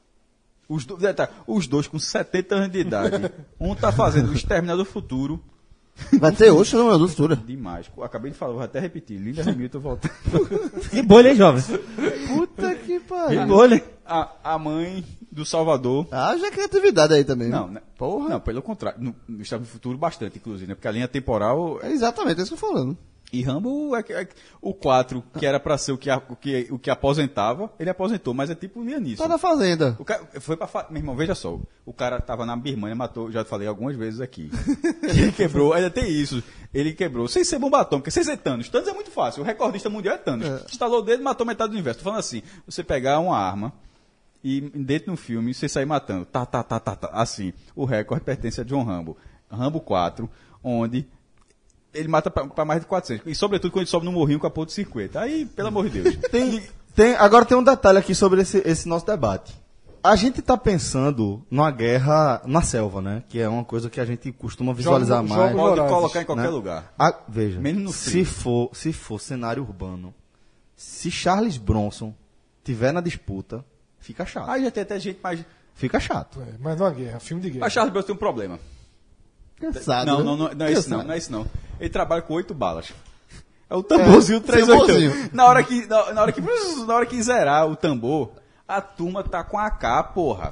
Os dois com 70 anos de idade. Um tá fazendo o Exterminador do Futuro. Vai ter hoje, Terminador do Futuro. Demais. Eu acabei de falar, vou até repetir. Linda Hamilton voltando. Que bolha, hein, jovem? Puta que Que pariu. bolha. A mãe do Salvador... Haja criatividade aí também. Não, né? Porra. Não, pelo contrário. No Exterminador do Futuro, bastante, inclusive, né? Porque a linha temporal... É exatamente, é isso que eu tô falando. E Rambo o 4, que era pra ser o que aposentava, ele aposentou, mas é tipo Lianisson. Tá na fazenda. O cara foi meu irmão, veja só. O cara tava na Birmania, matou, já falei algumas vezes aqui. Ele quebrou, ainda tem isso. Ele quebrou, sem ser bomba atômica, sem ser Thanos. Thanos é muito fácil, o recordista mundial é Thanos. Instalou o dedo, matou metade do universo. Tô falando assim, você pegar uma arma e dentro de um filme você sair matando, assim. O recorde pertence a John Rambo. Rambo 4, onde ele mata pra mais de 400. E sobretudo quando ele sobe no morrinho com a ponto de 50. Aí, pelo amor de Deus. Agora tem um detalhe aqui sobre esse nosso debate. A gente tá pensando numa guerra na selva, né? Que é uma coisa que a gente costuma visualizar Jogos- mais. jogos Pode Vorazes, colocar em qualquer né? lugar. Veja, Menos no se frio. for cenário urbano, se Charles Bronson tiver na disputa, fica chato. Aí já tem até gente mais... Fica chato. É, mas não é guerra, filme de guerra. Mas Charles Bronson tem um problema. Cansado. Não né? é isso Cansado. não é isso não. Ele trabalha com 8 balas. É o tamborzinho 381. tamborzinho. Na hora que zerar o tambor, a turma tá com AK, porra.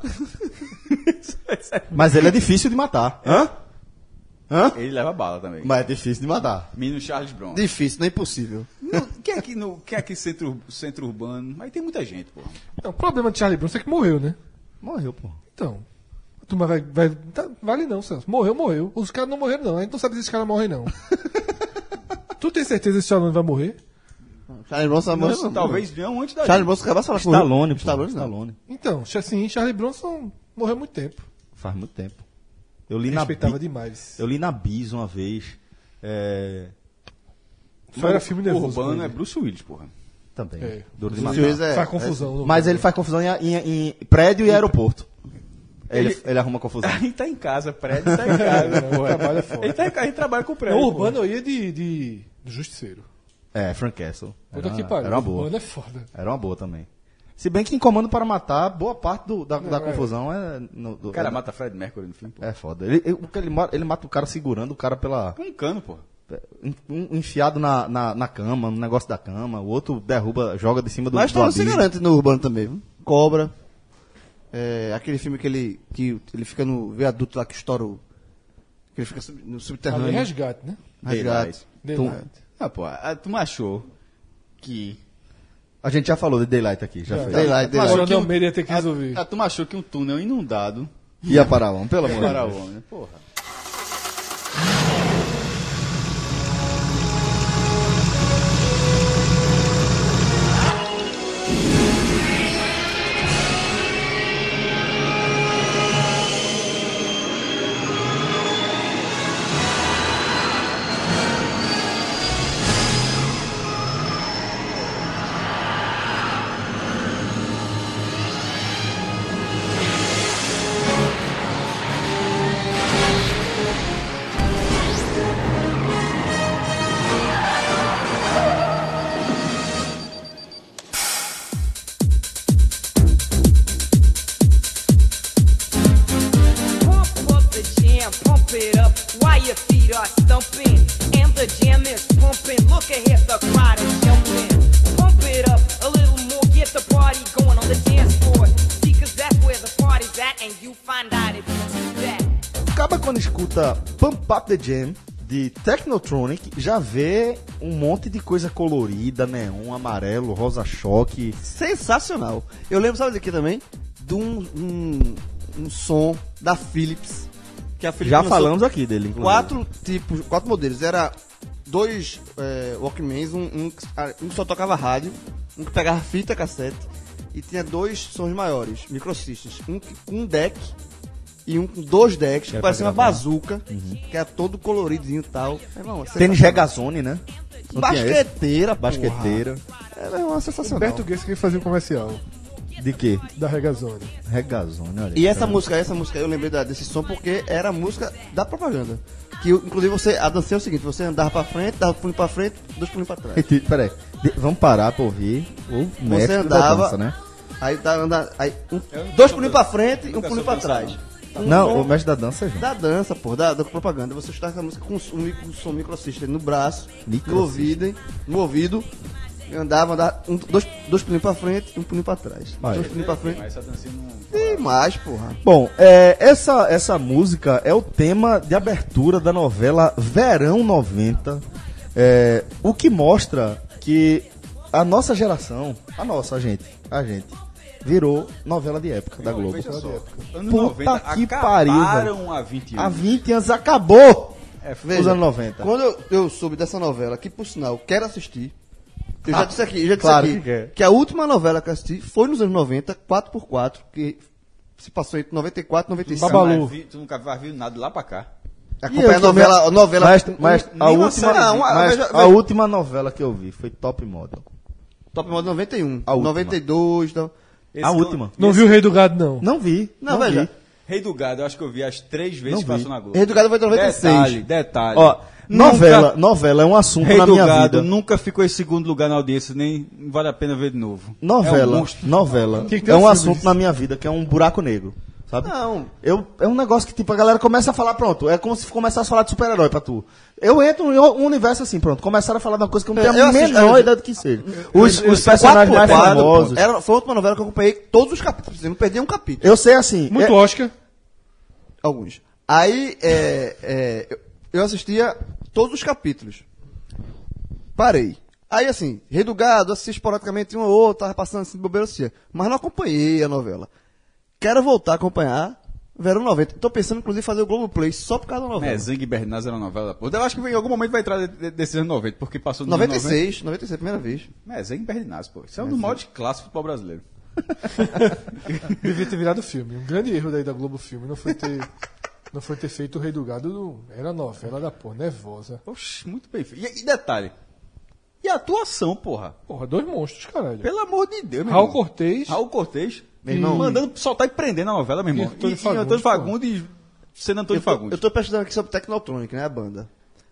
Mas ele é difícil de matar. Hã? Ele leva bala também. Mas é difícil de matar. Menino Charles Bronson. Difícil, não é impossível. Quem é aqui centro urbano? Aí tem muita gente, porra. Não, o problema de Charlie Bronson é que morreu, né? Morreu, pô. Então, a turma vai vale não, Celso. Morreu. Os caras não morreram não, a gente não sabe se esses caras morrem não. Tu tem certeza que esse Stallone vai morrer? Charles Bronson vai morrer. Talvez não antes da Charles gente. Bronson acabou de falar com Stallone, pô. Stallone, não. Stallone. Então, assim, Charlie Bronson morreu há muito tempo. Faz muito tempo. Eu li na Respeitava demais. Eu li na Bis uma vez. Só era filme O nervoso. urbano com é ele. Bruce Willis, porra. Também. É. Duro de Bruce matar. Willis Faz confusão. no- Mas ele faz confusão em prédio e aeroporto. Ele arruma confusão. Ele tá em casa, prédio tá em casa, porra. trabalha fora. Ele trabalha com o prédio. No porra. urbano eu ia de Justiceiro. Frank Castle. Puta que pariu. Era uma boa. Urbano é foda. Era uma boa também. Se bem que em Comando para Matar, boa parte da Não, confusão é... O cara mata Fred Mercury no filme, porra. É foda. Ele mata o cara segurando o cara pela... Com um cano, porra. Um enfiado na cama, no negócio da cama. O outro derruba, joga de cima do Mas do tá se abismo. garante no urbano também. Viu? Cobra. Aquele filme que ele fica no viaduto lá que estoura que ele fica no Ali subterrâneo. resgate, né? Resgate. Daylight. Pô, tu me achou que... A gente já falou de Daylight aqui, já fez. Daylight. Agora não, Meire ia ter que resolver. A turma achou que um túnel inundado Ia parar um, pelo amor de para o Deus. homem, né? Porra. Pump up the jam, pump it up while your feet are stumping. And the jam is pumping. Look ahead, the crowd is jumping. Pump it up a little more, get the party going on the dance floor. See, 'cause that's where the party's at, and you find out if you do that. Acaba quando escuta Pump Up the Jam de Technotronic, já vê um monte de coisa colorida, neon, amarelo, rosa choque. Sensacional. Eu lembro, sabe daqui também? De um som da Philips. Que a Philips Já lançou falamos aqui dele, inclusive. 4 modelos. Era 2 Walkmans, um que só tocava rádio, um que pegava fita cassete, e tinha 2 sons maiores, microsystems. Um com um deck e um com 2 decks, que Era parecia uma pra gravar. bazuca, que era todo coloridinho e tal. Irmão, Tênis Regazone, né? Não tinha esse? basqueteira, porra. Basqueteira. É uma sensacional. Humberto Guedes que fazia o comercial De quê? da Regazone. Regazone, olha. E essa música eu lembrei desse som porque era a música da propaganda. Que inclusive a dança é o seguinte, você andava pra frente, dava um pulinho pra frente, 2 pulinhos pra trás. Peraí, vamos parar pra ouvir o mestre Você da andava, dança, né? aí 2 pulinhos pra frente e um nunca pulinho soube pra dançar, trás. Não, o mestre da dança é João. Da dança, pô, da propaganda. Você escutar essa música com um som microsystem no braço, no ouvido, e andava 2 pulinhos pra frente e um pulinho pra trás. Olha. 2 pulinhos pra frente. Mas essa dancinha não... E mais, porra. Bom, essa música é o tema de abertura da novela Verão 90, o que mostra que a nossa geração, a gente, virou novela de época da Globo. Veja só, anos Puta 90 que pariu, acabaram há 20 anos. Há 20 anos acabou os Veja, anos 90. Quando eu soube dessa novela, que por sinal quero assistir, eu já disse aqui, claro que quer. que a última novela que eu assisti foi nos anos 90, 4x4, que se passou entre 94 e 95. Babalu. Tu nunca viu nada de lá pra cá. Acompanha a novela. Mas a nenhuma última, cena, mas veja- a última novela que eu vi foi Top Model. Top Model 91, A última. 92, então. Esse A que- última. Não viu o Rei do Gado, não. Não vi. Não, veja. vi. Rei do Gado, eu acho que eu vi as 3 vezes Não que vi. passou na Globo. Rei do Gado foi em 96. Detalhe. Ó, Nunca- novela é um assunto Rei na do minha Gado vida. nunca ficou em segundo lugar na audiência, nem vale a pena ver de novo. É um Novela Tinha que ter é um um filme assunto disso. na minha vida que é um buraco negro, sabe? Não, É um negócio que, tipo, a galera começa a falar, pronto, é como se começasse a falar de super-herói pra tu. Eu entro em um universo assim, pronto, começaram a falar de uma coisa que eu não tenho Eu a assisti- menor ideia do que seja. Os personagens mais 4x4, famosos. Foi a última novela que eu acompanhei todos os capítulos, eu não perdi um capítulo. Eu sei assim. Muito Oscar. Alguns. Aí, eu assistia todos os capítulos. Parei. Aí, assim, Rei do Gado, assisti esporadicamente um ou outro, tava passando assim de bobeira, assim, mas não acompanhei a novela. Quero voltar a acompanhar Verão 90. Tô pensando, inclusive, em fazer o Globoplay só por causa da novela. Zang e Bernaz era uma novela. Pô, eu acho que em algum momento vai entrar desses anos 90, porque passou nos anos 96, primeira vez. 90. Zang e Bernaz, pô. Isso é um dos maiores clássicos do futebol brasileiro. Devia ter virado filme. Um grande erro daí da Globo Filme não foi ter feito o Rei do Gado. Era novela da porra, nervosa. Oxi, muito bem feito. E detalhe. E a atuação, porra? Porra, 2 monstros, caralho. Pelo amor de Deus, meu Raul irmão. Cortez. Raul Cortez. Meu irmão. Mandando soltar e prender na novela, meu irmão. E Antônio Fagundes, Antônio pô. Fagundes sendo Antônio Fagundes. Eu tô pesquisando aqui sobre Technotronic, né, a banda.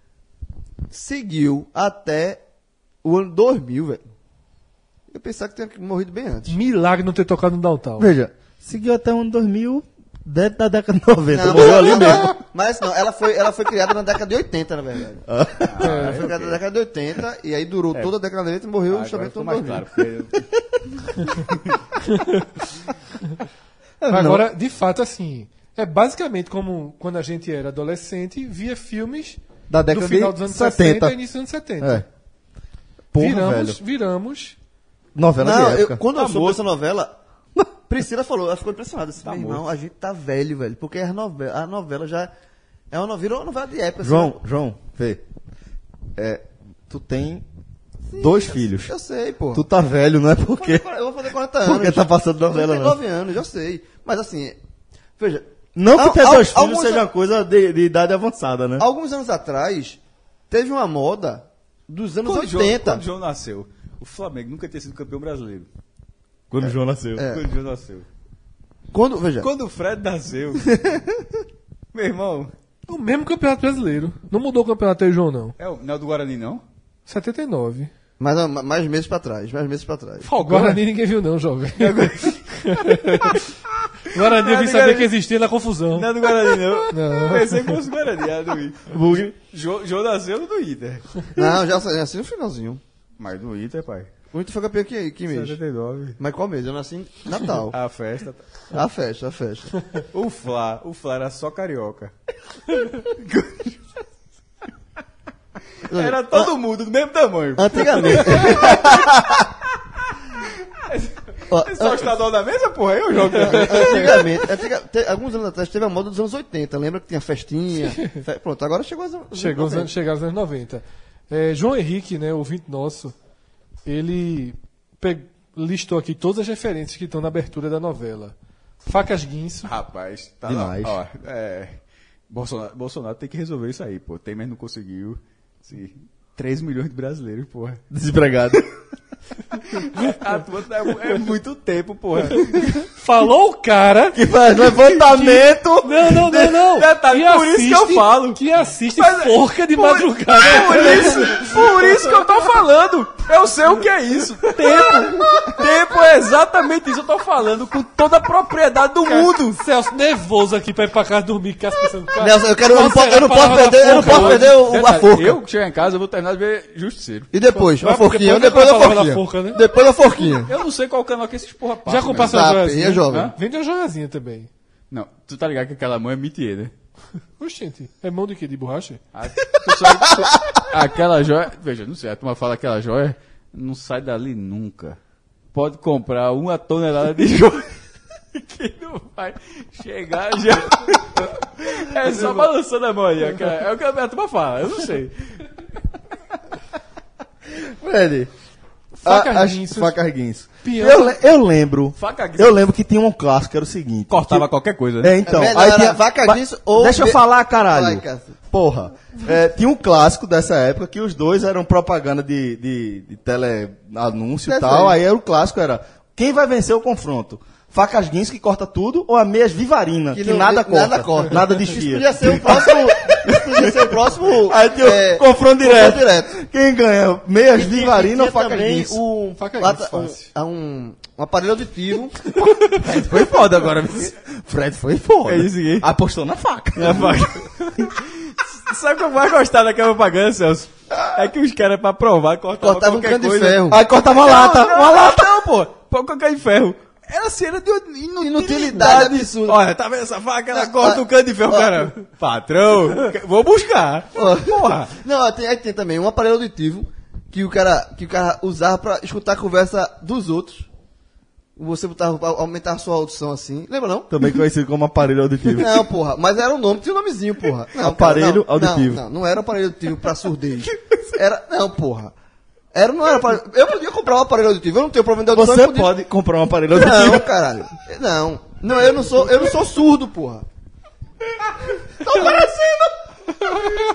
Seguiu até o ano 2000, velho. Eu pensava que tinha morrido bem antes. Milagre não ter tocado no Downtown. Veja, seguiu até o ano 2000, dentro da década de 90. Não, Morreu ali mesmo. Mas não, ela foi criada na década de 80, na verdade. Ela foi criada na década de 80 e aí durou toda a década de 80 e morreu Agora justamente ficou no mais 2000. claro. Porque... Agora, de fato, assim, é basicamente como quando a gente era adolescente, via filmes Da década do final de dos anos 70. 60 e início dos anos 70. É. Porra, velho. Viramos. Novela Não, de época. quando eu soube dessa novela, Priscila falou, ela ficou impressionada. Assim, Tá meu irmão, morto. a gente tá velho, velho. Porque a novela já virou uma novela de época. assim, João, vê. Tu tem 2 filhos. Eu sei, pô. Tu tá velho, não é porque... Eu vou fazer 40 anos. Porque tá passando novela, Eu não. tenho 9 anos, eu sei. Mas assim, veja, Não que ter 2 filhos alguns- seja uma coisa de idade avançada, né? alguns anos atrás, teve uma moda dos anos 80. Quando o João nasceu, o Flamengo nunca tinha sido campeão brasileiro. Quando o João nasceu. Quando o João nasceu. Veja, Quando o Fred nasceu, meu irmão, O mesmo Campeonato Brasileiro. Não mudou o Campeonato aí, João, não. não é o do Guarani, não? 79. mais meses pra trás. Guarani ninguém viu, não, jovem. Guarani eu vim saber que existia na confusão. Não é do Guarani, não. Não. Pensei que fosse o Guarani, é do Inter. João nasceu do Inter. Não, já assim no finalzinho. Mas do Inter, pai. O Inter foi campeão que mês? 79. Mas qual mês? Eu nasci em Natal. A festa. A festa. O Fla era só carioca. Era todo mundo do mesmo tamanho. Antigamente. Ó, É só o estadual da mesa, porra, eu jogo. Alguns anos atrás teve a moda dos anos 80. Lembra que tinha festinha? Pronto, agora chegou aos anos Chegaram os anos 90. João Henrique, né, ouvinte nosso, ele listou aqui todas as referências que estão na abertura da novela. Facas Guinso. Rapaz, tá Demais. lá. Ó, Bolsonaro tem que resolver isso aí, pô. Temer não conseguiu. Sim. 3 milhões de brasileiros, porra. Desempregado. Atuando é muito tempo, porra. Falou o cara Que faz levantamento. Não. Detalhe, por isso que eu falo. Que assiste Mas, forca de madrugada. Por isso que eu tô falando. Eu sei o que é isso. Tempo é exatamente isso. Eu tô falando com toda a propriedade do mundo. Celso, nervoso aqui pra ir pra casa dormir, que as pessoas... Nelson, eu não posso perder a forca. Eu chegar em casa, eu vou terminar de ver Justiceiro. E depois? A Vai, forquinha. depois Depois a da palavra forquinha. da forca, né? Depois a forquinha. Eu não sei qual canal que esses porra passam. Já comprasse Tá, uma é joiazinha? jovem. Hã? Vende uma joiazinha também. Não, tu tá ligado que aquela mão é métier, né? Oxente, é mão de quê? De borracha? Aquela joia... Veja, não sei, a turma fala aquela joia, não sai dali nunca. Pode comprar 1 tonelada de joia que não vai chegar já. É só balançando a mão aí. É o que a turma fala, eu não sei. Fred. Facas Guinso. Facas Guinso. Peão. Eu lembro. Faca Guinso. Eu lembro que tinha um clássico, que era o seguinte. Cortava qualquer coisa, né? Então. Melhor Aí era tinha, Vaca Guinso ou... Deixa eu falar, caralho. Vai, Cássio. Porra. Tinha um clássico dessa época que os dois eram propaganda de teleanúncio e Desenho. tal. Aí era o clássico, era quem vai vencer o confronto? Facas Guinso que corta tudo ou a Meias Vivarina, que não- nada corta, corta. nada Isso desfia. podia ser o próximo... Isso podia ser o próximo... Aí tinha o confronto direto. direto. Quem ganha? Meias E Vivarina ou tinha Facas também Guinso? Faca lá Guinso, tá- fácil. um aparelho auditivo. Foi foda agora. Fred foi foda. É isso aqui. Apostou na faca. Sabe o que eu mais gostar daquela propaganda, Celso? É que os caras, pra provar, cortavam Cortava um qualquer cano de coisa. ferro. Aí cortava uma lata. Uma lata. Não, pô. Pô, qualquer de ferro. Era cena de Inutilidade absurda. Olha, tá vendo essa faca? Ela corta o cano de ferro, cara. Patrão, vou buscar. Porra. Não, aí tem também um aparelho auditivo que o cara usava pra escutar a conversa dos outros. Você botava, aumentar a sua audição assim. Lembra não? Também conhecido como aparelho auditivo. Não, porra. Mas era um nome, tinha um nomezinho, porra. Não, Aparelho cara, auditivo. Não era aparelho auditivo pra surdez. Não, porra. Não era aparelho. Eu podia comprar um aparelho auditivo. Eu não tenho problema de audição. Você eu podia... pode comprar um aparelho auditivo. Não, caralho. Não, eu não sou surdo, porra. Tô parecendo.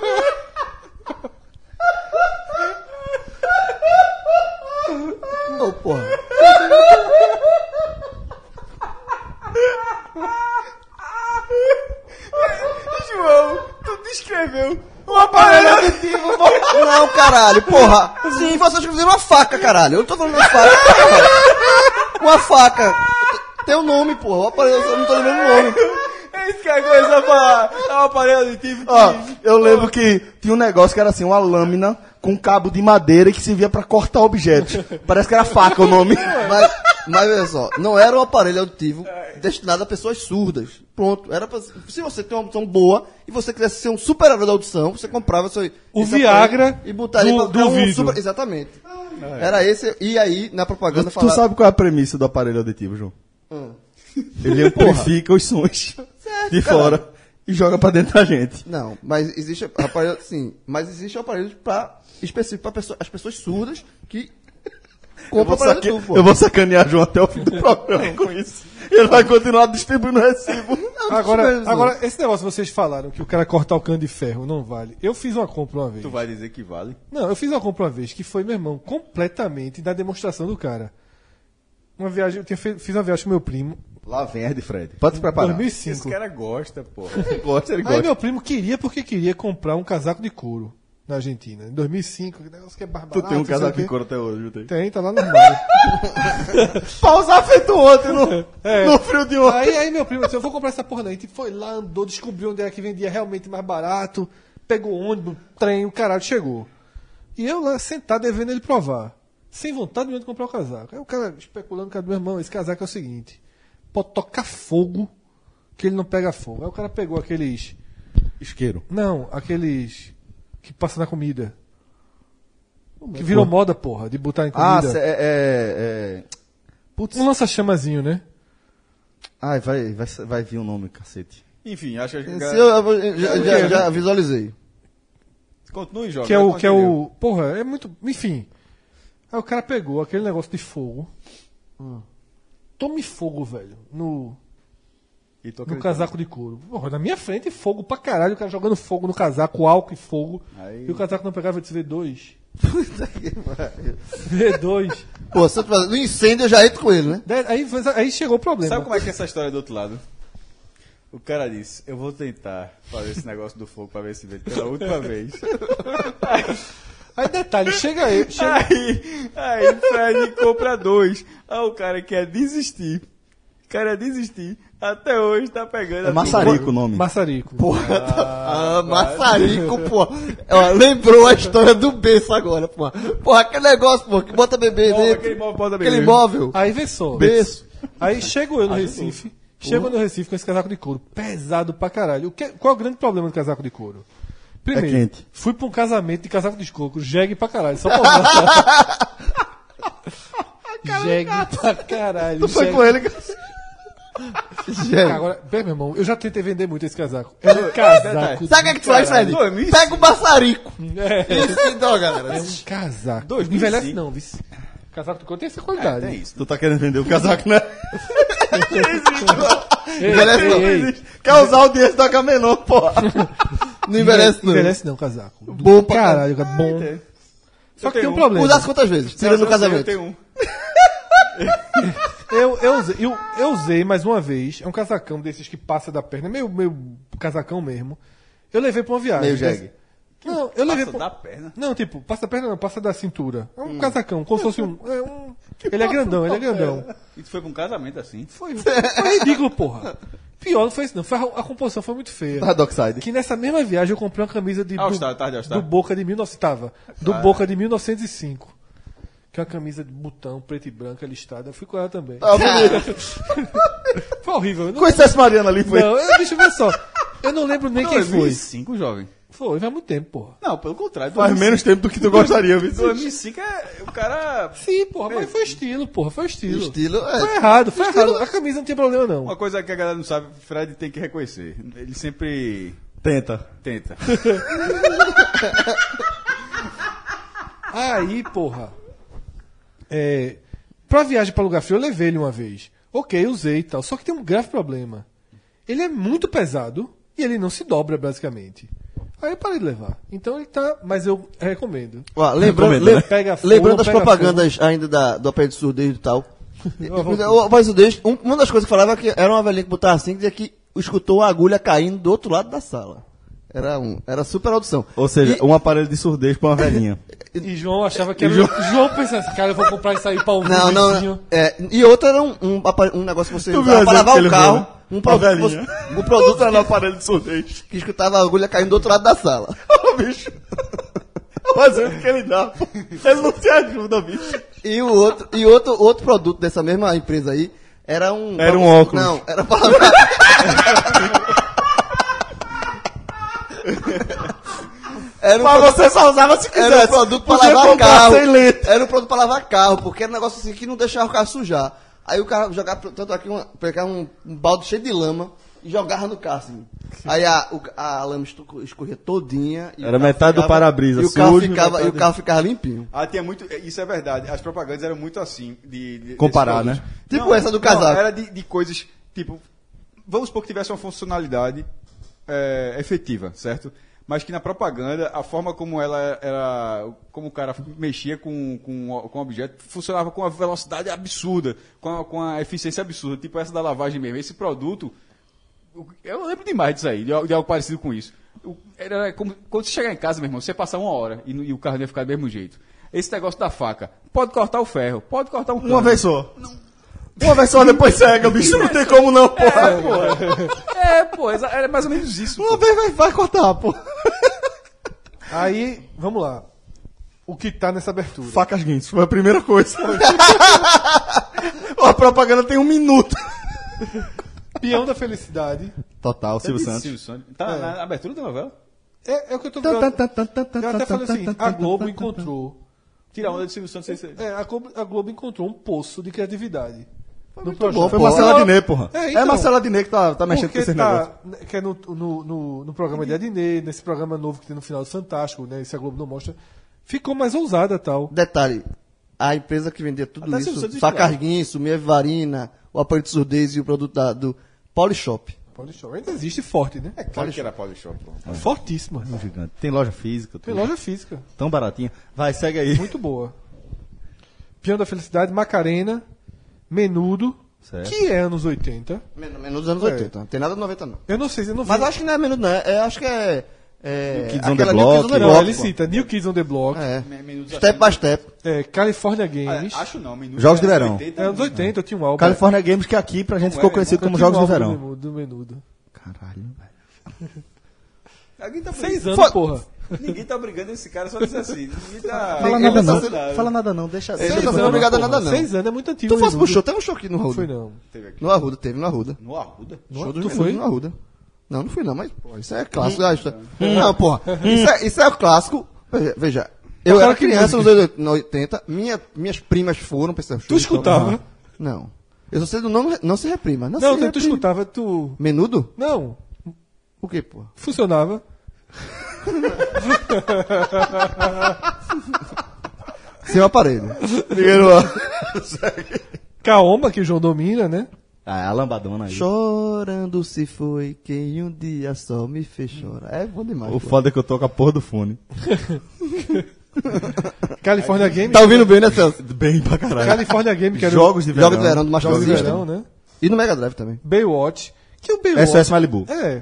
Ô, porra. João, tu descreveu um aparelho auditivo. Não, caralho, porra. Sim, vocês fizeram uma faca, caralho. Eu não tô falando uma faca. Porra. Uma faca. Tem um nome, porra. O aparelho, eu não tô lembrando o nome. É isso que a coisa a falar. É um aparelho auditivo. Ó, eu lembro que tinha um negócio que era assim, uma lâmina com cabo de madeira que servia pra cortar objetos. Parece que era faca o nome. Mas olha só, não era um aparelho auditivo destinado a pessoas surdas. Pronto, era pra, se você tem uma audição boa e você quisesse ser um super-herói da audição, você comprava esse Viagra aparelho e botaria do pra vídeo. super, exatamente. Era esse, e aí na propaganda Tu sabe qual é a premissa do aparelho auditivo, João? Ele amplifica os sons de fora e joga pra dentro da gente. Não, mas existe aparelho, sim, mas existe aparelho específico para as pessoas surdas que compram aparelho auditivo, pô. Eu vou sacanear João até o fim do programa com isso. E ele vai continuar distribuindo recibo. Agora, esse negócio que vocês falaram, que o cara cortar o cano de ferro, não vale. Eu fiz uma compra uma vez. Tu vai dizer que vale? Não, eu fiz uma compra uma vez, que foi, meu irmão, completamente da demonstração do cara. Uma viagem, fiz uma viagem com meu primo, Lá vem Ed Fred. Pode se preparar. 2005. Esse cara gosta, pô. Ele gosta. Aí meu primo queria porque queria comprar um casaco de couro na Argentina. Em 2005, que negócio que é barato. Tu tem um não sei casaco o quê. de couro até hoje, viu? Tem, tá lá no armário. Pra usar feito ontem no frio de ontem. Aí meu primo disse, eu vou comprar essa porra não. A gente foi lá, andou, descobriu onde era que vendia realmente mais barato, pegou ônibus, trem, o caralho, chegou. E eu lá sentado devendo ele provar. Sem vontade de comprar o casaco. Aí o cara especulando, cara, meu irmão, esse casaco é o seguinte, pode tocar fogo, que ele não pega fogo. Aí o cara pegou aqueles... Isqueiro. Não, aqueles que passa na comida. Que virou moda, porra, de botar em comida. Putz. Um lança-chamazinho, né? Ai, vai vir o nome, cacete. Enfim, acho que... Se eu já visualizei. Continue, Jorge. Que é o... Porra, é muito... Enfim. Aí o cara pegou aquele negócio de fogo. Tome fogo, velho. No casaco de couro. Porra, na minha frente, fogo pra caralho. O cara jogando fogo no casaco, álcool e fogo. Aí... E o casaco não pegava de V2. V2. Pô, se eu fazer no incêndio eu já entro com ele, né? Aí chegou o problema. Sabe como é que é essa história do outro lado? O cara disse, eu vou tentar fazer esse negócio do fogo pra ver se vê pela última vez. Aí detalhe, chega aí. Aí o Fred compra 2. Aí o cara quer desistir. Até hoje tá pegando. É Maçarico o nome. Maçarico. Porra, Maçarico, pô. Lembrou a história do berço agora, pô. Porra, aquele negócio, pô, que bota bebê dentro. Aquele móvel. Aí vê só. Berço. Aí chego eu no Recife. Chego no Recife com esse casaco de couro. Pesado pra caralho. Qual é o grande problema do casaco de couro? Primeiro, É quente. fui pra um casamento de casaco de couro. Jegue pra caralho. Só pra jegue pra caralho. Tu foi jegue. com ele, cara? Agora, bem, meu irmão, eu já tentei vender muito esse casaco. É um casaco. Sabe o que é que tu faz, Fred? 2005. Pega o maçarico. É, Isso que dó, galera. é um casaco. 2005. Envelhece não, vice. Casaco de couro tem essa qualidade. Tem isso. Tu tá querendo vender o casaco, né? Envelhece não. ei. Quer usar o dinheiro da Camenon, porra. Não envelhece não. Envelhece não, casaco. Bom pra caralho, cara, bom. Só que tem um problema. Usasse quantas vezes? Tira no casamento. Tem um. Eu usei mais uma vez. É um casacão desses que passa da perna. Meio casacão mesmo. Eu levei pra uma viagem. Meio jegue. Não, eu levei Passa pra... da perna. Não, tipo, passa da perna não, passa da cintura. É um casacão, como se fosse um... Ele é grandão, ele é grandão. E tu foi pra um casamento assim? Foi ridículo, porra. Pior não foi isso não. A composição foi muito feia. Tá Dockside. Que nessa mesma viagem eu comprei uma camisa de... All-Star, tarde All-Star. Do Boca de 1900. Tava. Do Boca de 1905. Que é uma camisa de botão, preto e branca, listrada. Eu fui com ela também. Ah, bonito. Foi horrível. Eu não, Conhecesse Mariana ali, foi? não, deixa eu ver só. Eu não lembro nem quem foi. 2005, jovem. Foi, faz muito tempo, porra. Não, pelo contrário. Faz menos tempo do que tu gostaria, viu? 2005 é o cara... Sim, porra, mas foi estilo, porra, foi estilo. Estilo, Foi errado, foi errado. A camisa não tinha problema, não. Uma coisa que a galera não sabe, o Fred tem que reconhecer. Ele sempre Tenta. tenta. Aí, porra. Pra viagem pra lugar frio, eu levei ele uma vez. Ok, usei e tal. Só que tem um grave problema. Ele é muito pesado e ele não se dobra, basicamente. Aí eu parei de levar. Então ele tá... Mas eu recomendo. Ó, lembrando Pega fogo, lembrando das pega propagandas ainda do aparelho de surdez e tal. O aparelho de surdez, uma das coisas que falava que era uma velhinha que botava assim, que dizia que escutou a agulha caindo do outro lado da sala. Era super audição. Ou seja, um aparelho de surdez pra uma velhinha. E João achava que era... João pensava assim, cara, eu vou comprar isso aí pra ouvir o Não. vizinho. E outra era um negócio que você Tu usava viu o pra exemplo lavar que o ele carro. viu, Um pra produto, velhinha. o produto Tá no aparelho de surdez. que escutava a agulha caindo do outro lado da sala. Ô, bicho. O exemplo que ele dá, pô. Ele não se ajuda, bicho. E o outro produto dessa mesma empresa aí era um... Era um óculos. Não, era pra lavar... Mas você só usava se quisesse. Era um produto pra Podia lavar comprar carro. sem leite. Era um produto pra lavar carro, porque era um negócio assim que não deixava o carro sujar. Aí o cara jogava, tanto aqui, pegava um balde cheio de lama e jogava no carro, assim. Aí a lama escorria todinha. E Era o carro metade do ficava- para-brisa E o carro sujo, ficava, metade- e o carro ficava limpinho. Tinha muito. Isso é verdade. As propagandas eram muito assim. De Comparar, desses né? produtos. Tipo essa do casaco. Era de coisas. Tipo. Vamos supor que tivesse uma funcionalidade efetiva, certo? Mas que na propaganda, a forma como ela era. Como o cara mexia com o objeto, funcionava com uma velocidade absurda, com a eficiência absurda. Tipo essa da lavagem mesmo. Esse produto. Eu lembro demais disso aí, de algo parecido com isso. Era como quando você chegar em casa, meu irmão, você passar 1 hora e o carro ia ficar do mesmo jeito. Esse negócio da faca, pode cortar o ferro, pode cortar um cano. Uma vez só. Uma vez só, depois cega, bicho. Não tem como não, porra. Era mais ou menos isso. Uma vez vai cortar, pô. Aí, vamos lá. O que tá nessa abertura? Facas Guinness, foi a primeira coisa. A propaganda tem 1 minuto. Peão da Felicidade. Total, Silvio Santos. Silvio Santos. Tá na abertura da novela? É o que eu tô vendo. Eu até falei o seguinte, a Globo encontrou... Tira a onda de Silvio Santos. A Globo encontrou um poço de criatividade. No Bom, foi Marcela Diné, porra. então, É Marcela Diné que tá mexendo com porque esse negócio. que é no programa de Adnet, nesse programa novo que tem no final do Fantástico, né? Esse a Globo não mostra. Ficou mais ousada tal. Detalhe, a empresa que vendia tudo Até Silvio isso, Santos facas explode. Guinso, Varina, o aparelho de surdez e o produto do Polishop. Polishop ainda existe forte, né? Claro que era Polishop. Fortíssima. Um gigante. Tem loja física. Tem tudo. loja física. Tão baratinha. Vai, segue aí. Muito boa. Peão da Felicidade, Macarena, Menudo, Certo. que é anos 80. Menos dos anos 80, não tem nada de 90 não. Eu não sei, eu não vi. Mas acho que não é menos não, acho que é... New Kids on aquela the New Block. Kids on the Não, Block, ele pô. cita New Kids on the Block, Step by Step. California Games. Acho não, Minuto Jogos de é verão. 80, É anos 80, eu tinha um álbum. California Games, que aqui pra gente ficou conhecido como Eu tinha um Jogos de álbum Verão. Do Menudo. Caralho, velho. Alguém tá 6 anos, porra. Ninguém tá brigando esse cara, só diz assim. Ninguém tá. Fala Ele nada não. saudável. Fala nada não, deixa. Ele deixa não tá eu- sendo obrigado a nada não. 6 anos é muito antigo. Tu fosse pro Menudo. show, teve um show aqui no Não Arruda. foi não. No Arruda, teve no Arruda. No Arruda? Show do Tu Menudo foi? no Arruda. Não fui não, mas pô, isso é clássico. Não, porra. Isso é o clássico. Veja, eu Fala era que criança nos música. anos 80, minhas primas foram pra esse show. Tu escutava? Não. Eu só sei do não se reprima. Não, Não, se tu reprima. escutava, tu... Menudo? Não, O que, porra? funcionava. Sem o aparelho. Ninguém no ar. Kaomba, que o João domina, né? Ah, é a lambadona aí. Chorando se foi quem um dia só me fez chorar. É bom demais. O pô. foda é que eu tô com a porra do fone. California Games. Tá ouvindo bem, né, Celso? Bem pra caralho. California Games, que era Jogos de verão. Jogos de verão do Macho Jogos de System. verão, né? E no Mega Drive também. Baywatch. Que o Baywatch... SOS Malibu. É,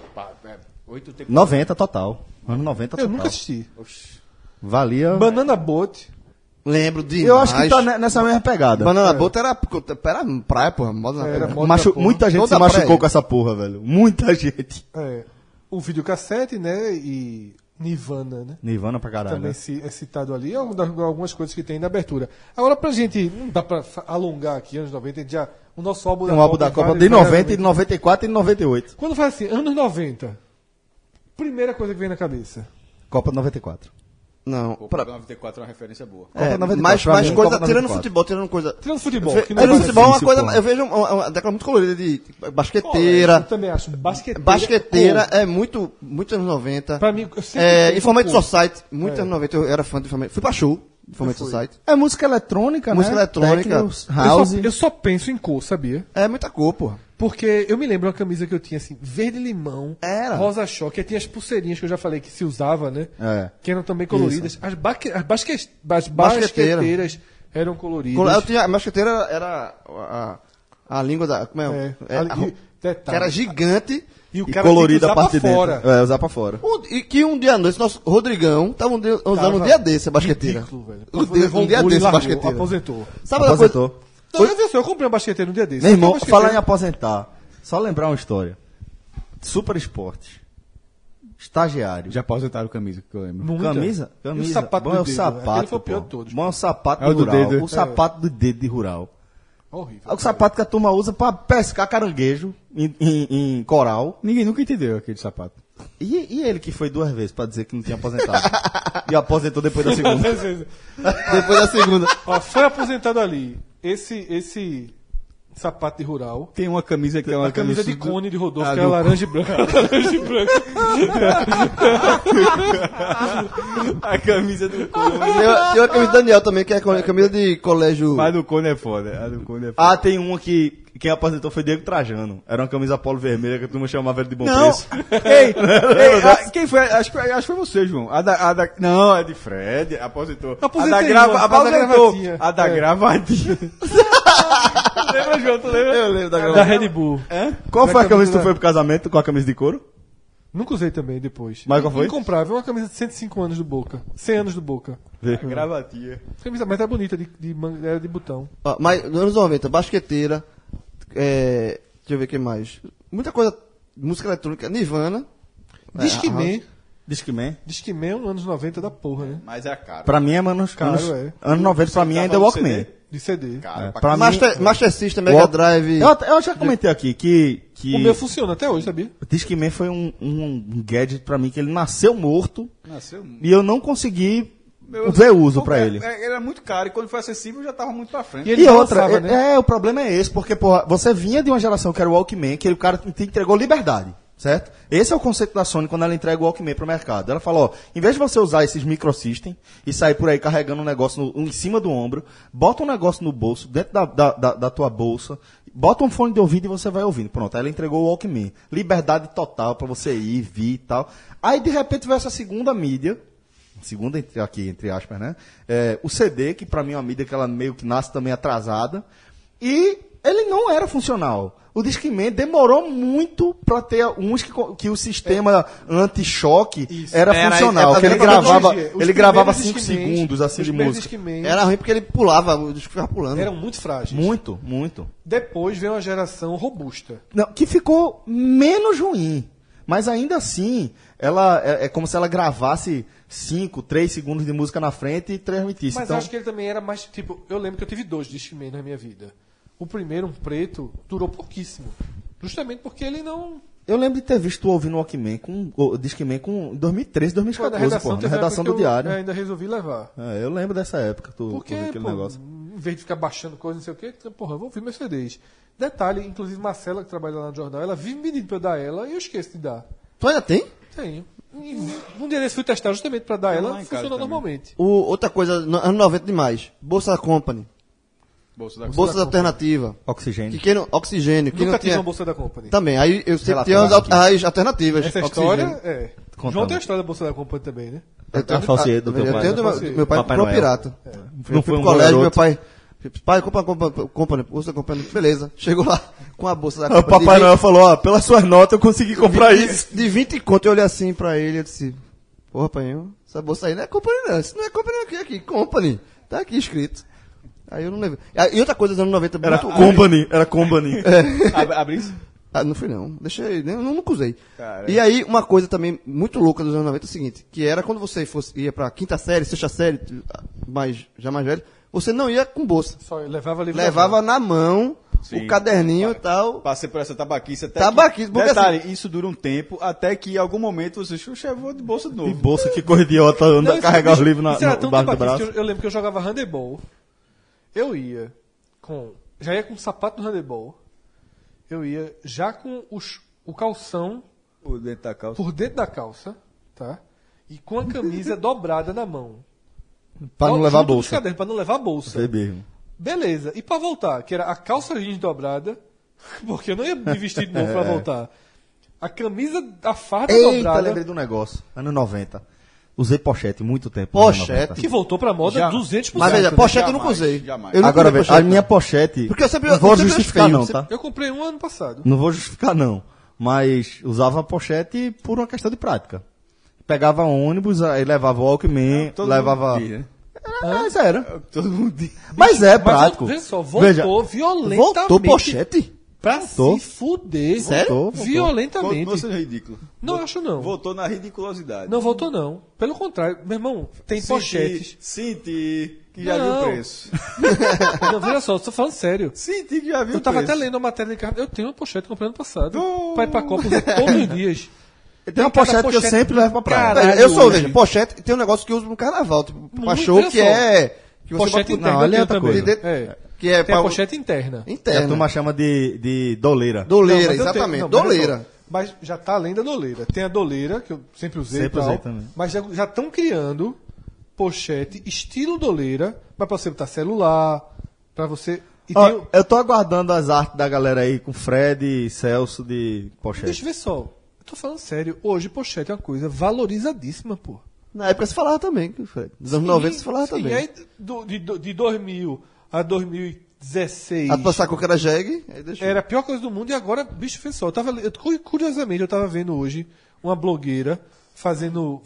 90 total. Ano 90 total. eu nunca assisti. Valia. Banana Boat. Lembro de. Eu acho que tá nessa mesma pegada. Banana Boat era praia, porra. Moda na Era praia. moda Machu- da porra. muita gente Toda se machucou praia. com essa porra, velho. Muita gente. O videocassete, né? E Nirvana, né? Nirvana pra caralho. Também né? é citado ali. É algumas coisas que tem na abertura. Agora, pra gente... Não dá pra alongar aqui, anos 90. A gente já, o nosso álbum Tem um álbum da Copa vários- de vários 90, de momentos. 94 e de 98. Quando fala assim, anos 90, primeira coisa que vem na cabeça. Copa de 94. Não. O programa 94 é uma referência boa. É, Copa 94, mais pra mim, coisa. Copa Tirando 94. futebol, tirando coisa. Tirando futebol. que não Tirando é futebol é uma difícil, coisa. porra. Eu vejo uma década muito colorida de Eu basqueteira. também acho. Basqueteira. Basqueteira é muito anos 90. Pra mim, eu sempre Information cor. Society, muito anos 90. Eu era fã de Information. Fui pra show de Information Society. É música eletrônica, Música né? eletrônica, Techno, Eu house. só, eu só penso em cor, sabia? É muita cor, porra. Porque eu me lembro uma camisa que eu tinha assim, verde-limão, Era. rosa choque, aí tinha as pulseirinhas que eu já falei que se usava, né? É. Que eram também coloridas. As basqueteiras eram coloridas. Eu tinha, a basqueteira era a língua da. Como é? Detalhe. Que era gigante. E o E cara colorida tinha a que usar parte pra de fora. dentro. É, usar pra fora. E que um dia à noite, nosso Rodrigão tava usando um dia desse a basqueteira. Ridículo, velho. Um dia desse a basqueteira. Aposentou. Sabe uma coisa? Aposentou. Não, eu comprei uma basqueteira um dia desse. Meu irmão, Uma falar em basqueteira- aposentar. Só lembrar uma história. Super Esporte. estagiário. Já aposentaram camisa, que eu lembro. Muita. Camisa? E o sapato Bom, é do o dedo. sapato. Aquele foi o pior pô. de todos. Bom, é o sapato É o do do rural. dedo. O sapato do dedo de rural. Horrível. É o sapato que a turma usa pra pescar caranguejo em coral. Ninguém nunca entendeu aquele sapato. E ele que foi 2 vezes pra dizer que não tinha aposentado. E aposentou depois da segunda. Depois da segunda. Ó, foi aposentado ali. Esse sapato de rural. Tem uma camisa que é uma A camisa de cone de Rodolfo, Ah, que é do- laranja e branca. Laranja e branca. A camisa do Cone. Tem uma camisa do Daniel também, que é a camisa de colégio. Mas a do Cone é foda. A do Cone é foda. Ah, tem uma que quem aposentou foi Diego Trajano. Era uma camisa polo vermelha que a turma chamava ele de bom Não! preço. Ei, quem foi? Acho que foi você, João. Não, é de Fred, aposentou. Aposentei uma, a da aposentou. gravatinha. A da É. gravadinha. Lembra, João? Tu lembra? Eu lembro da Da gravação. Red Bull. Qual foi a camisa que tu da- foi pro casamento com a camisa de couro? Nunca usei também depois. Mas qual foi? Incomprável. É uma camisa de 105 anos do Boca. 100 anos do Boca. Gravatinha. Camisa, mas é bonita, era de botão. Ó, mas nos anos 90, basqueteira. Deixa eu ver o que mais. Muita coisa. Música eletrônica. Nirvana. Discman. Discman. Discman é nos anos 90 da porra, né? Mas é caro. Pra mim é anos, Caro, anos, é. anos 90, pra mim ainda é Walkman. De CD. Caro pra Pra mim, Master System, Mega Drive. eu já comentei aqui que O meu funciona até hoje, sabia? o Discman foi um gadget pra mim que ele nasceu morto Nasceu. e eu não consegui ver uso pra ele. Ele era muito caro e quando foi acessível já tava muito pra frente. E ele E não outra, lançava, né? o problema é esse, porque, porra, você vinha de uma geração que era o Walkman, que o cara te entregou liberdade, certo? Esse é o conceito da Sony quando ela entrega o Walkman pro mercado. Ela fala, ó, em vez de você usar esses microsystem e sair por aí carregando um negócio em cima do ombro, bota um negócio no bolso, dentro da tua bolsa, bota um fone de ouvido e você vai ouvindo. Pronto, aí ela entregou o Walkman. Liberdade total pra você ir, vir e tal. Aí, de repente, veio essa segunda mídia, segunda entre aspas, né? O CD, que pra mim é uma mídia que ela meio que nasce também atrasada. E ele não era funcional. O Discman demorou muito pra ter uns que o sistema anti-choque era funcional. era Que ele pra gravava, tecnologia. Os ele gravava primeiros 5 Discmans- segundos assim os de primeiros música. Discmans Era ruim porque ele pulava, o disco ficava pulando. eram muito frágeis. Muito, muito. Depois veio uma geração robusta. Não, que ficou menos ruim. Mas ainda assim, ela é como se ela gravasse 3 segundos de música na frente e transmitisse. Mas Então, eu acho que ele também era mais, tipo, eu lembro que eu tive 2 Discman na minha vida. O primeiro, um preto, durou pouquíssimo. Justamente porque ele não... eu lembro de ter visto tu ouvindo o Walkman o Discman em 2013, Pô, 2014, pô, na teve uma redação época do que eu Diário. ainda resolvi levar. Eu lembro dessa época, tu Porque, ouviu aquele pô, negócio. em vez de ficar baixando coisa, não sei o quê, porra, eu vou ouvir meus CDs. Detalhe, inclusive Marcela, que trabalha lá no jornal, ela vive me pedindo pra eu dar ela e eu esqueço de dar. Tu ainda tem? Tenho. E um dia desse fui testar justamente pra dar lá ela, em casa funciona também. normalmente. Outra coisa, anos 90 demais. Bolsa da Company. Bolsa da Bolsa alternativa. Oxigênio. Que quem não, oxigênio. Que Nunca não tive tinha... uma bolsa da Company. Também. Aí eu sempre Relatório tinha as aqui. alternativas. Essa oxigênio. história é. Contando. João tem a história da bolsa da Company também, né? Eu tenho, A falsidade do teu eu pai. tenho meu pai Papai comprou Noel. pirata. Não Eu foi fui um pro colégio, garoto. meu pai. Pai, compra bolsa da Company. Beleza. Chegou lá com a bolsa da O Company. Papai Noel falou, ó, pelas suas notas eu consegui comprar isso. De 20 conto, eu olhei assim pra ele e disse: porra, pai, essa bolsa aí não é Company, não. Isso não é Company aqui, Company. Tá aqui escrito. Aí eu não levei. E outra coisa dos anos 90 Era muito Company, era Company. Abre isso? Não fui não. Deixei, nunca usei. Cara. E aí, uma coisa também muito louca dos anos 90 é o seguinte, que era quando você ia pra quinta série, sexta série, já mais velho, você não ia com bolsa. Só levava livro. Levava na mão Sim. o caderninho e tal. Passei por essa tabaquice até Tabaquice, que... porque Detalhe, isso dura um tempo, até que em algum momento você chegou de bolsa de E novo. bolsa que coisa idiota, anda Não, carregar os livros isso era no tão barco do tabaquice braço. que eu lembro que eu jogava handebol. Eu ia com. Já ia com o sapato do handebol. Eu ia já com o calção O dentro da calça. por dentro da calça, tá? E com a camisa dobrada na mão. Pra não Junto levar a dos bolsa. cadernos, pra não levar a bolsa. Sei mesmo. Beleza. E pra voltar, que era a calça jeans dobrada, porque eu não ia me vestir de novo pra voltar. A camisa, a farda Eita, dobrada, lembrei do negócio. Anos 90. Usei pochete muito tempo. nos anos Pochete. 90. que voltou pra moda Já. 200%. Mas veja, né? pochete eu nunca Jamais, usei. jamais. Eu nunca Agora, usei veja, a pochete, minha não. pochete... Porque eu sempre- não eu vou sempre acho justificar feio, não, sempre- tá? Eu comprei um ano passado. Não vou justificar não. Mas usava a pochete por uma questão de prática. Pegava ônibus, aí levava o Walkman, Todo levava... mundo diz, né? Mas era. Todo mundo diz. Mas é Mas prático. veja só, voltou Veja, violentamente. Voltou pochete? Pra Voltou. se fuder. Voltou. Violentamente. Você é ridículo. Não, acho não. Voltou na ridiculosidade. Não voltou, não. Pelo contrário, meu irmão, tem pochetes. Senti que já Não. viu o preço. Não, veja só, eu tô falando sério. Senti que já viu Eu o tava preço. até lendo a matéria de carro. Eu tenho uma pochete comprei ano passado. Pra ir pra Copa usar todos os dias. Tem uma cada pochete que eu pochete sempre levo pra praia. Caralho, Veja, eu sou, hoje. veja, pochete tem um negócio que eu uso no carnaval, tipo, pra Muito, show, olha que só. é... Que você Pochete bota- interna Não, eu ali é tenho outra também. coisa. É. Que é Tem a pra... pochete interna. Que a interna. turma chama de doleira. Doleira, Não, mas eu exatamente. tenho- não, mas Doleira. olha só, Mas já tá além da doleira. Tem a doleira, que eu sempre usei Sempre e tal. usei também. Mas já estão criando pochete estilo doleira, pra você botar celular, pra você... E Ó, tem o... eu tô aguardando as artes da galera aí com Fred e Celso de pochete. Deixa eu ver só. Eu tô falando sério. Hoje pochete é uma coisa valorizadíssima, pô. Na época se falava também, Fred. Nos anos 90 se falava sim, também. Aí, de 2000 a 2016... A tua sacou que era jegue, aí deixou. Era a pior coisa do mundo e agora, bicho, fez só. Curiosamente, eu tava vendo hoje uma blogueira fazendo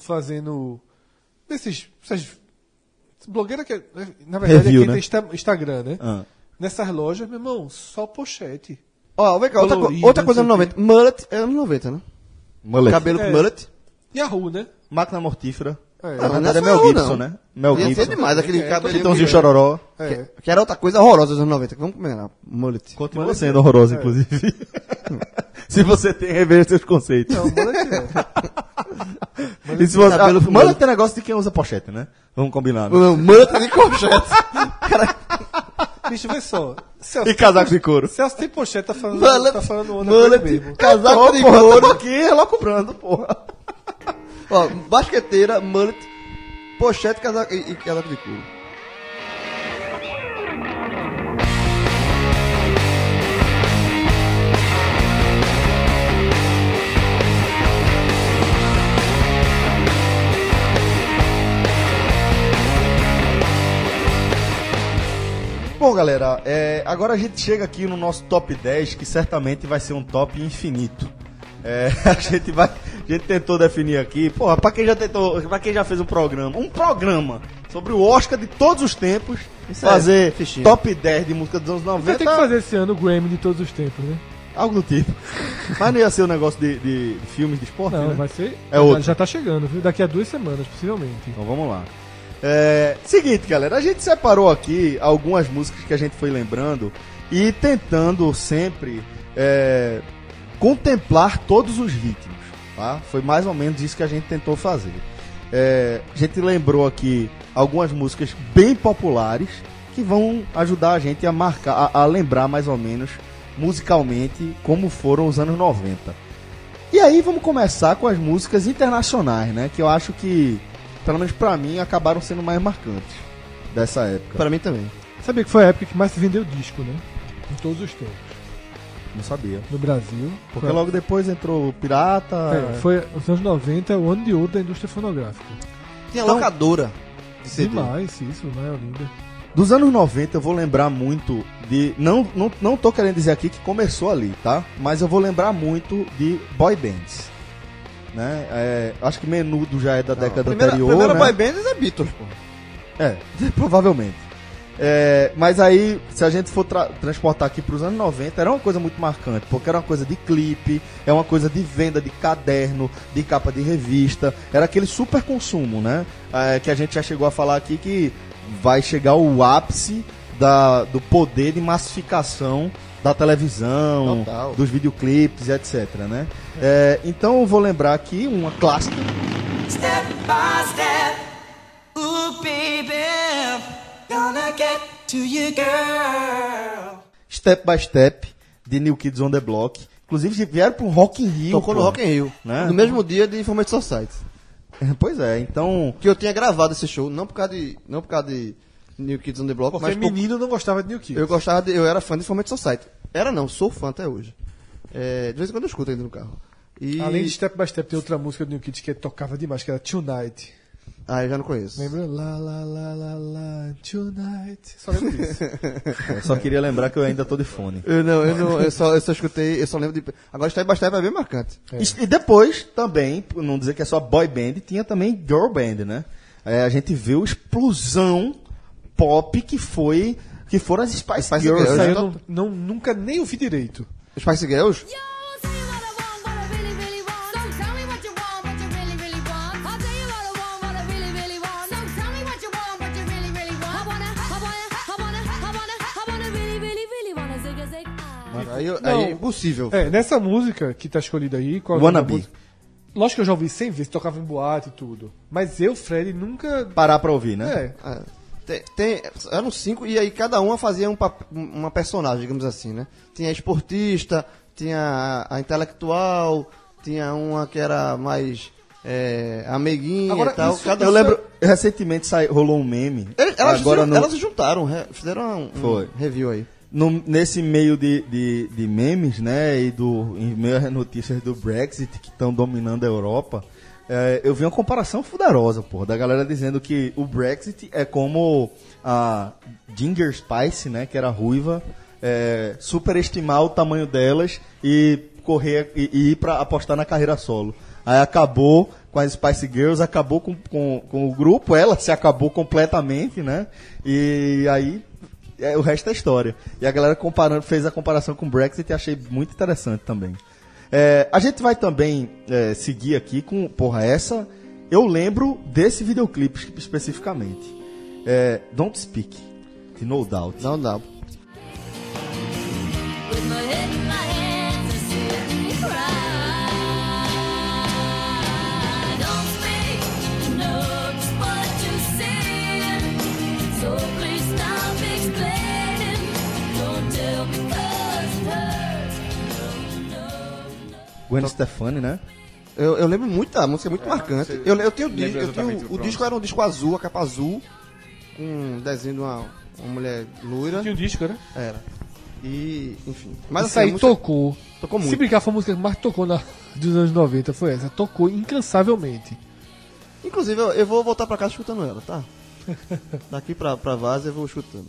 essas blogueira que, na verdade, Review, é quem né? tem Instagram, né? Ah. Nessas lojas, meu irmão, só pochete. Ó, vem cá, Colorido, outra coisa não anos sei 90. Mullet é anos 90, né? Mullet. Cabelo É. com mullet. E a rua, né? Máquina mortífera. É. Na Não, verdade é não é Mel só eu, Gibson, não. né? Mel Ia ser Gibson. demais aquele É, cabelinho. Chitãozinho que- Chororó. É. Que era outra coisa horrorosa dos anos 90. Vamos combinar. Mullet. Continua sendo horroroso, inclusive. Se você tem, rever seus conceitos. Não, mullet é. E se você, cabelo com mullet mullet. tem negócio de quem usa pochete, né? Vamos combinar. Né? Não, mullet de colchete. Bicho, vê só. Celso, E casaco de couro. Celso tem pochete, tá falando onda Mullet, coisa mesmo. casaco de Porra, couro. tamo aqui, locubrando, porra. Ó, basqueteira, mullet, pochete casaco, e casaco de couro. Bom, galera, agora a gente chega aqui no nosso top 10, que certamente vai ser um top infinito. A gente tentou definir aqui, porra, pra quem já fez um programa sobre o Oscar de todos os tempos, Isso é fazer fichinho. top 10 de música dos anos Vai 90, ter que fazer esse ano o Grammy de todos os tempos, né? algo do tipo. Mas não ia ser um negócio de filmes de esporte, Não, né? vai ser. É outro. Já tá chegando, viu? Daqui a 2 semanas, possivelmente. Então vamos lá. Seguinte, galera, a gente separou aqui algumas músicas que a gente foi lembrando e tentando sempre contemplar todos os ritmos, tá? Foi mais ou menos isso que a gente tentou fazer. A gente lembrou aqui algumas músicas bem populares que vão ajudar a gente a marcar, a lembrar mais ou menos musicalmente como foram os anos 90. E aí vamos começar com as músicas internacionais, né? Que eu acho que, pelo menos pra mim, acabaram sendo mais marcantes dessa época. Pra mim também. Sabia que foi a época que mais se vendeu disco, né? Em todos os tempos. Não sabia. No Brasil. Porque foi, logo depois entrou o Pirata. foi os anos 90, o ano de ouro da indústria fonográfica. Tinha locadora de CD. Demais, isso, Maia Olinda. Dos anos 90 eu vou lembrar muito de... Não tô querendo dizer aqui que começou ali, tá? Mas eu vou lembrar muito de boy bands. Né? Acho que Menudo já é da década anterior, primeira né? boy band é Beatles, pô. Provavelmente. Mas aí, se a gente for transportar aqui para os anos 90, era uma coisa muito marcante, porque era uma coisa de clipe, é uma coisa de venda de caderno, de capa de revista, era aquele super consumo, né? Que a gente já chegou a falar aqui que vai chegar o ápice do poder de massificação da televisão, Total. dos videoclipes, etc, né? Então eu vou lembrar aqui uma clássica. Step by step, ooh baby, gonna get to you, girl. Step by Step, de New Kids on the Block. Inclusive vieram pro Rock in Rio. Tocou no pô. Rock in Rio. Né? No mesmo dia de Information Society. Pois é, então... Que eu tinha gravado esse show, não por causa de New Kids on the Block, Porque mas por- menino não gostava de New Kids. eu era fã de Information Society. Era não, sou fã até hoje. De vez em quando eu escuto ainda no carro. E... Além de Step by Step, tem outra música do New Kids que tocava demais, que era Tonight. Ah, eu já não conheço. Lembra? La la la la la, Tonight. Só lembro disso. Eu só queria lembrar que eu ainda tô de fone. Eu só escutei, eu só lembro de... Agora Step by Step é bem marcante. E depois, também, por não dizer que é só boy band, tinha também girl band, né? A gente viu explosão pop que foram as Spice Spice Girls. Girls. Essa aí né? eu nunca nem ouvi direito. Spice Girls? Aí é impossível. Nessa música que tá escolhida aí... Qual Wannabe. Lógico que eu já ouvi 100 vezes, tocava em boate e tudo. Mas eu, Fred, nunca... Parar pra ouvir, né? Eram 5 e aí cada uma fazia uma personagem, digamos assim, né? Tinha a esportista, tinha a intelectual, tinha uma que era mais amiguinha Agora, e tal. Eu lembro, recentemente rolou um meme. Elas se juntaram, fizeram um review aí. Nesse meio de memes, né, em meio às notícias do Brexit que estão dominando a Europa, eu vi uma comparação fuderosa, pô, da galera dizendo que o Brexit é como a Ginger Spice, né, que era ruiva, superestimar o tamanho delas e correr e ir pra apostar na carreira solo. Aí acabou com as Spice Girls, acabou com o grupo, ela se acabou completamente, né, e aí... o resto é história. E a galera fez a comparação com o Brexit e achei muito interessante também. A gente vai também seguir aqui com... Porra, essa... Eu lembro desse videoclipe especificamente. Don't Speak, de No Doubt. No Doubt. Gwen Stefani, né? Eu lembro muito da música, é muito marcante. Eu tenho o disco era um disco azul, a capa azul, com um desenho de uma mulher loira. Tinha um disco, né? Era. E, enfim. Mas isso aí tocou muito. Se brincar, foi a música que mais tocou dos anos 90, foi essa. Tocou incansavelmente. Inclusive, eu vou voltar pra casa escutando ela, tá? Daqui pra Vaza eu vou escutando.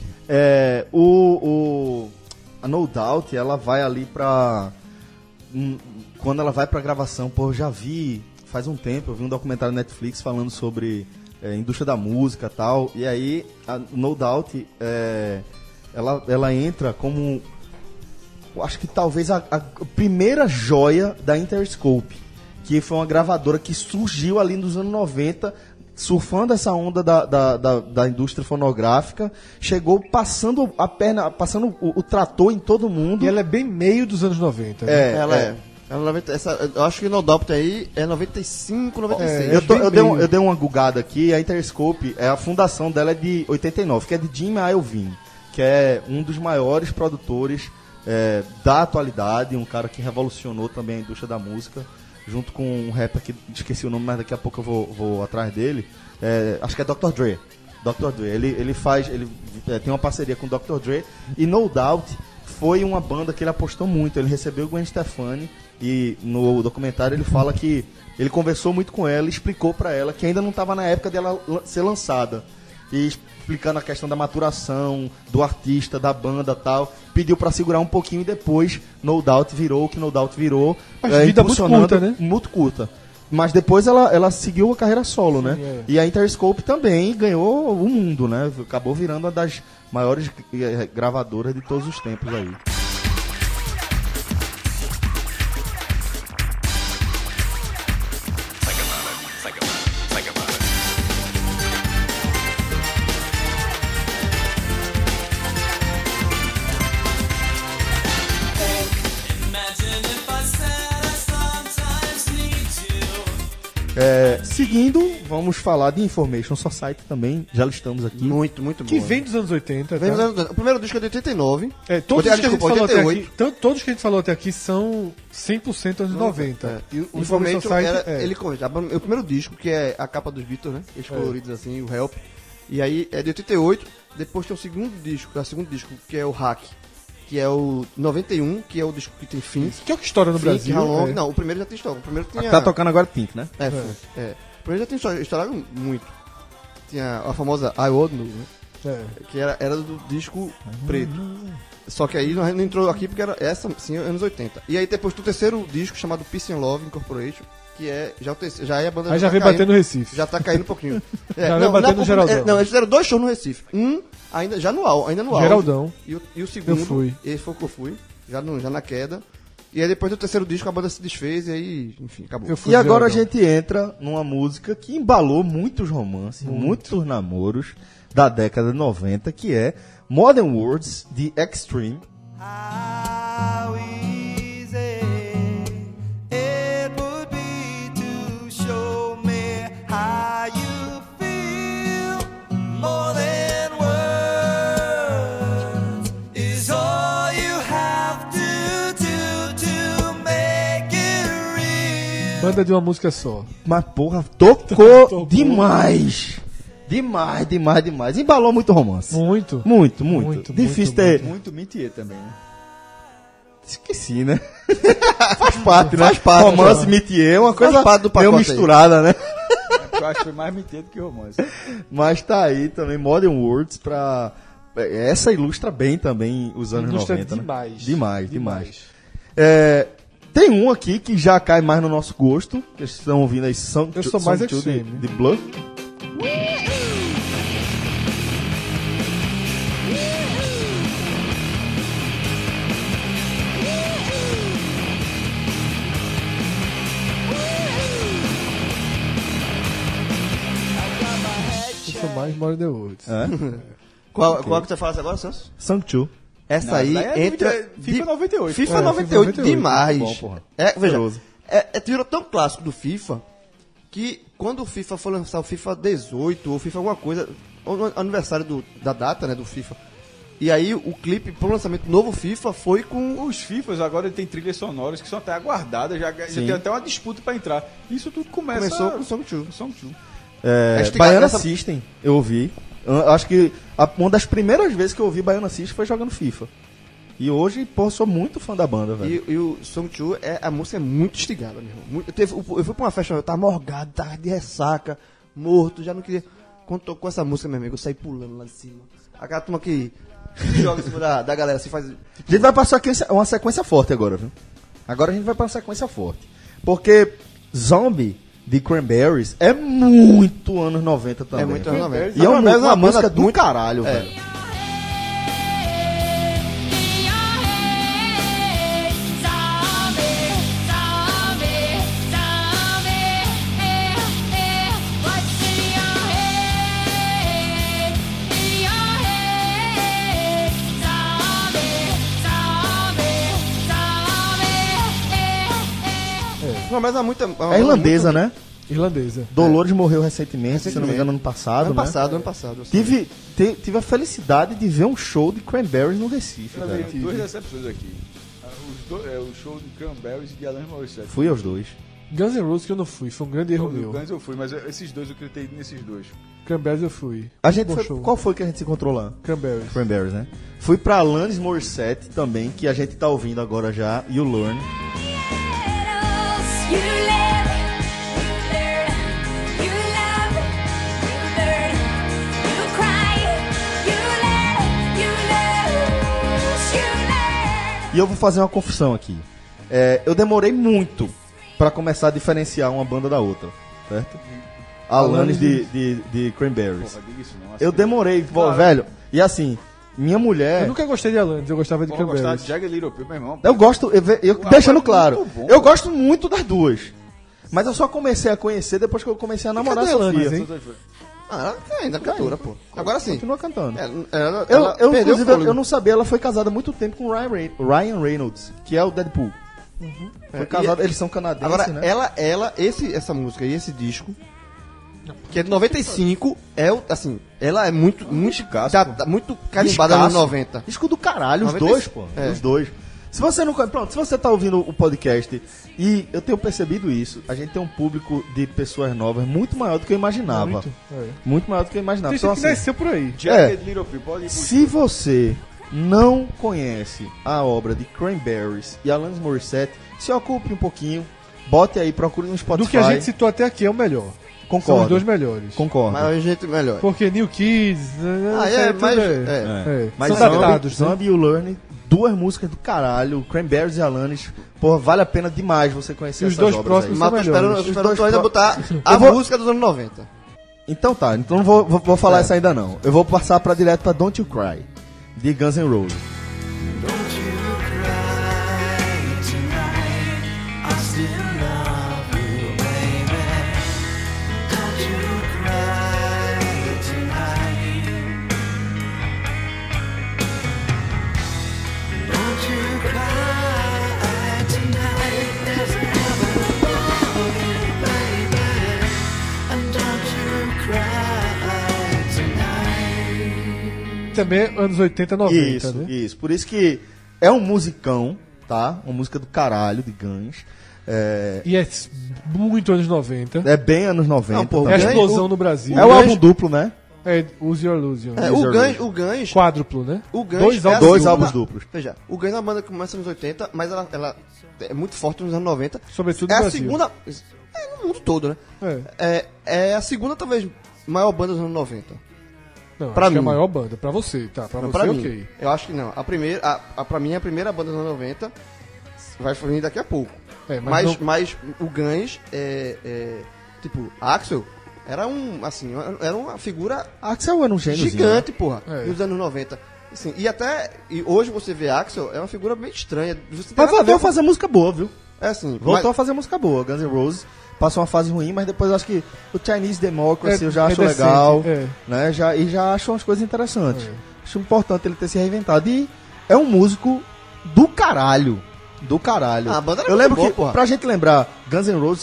A No Doubt, ela vai ali pra... Quando ela vai pra gravação, pô, eu já vi, faz um tempo, eu vi um documentário na Netflix falando sobre indústria da música e tal, e aí a No Doubt, ela entra como, acho que talvez a primeira joia da Interscope, que foi uma gravadora que surgiu ali nos anos 90, surfando essa onda da indústria fonográfica, chegou passando a perna, passando o trator em todo mundo. E ela é bem meio dos anos 90. Né? Eu acho que No Doubt aí é 95, 96. Eu dei uma gugada aqui, a Interscope, a fundação dela é de 89, que é de Jim Iovine, que é um dos maiores produtores da atualidade, um cara que revolucionou também a indústria da música, junto com um rapper que esqueci o nome, mas daqui a pouco eu vou atrás dele. Acho que é Dr. Dre. Dr. Dre. Ele tem uma parceria com o Dr. Dre. E No Doubt foi uma banda que ele apostou muito. Ele recebeu o Gwen Stefani e no documentário ele fala que ele conversou muito com ela e explicou pra ela que ainda não estava na época dela ser lançada. E explicando a questão da maturação, do artista, da banda e tal. Pediu pra segurar um pouquinho e depois No Doubt virou o que No Doubt virou. Mas vida muito curta, né? Muito curta. Mas depois ela seguiu a carreira solo, né? E a Interscope também ganhou o mundo, né? Acabou virando uma das maiores gravadoras de todos os tempos aí. Seguindo, vamos falar de Information Society também, já listamos aqui. Muito bom. Que vem dos anos 80. Vem dos anos 80. O primeiro disco é de 89. Todos que a gente falou até aqui, todos que a gente falou até aqui são 100% anos 90. E o Information Society, ele conta. O primeiro disco, que é a capa dos Beatles, né? Eles coloridos assim, o Help. E aí é de 88. Depois tem o segundo disco, que é o Hack. Que é o 91, que é o disco que tem Fins. Que é o que estoura no Brasil. Não, o primeiro já tem história. O primeiro tinha... Tá tocando agora Pink, né? O primeiro já tem estourado muito. Tinha a famosa I Would Know, né? Que era do disco preto. Só que aí não entrou aqui porque era essa, sim, anos 80. E aí depois do terceiro disco, chamado Peace and Love Incorporation, que é já é a banda... Aí já vem batendo no Recife. Já tá caindo um pouquinho. Já vem batendo no Geraldão. Não, eles fizeram 2 shows no Recife. Ainda no Geraldão. E o segundo, eu fui. Esse foi o que eu fui. já na queda. E aí depois do terceiro disco a banda se desfez e aí, enfim, acabou. E agora a gente entra numa música que embalou muitos romances, muitos namoros da década de 90, que é Modern Words, de Extreme. How easy it would be to show me how you feel. More than words is all you have to do to make it real. Banda de uma música só. Mas, porra, tocou demais. Demais. Embalou muito romance. Muito. Muito. Muito, Difícil muito, ter... Muito Mentier também, né? Esqueci, né? Faz parte, né? Faz parte, romance, já. métier, é uma Faz coisa parte do meio pacote aí. misturada, né? Eu acho que foi mais Mentier do que romance. Mas tá aí também Modern Words pra... Essa ilustra bem também os anos Ilustra 90, demais. né? Demais. Tem um aqui que já cai mais no nosso gosto, que vocês estão ouvindo aí, Eu sou mais Song 2 Extreme. de Blur. Eu sou mais More the Woods. Qual que você fala agora, Celso? Song 2. Essa aí daí é entra... FIFA 98. FIFA É, 98, 98, demais. muito bom, porra. Veja, Feroz. virou tão clássico do FIFA que quando o FIFA for lançar o FIFA 18 ou FIFA alguma coisa, ou no aniversário da data, né, do FIFA, e aí o clipe pro lançamento do novo FIFA foi com... Os FIFAs agora tem trilhas sonoras que são até aguardadas, já tem até uma disputa pra entrar. Isso tudo Começou com o Song 2. o Song 2. Acho que Baiana essa- System, eu ouvi. Eu acho que uma das primeiras vezes que eu ouvi Baiana System foi jogando FIFA. E hoje, pô, sou muito fã da banda, velho. E o Song 2, a música é muito instigada, meu irmão. Eu fui pra uma festa, eu tava morgado, tava de ressaca, morto, já não queria... Quando tocou essa música, meu amigo, eu saí pulando lá de cima. Aquela turma que joga em cima da galera, assim, faz... A gente vai passar uma sequência forte agora, viu? Agora a gente vai pra uma sequência forte. Porque Zombie, de Cranberries, é muito anos 90 também. É muito anos 90. E é uma Cranberries é uma música banda do muito- caralho, É. velho. Não, mas é muito... É irlandesa, né? Irlandesa. Dolores morreu recentemente, se não me engano, ano passado, Ano né? passado. eu sei. Tive a felicidade de ver um show de Cranberries no Recife, Eu velho. vi duas decepções aqui. O show de Cranberries e de Alanis Morissette. Fui aos dois. Guns N' Roses que eu não fui, foi um grande erro O meu. Guns eu fui, mas esses dois eu acreditei nesses dois. Cranberries eu fui. A gente Bom foi, show. qual foi que a gente se encontrou lá? Cranberries. Cranberries, né? Fui pra Alanis Morissette também, que a gente tá ouvindo agora já, You Learn. E eu vou fazer uma confissão aqui. Eu demorei muito pra começar a diferenciar uma banda da outra, certo? Alanis de Cranberries. Porra, diga isso não. Eu demorei, velho. E assim, minha mulher... Eu nunca gostei de Alanis, eu gostava de Porra, gostar Cranberries. de Jagged Little Pill, meu irmão. Eu gosto, O deixando álbum é claro, muito bom, eu pô. gosto muito das duas. Mas eu só comecei a conhecer depois que eu comecei a namorar a cadê a Alanis, Sofia. hein? Ela ainda é cantora, pô. Agora sim. Continua cantando. Ela Eu, perdeu o inclusive, fôlego. eu não sabia, ela foi casada há muito tempo com o Ryan Reynolds, que é o Deadpool. Foi casado, eles são canadenses, Agora, né? essa música e esse disco, que é de 95, ela é muito Escasso, pô. muito carimbada nos Escasso. 90. Disco do caralho, os 96. dois, pô. É. Os dois. Se você não conhece, pronto, se você tá ouvindo o podcast e eu tenho percebido isso, a gente tem um público de pessoas novas muito maior do que eu imaginava. Muito maior do que eu imaginava. Tem Então, gente que assim, nasceu por aí. Jagged Little Pill, pode ir pro se você não conhece a obra de Cranberries e Alanis Morissette, se ocupe um pouquinho, bote aí, procure no Spotify. Do que a gente citou até aqui é o melhor. São Concordo. os dois melhores. Concordo. Mas a gente melhor. Porque New Kids... Mas São Zombie, datados, né? Zombie e You Learn, duas músicas do caralho, Cranberries e Alanis, porra, vale a pena demais você conhecer E os essas dois obras próximos aí. Mas tô esperando, melhores. tu ainda botar a Eu vou- música dos anos 90. Então tá, então não vou falar essa ainda não. Eu vou passar direto pra Don't You Cry, de Guns N' Roses. Don't you cry. também é anos 80, 90, Isso, né? isso. Por isso que é um musicão, tá? Uma música do caralho, de Guns. E é muito anos 90. É bem anos 90. Não, pô, É a também. explosão no Brasil. É o álbum duplo, né? É Use Your Illusion. O Guns, Quádruplo, né? o Guns Dois é a álbuns Dois segunda- álbuns duplos. Veja, o Guns é uma banda que começa nos 80, mas ela é muito forte nos anos 90. Sobretudo é no a Brasil. segunda. No mundo todo, né? É a segunda, talvez, maior banda dos anos 90. Não, Pra acho que é a mim. maior banda. Pra você, tá? Pra Não, você, pra mim. ok. Eu acho que não. Pra mim, a primeira banda dos anos 90 vai vir daqui a pouco. É, Mas, mas o Guns, tipo, Axel era era uma figura Axel era um gênio. gigante, porra, É. nos anos 90. Assim, e hoje você vê Axel, é uma figura bem estranha. Você tem Mas nada a voltou ver a fazer música boa, viu? É assim, Voltou a fazer música boa. Guns N' Roses passou uma fase ruim, mas depois eu acho que o Chinese Democracy eu já acho decente, legal. é. Né? Já acho umas coisas interessantes. É. Acho importante ele ter se reinventado. E é um músico do caralho. Do caralho. Ah, a banda era eu muito lembro boa, que, porra. pra gente lembrar, Guns N' Roses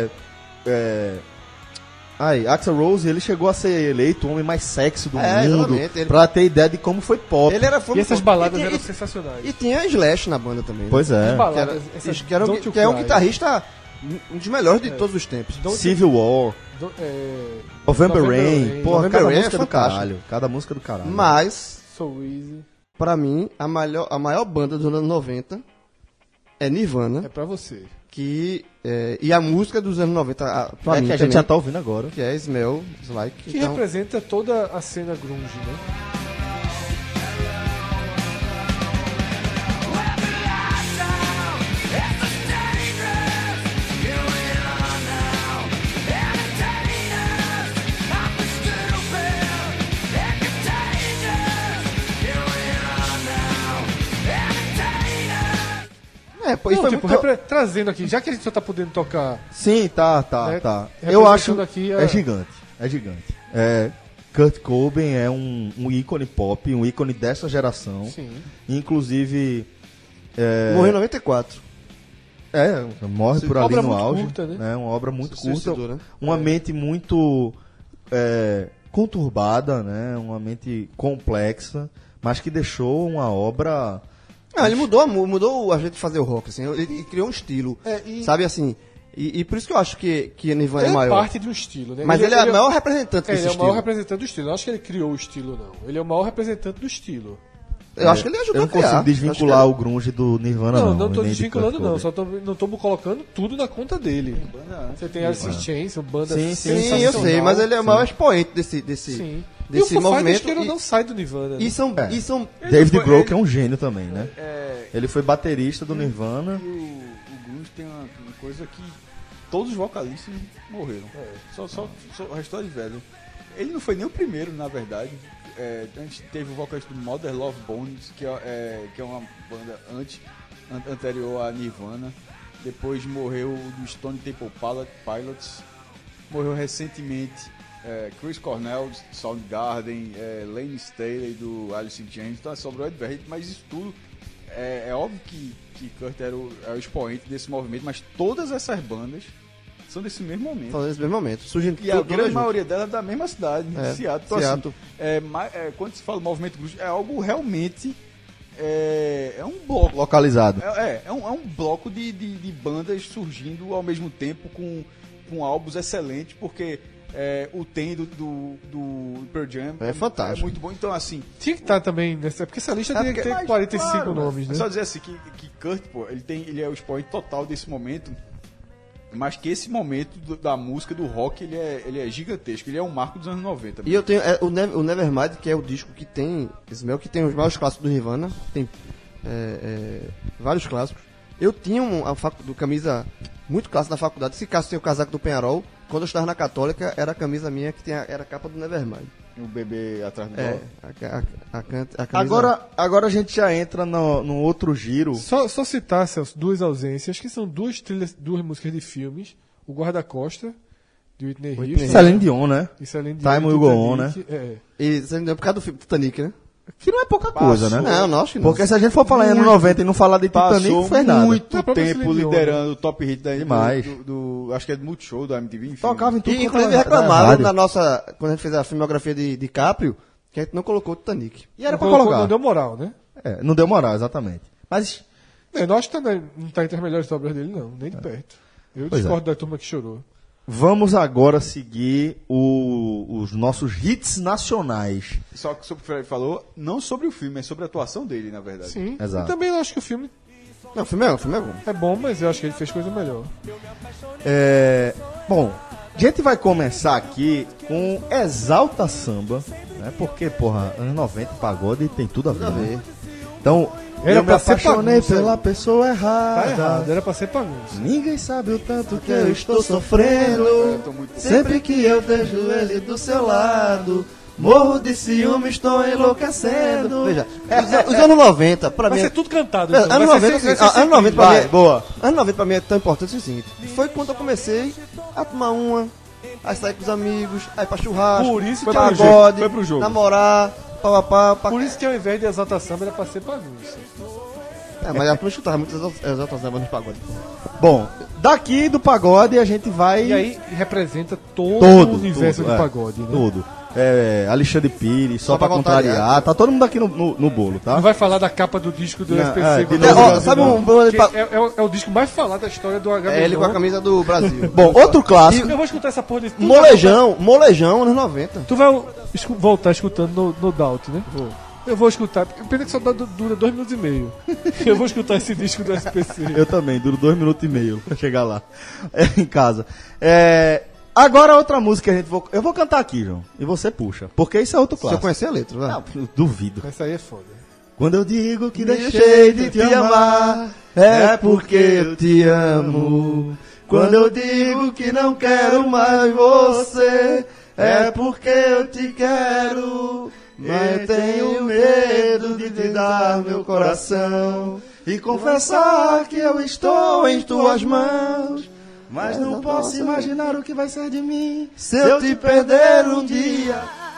Axl Rose, ele chegou a ser eleito o homem mais sexy do mundo, exatamente, ele- pra ter ideia de como foi pop. Ele era E essas baladas eram e, sensacionais. e tinha Slash na banda também. Pois né? é. As baladas, Que essas que era um, Don't You que é um Cry, guitarrista, um dos melhores de todos os tempos. Don't You- Civil War, November November Rain, Rain. porra, November cada Rain é música do fantástico. caralho. Cada música do caralho. Mas, So Easy. pra mim, a maior banda dos anos 90 é Nirvana. É pra você. E a música dos anos 90, pra mim que a gente também, já tá ouvindo agora. que é Smells Like. Que Então, representa toda a cena grunge, né? pô, e Não, foi tipo, muito... trazendo aqui, já que a gente só tá podendo tocar. Sim, tá. Né, Eu acho representando aqui é gigante. É gigante. Kurt Cobain é um ícone pop, um ícone dessa geração. Sim. Inclusive. Morreu em 94. Morre por ali Obra no muito auge. curta, né? Uma obra muito Se curta. suicidou, né? Uma mente muito conturbada, né? Uma mente complexa, mas que deixou uma obra. Ele mudou a gente de fazer o rock, assim, ele criou um estilo, sabe assim, e por isso que eu acho que Nirvana Ele é maior. parte de um estilo, né? Mas ele é o maior representante Ele desse é o estilo. maior representante do estilo. Eu não acho que ele criou o estilo, não. Ele é o maior representante do estilo. Eu acho que ele ajudou Eu não a criar. consigo desvincular o grunge do Nirvana, não. Não tô nem de desvinculando, Kurt não. Cobain. Só não tô colocando tudo na conta dele. Você tem Alice in Chains, uma banda Sim, Sim, eu sensacional. sei, mas ele é o maior expoente Sim. desse E o Foo Fighters, movimento. que ele não sai do Nirvana. E Né? são David Grohl, que é um gênio também, né? É, Ele foi baterista do Nirvana. e o grunge tem uma coisa que todos os vocalistas morreram. Só o resto de velho. Ele não foi nem o primeiro, na verdade. A gente teve o vocalista do Mother Love Bones, que é uma banda anterior a Nirvana. Depois morreu do Stone Temple Pilots. Morreu recentemente Chris Cornell, do Soundgarden, Lane Staley, do Alice in Chains. Então sobrou Ed Vedder, mas isso tudo é óbvio que Kurt era o expoente desse movimento, mas todas essas bandas são desse mesmo momento. Falando nesse mesmo momento. Surgindo E a grande maioria delas é da mesma cidade, de Seattle. Então, Seattle. assim, quando se fala movimento grunge, é algo realmente... É um bloco. Localizado. É um bloco de bandas surgindo ao mesmo tempo com álbuns excelentes, porque o Ten do Pearl Jam É fantástico. é muito bom. Então, assim... Tinha que estar também nessa. Porque essa lista tem que ter mas, 45 claro, nomes, né? É só dizer assim que Kurt, pô, ele é o expoente total desse momento, mas que esse momento da música, do rock, ele é gigantesco. Ele é um marco dos anos 90. E eu tenho o Nevermind, que é o disco que tem Smell, que tem os maiores clássicos do Nirvana, tem vários clássicos. Eu tinha uma camisa muito clássica da faculdade, se caso tem o casaco do Penharol, quando eu estava na Católica, era a camisa minha que era a capa do Nevermind. O bebê atrás do A camisa... Agora a gente já entra no outro giro. Só citar, Celso, duas ausências, que são duas músicas de filmes. O Guarda-Costa, de Whitney Houston. Celine Dion, né? E Celine Dion, Time Will Go On, né? É. E você não deu por causa do filme Titanic, né? Que não é pouca coisa, né? Não, acho que não. Porque se a gente for falar em anos 90 e não falar de Titanic, Passou não fez nada. muito A própria tempo Celine Dion, liderando o top hit Demais. do acho que é do Multishow, da MTV, enfim. Tocava em tudo E quanto inclusive era reclamaram rádio. quando a gente fez a filmografia de DiCaprio, Que a gente não colocou o Titanic. E era Não pra colocou, colocar. Não deu moral, né? Não deu moral, exatamente. Mas, Eu não acho que não tá entre as melhores obras dele, não. Nem de perto. Eu Pois discordo da turma que chorou. vamos agora seguir os nossos hits nacionais. Só que sobre o que o Fred falou, não sobre o filme, é sobre a atuação dele, na verdade. Sim. Exato. E também eu acho que o filme Não, o filme é bom. é bom, mas eu acho que ele fez coisa melhor. Bom, a gente vai começar aqui com Exalta Samba, né? Porque, porra, anos 90, pagode tem tudo a ver. Né? Então, Era eu me pra ser apaixonei bagunça. pela pessoa Tá errada. errado, era pra ser bagunça. Ninguém sabe o tanto que eu estou sofrendo. Sempre que eu vejo ele do seu lado, morro de ciúme, estou enlouquecendo. Veja, os anos 90, pra Vai mim. ser tudo cantado. Anos Vai 90, ser anos 90 pra Vai, mim, boa. Anos 90 pra mim é tão importante o seguinte: foi quando eu comecei a tomar uma, a sair com os amigos, aí pra churrasco, Por isso foi que é o pagode, foi pro jogo. namorar, papapá, Por isso que ao invés de Exalta Samba era pra ser bagunça. mas a turma escutava muito exaltação samba nos pagode. Bom, daqui do pagode a gente vai... E aí representa todo Todo, o universo tudo, do é. pagode, né? Tudo. Alexandre Pires, só pra pra contrariar. Tá todo mundo aqui no bolo, tá? Não vai falar da capa do disco do Não, SPC. de quando novo, eu ó, digo, sabe não. um bom de Que é o disco mais falado da história do HB. É ele com a camisa do Brasil. Bom, outro clássico. Eu vou escutar essa porra desse. Molejão, anos 90. Tu vai voltar escutando no Daut, né? Vou. Eu vou escutar. Pena que só dura 2 minutos e meio. Eu vou escutar esse disco do SPC. Eu também, duro 2 minutos e meio pra chegar lá. Em casa. Agora outra música que eu vou cantar aqui, João. E você puxa. Porque isso é outro Se eu clássico. conhecer a letra, vai. Não, eu duvido. Essa aí é foda. Quando eu digo que deixei de te amar, é porque eu te amo. Quando eu digo que não quero mais você, é porque eu te quero. Mas tenho medo de te dar meu coração e confessar que eu estou em tuas mãos. Mas não posso imaginar o que vai ser de mim se eu te perder um dia.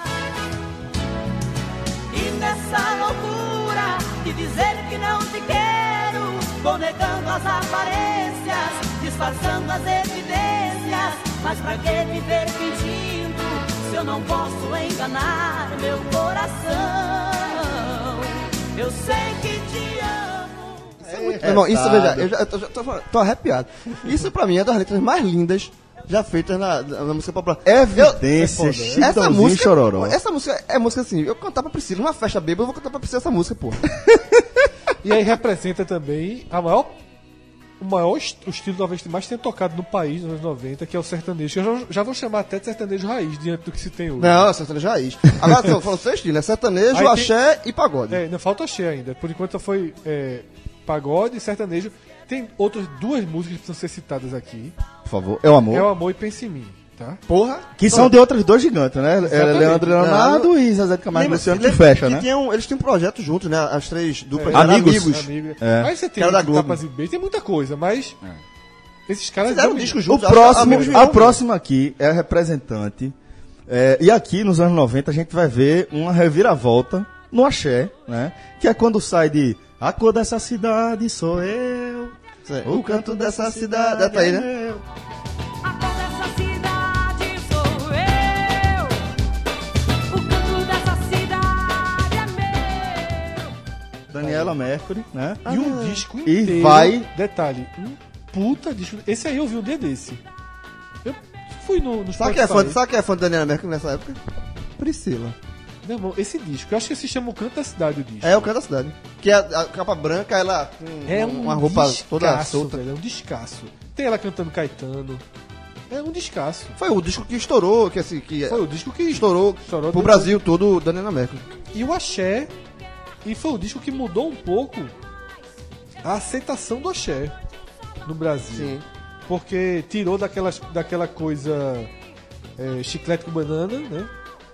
E nessa loucura de dizer que não te quero, vou negando as aparências, disfarçando as evidências. Mas pra que viver fingindo se eu não posso enganar meu coração? Eu sei que te amo. Meu irmão, isso, veja, eu já tô arrepiado. Isso pra mim é das letras mais lindas já feitas na música popular. Evidência, Chitãozinho Chororó. Essa música é música assim, eu cantar pra Priscila, numa festa bêbada, eu vou cantar pra Priscila essa música, pô. E aí representa também o estilo talvez que mais tenha tocado no país nos anos 90, que é o sertanejo. Eu já vou chamar até de sertanejo raiz diante do que se tem hoje. Não, é sertanejo raiz. Agora, tô falando seu estilo, é sertanejo, Aí axé e pagode. Não falta axé ainda. Por enquanto só foi pagode e sertanejo. Tem outras 2 músicas que precisam ser citadas aqui. Por favor, é o amor. É o Amor e Pense em Mim, tá? Porra. Que são de outros 2 gigantes, né? Exatamente. Leandro Leonardo e Zezé de Camargo e Luciano que fecha, né? Eles tinham um projeto juntos, né? As 3 duplas. Amigos. Amigo. É. Aí você tem Cara da Globo. tapas e beijos, tem muita coisa, mas esses caras Fizeram um dominam. disco O juntos. próximo, a próxima aqui é a representante. E aqui nos anos 90 a gente vai ver uma reviravolta no axé, né? Que é quando sai de A cor dessa cidade sou eu, o canto dessa cidade É pra aí, né? é meu. A cor dessa cidade sou eu, o canto dessa cidade é meu. Daniela Mercury, né? E um disco E inteiro. vai- Detalhe, um puta disco. Esse aí eu vi um dia desse. Eu fui no Sabe quem é fã de Daniela Mercury nessa época? Priscila. Meu irmão, esse disco, eu acho que se chama O Canto da Cidade o disco. É o canto da cidade. Que é a capa branca, ela com uma roupa toda descasso, solta. velho, é um descasso. Tem ela cantando Caetano. É um descasso. Foi o disco que estourou, que Foi o disco que estourou pro dentro- Brasil todo, Daniela Mercury. E o axé. E foi o disco que mudou um pouco a aceitação do axé no Brasil. Sim. Porque tirou daquela coisa chiclete com banana, né?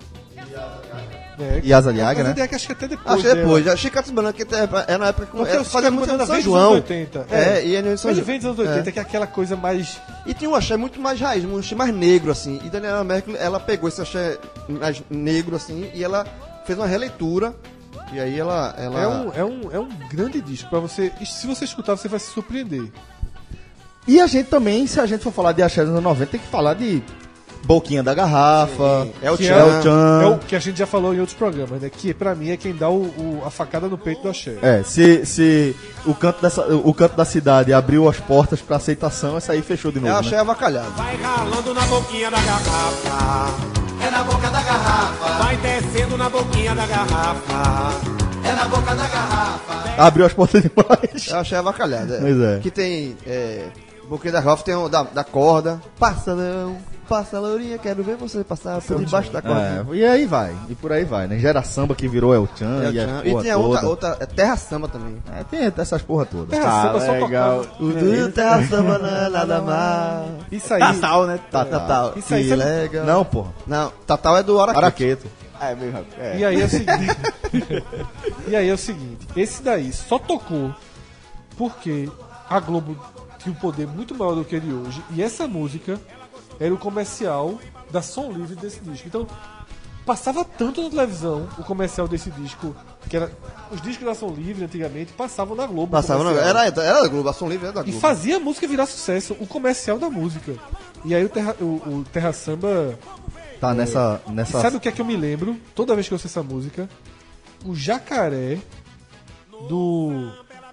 E Asa de Mas Águia, a né? ideia é que acho que até depois. Acho que depois, já Chicago Banana, que é na época que Porque o fazia Chiclete muito Banana São vem dos João. anos 80. E é no São Ele João. vem dos anos 80, que é aquela coisa mais. E tinha um axé muito mais raiz, um axé mais negro, assim. E Daniela Mercury, ela pegou esse axé mais negro, assim, e ela fez uma releitura. E aí ela... É um grande disco pra você. E se você escutar, você vai se surpreender. E a gente também, se a gente for falar de axé dos anos 90, tem que falar de Boquinha da Garrafa, É o Que Tchan. El Chan. É o que a gente já falou em outros programas, né? Que pra mim é quem dá a facada no peito do axé. Se o canto da cidade abriu as portas pra aceitação, essa aí fechou de novo. Eu achei né? avacalhado. Vai ralando na boquinha da garrafa. É na boca da garrafa, Vai descendo na boquinha da garrafa. é na boca da garrafa. Abriu as portas demais. Eu achei avacalhado. Pois é. Que tem. Boquinha da garrafa tem da corda. Passa, não. Passa, Lourinha, quero ver você passar por debaixo da corda. E aí vai, e por aí vai, né? Gera Samba que virou El Chan El e a Chan. porra E tinha toda. outra Terra Samba também. Tem essas porra todas. Terra Samba só tocava. O do Terra Samba não é nada mal. Isso aí. Tatal, né? Tatal. Isso aí, Que sabe- legal. Não, porra. Não, Tatal é do Araqueto. Araqueto. É, meio rápido. É. E aí é o seguinte. E aí é o seguinte, esse daí só tocou porque a Globo tinha um poder muito maior do que ele hoje. E essa música era o comercial da Som Livre desse disco. Então, passava tanto na televisão o comercial desse disco, que era. Os discos da Som Livre antigamente passavam na Globo. Passava, o não, comercial. era da Globo, a Som Livre era da E Globo. fazia a música virar sucesso, o comercial da música. E aí o Terra Samba. Tá nessa. E sabe o que é que eu me lembro? Toda vez que eu ouço essa música, o jacaré do.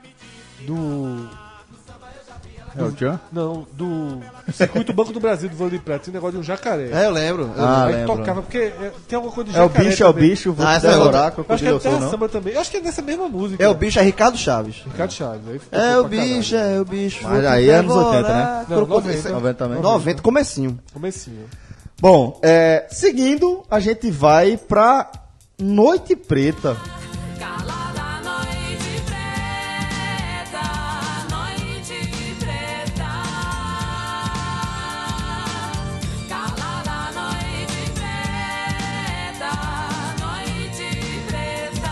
El Chan? Não, do Circuito Banco do Brasil, do Vale de Prata, esse negócio de um jacaré. É, eu lembro. Ah, Aí lembro. tocava, porque tem alguma coisa de É o jacaré. bicho, é o também. bicho, vou Ah, te essa é devorar, Eu acho que é crocodilo o eu sou, Terra não. Samba também. Eu acho que é nessa mesma música. É o bicho, é Ricardo Chaves. Ricardo Chaves. Aí ficou É pra o bicho, caralho. é o bicho. Mas vou aí te é anos 80, devorar. né? Não, Crocodilo. 90. 90 também. 90, comecinho. Comecinho. Bom, seguindo, a gente vai pra Noite Preta. Calada noite preta, noite preta. Calada noite preta, noite preta.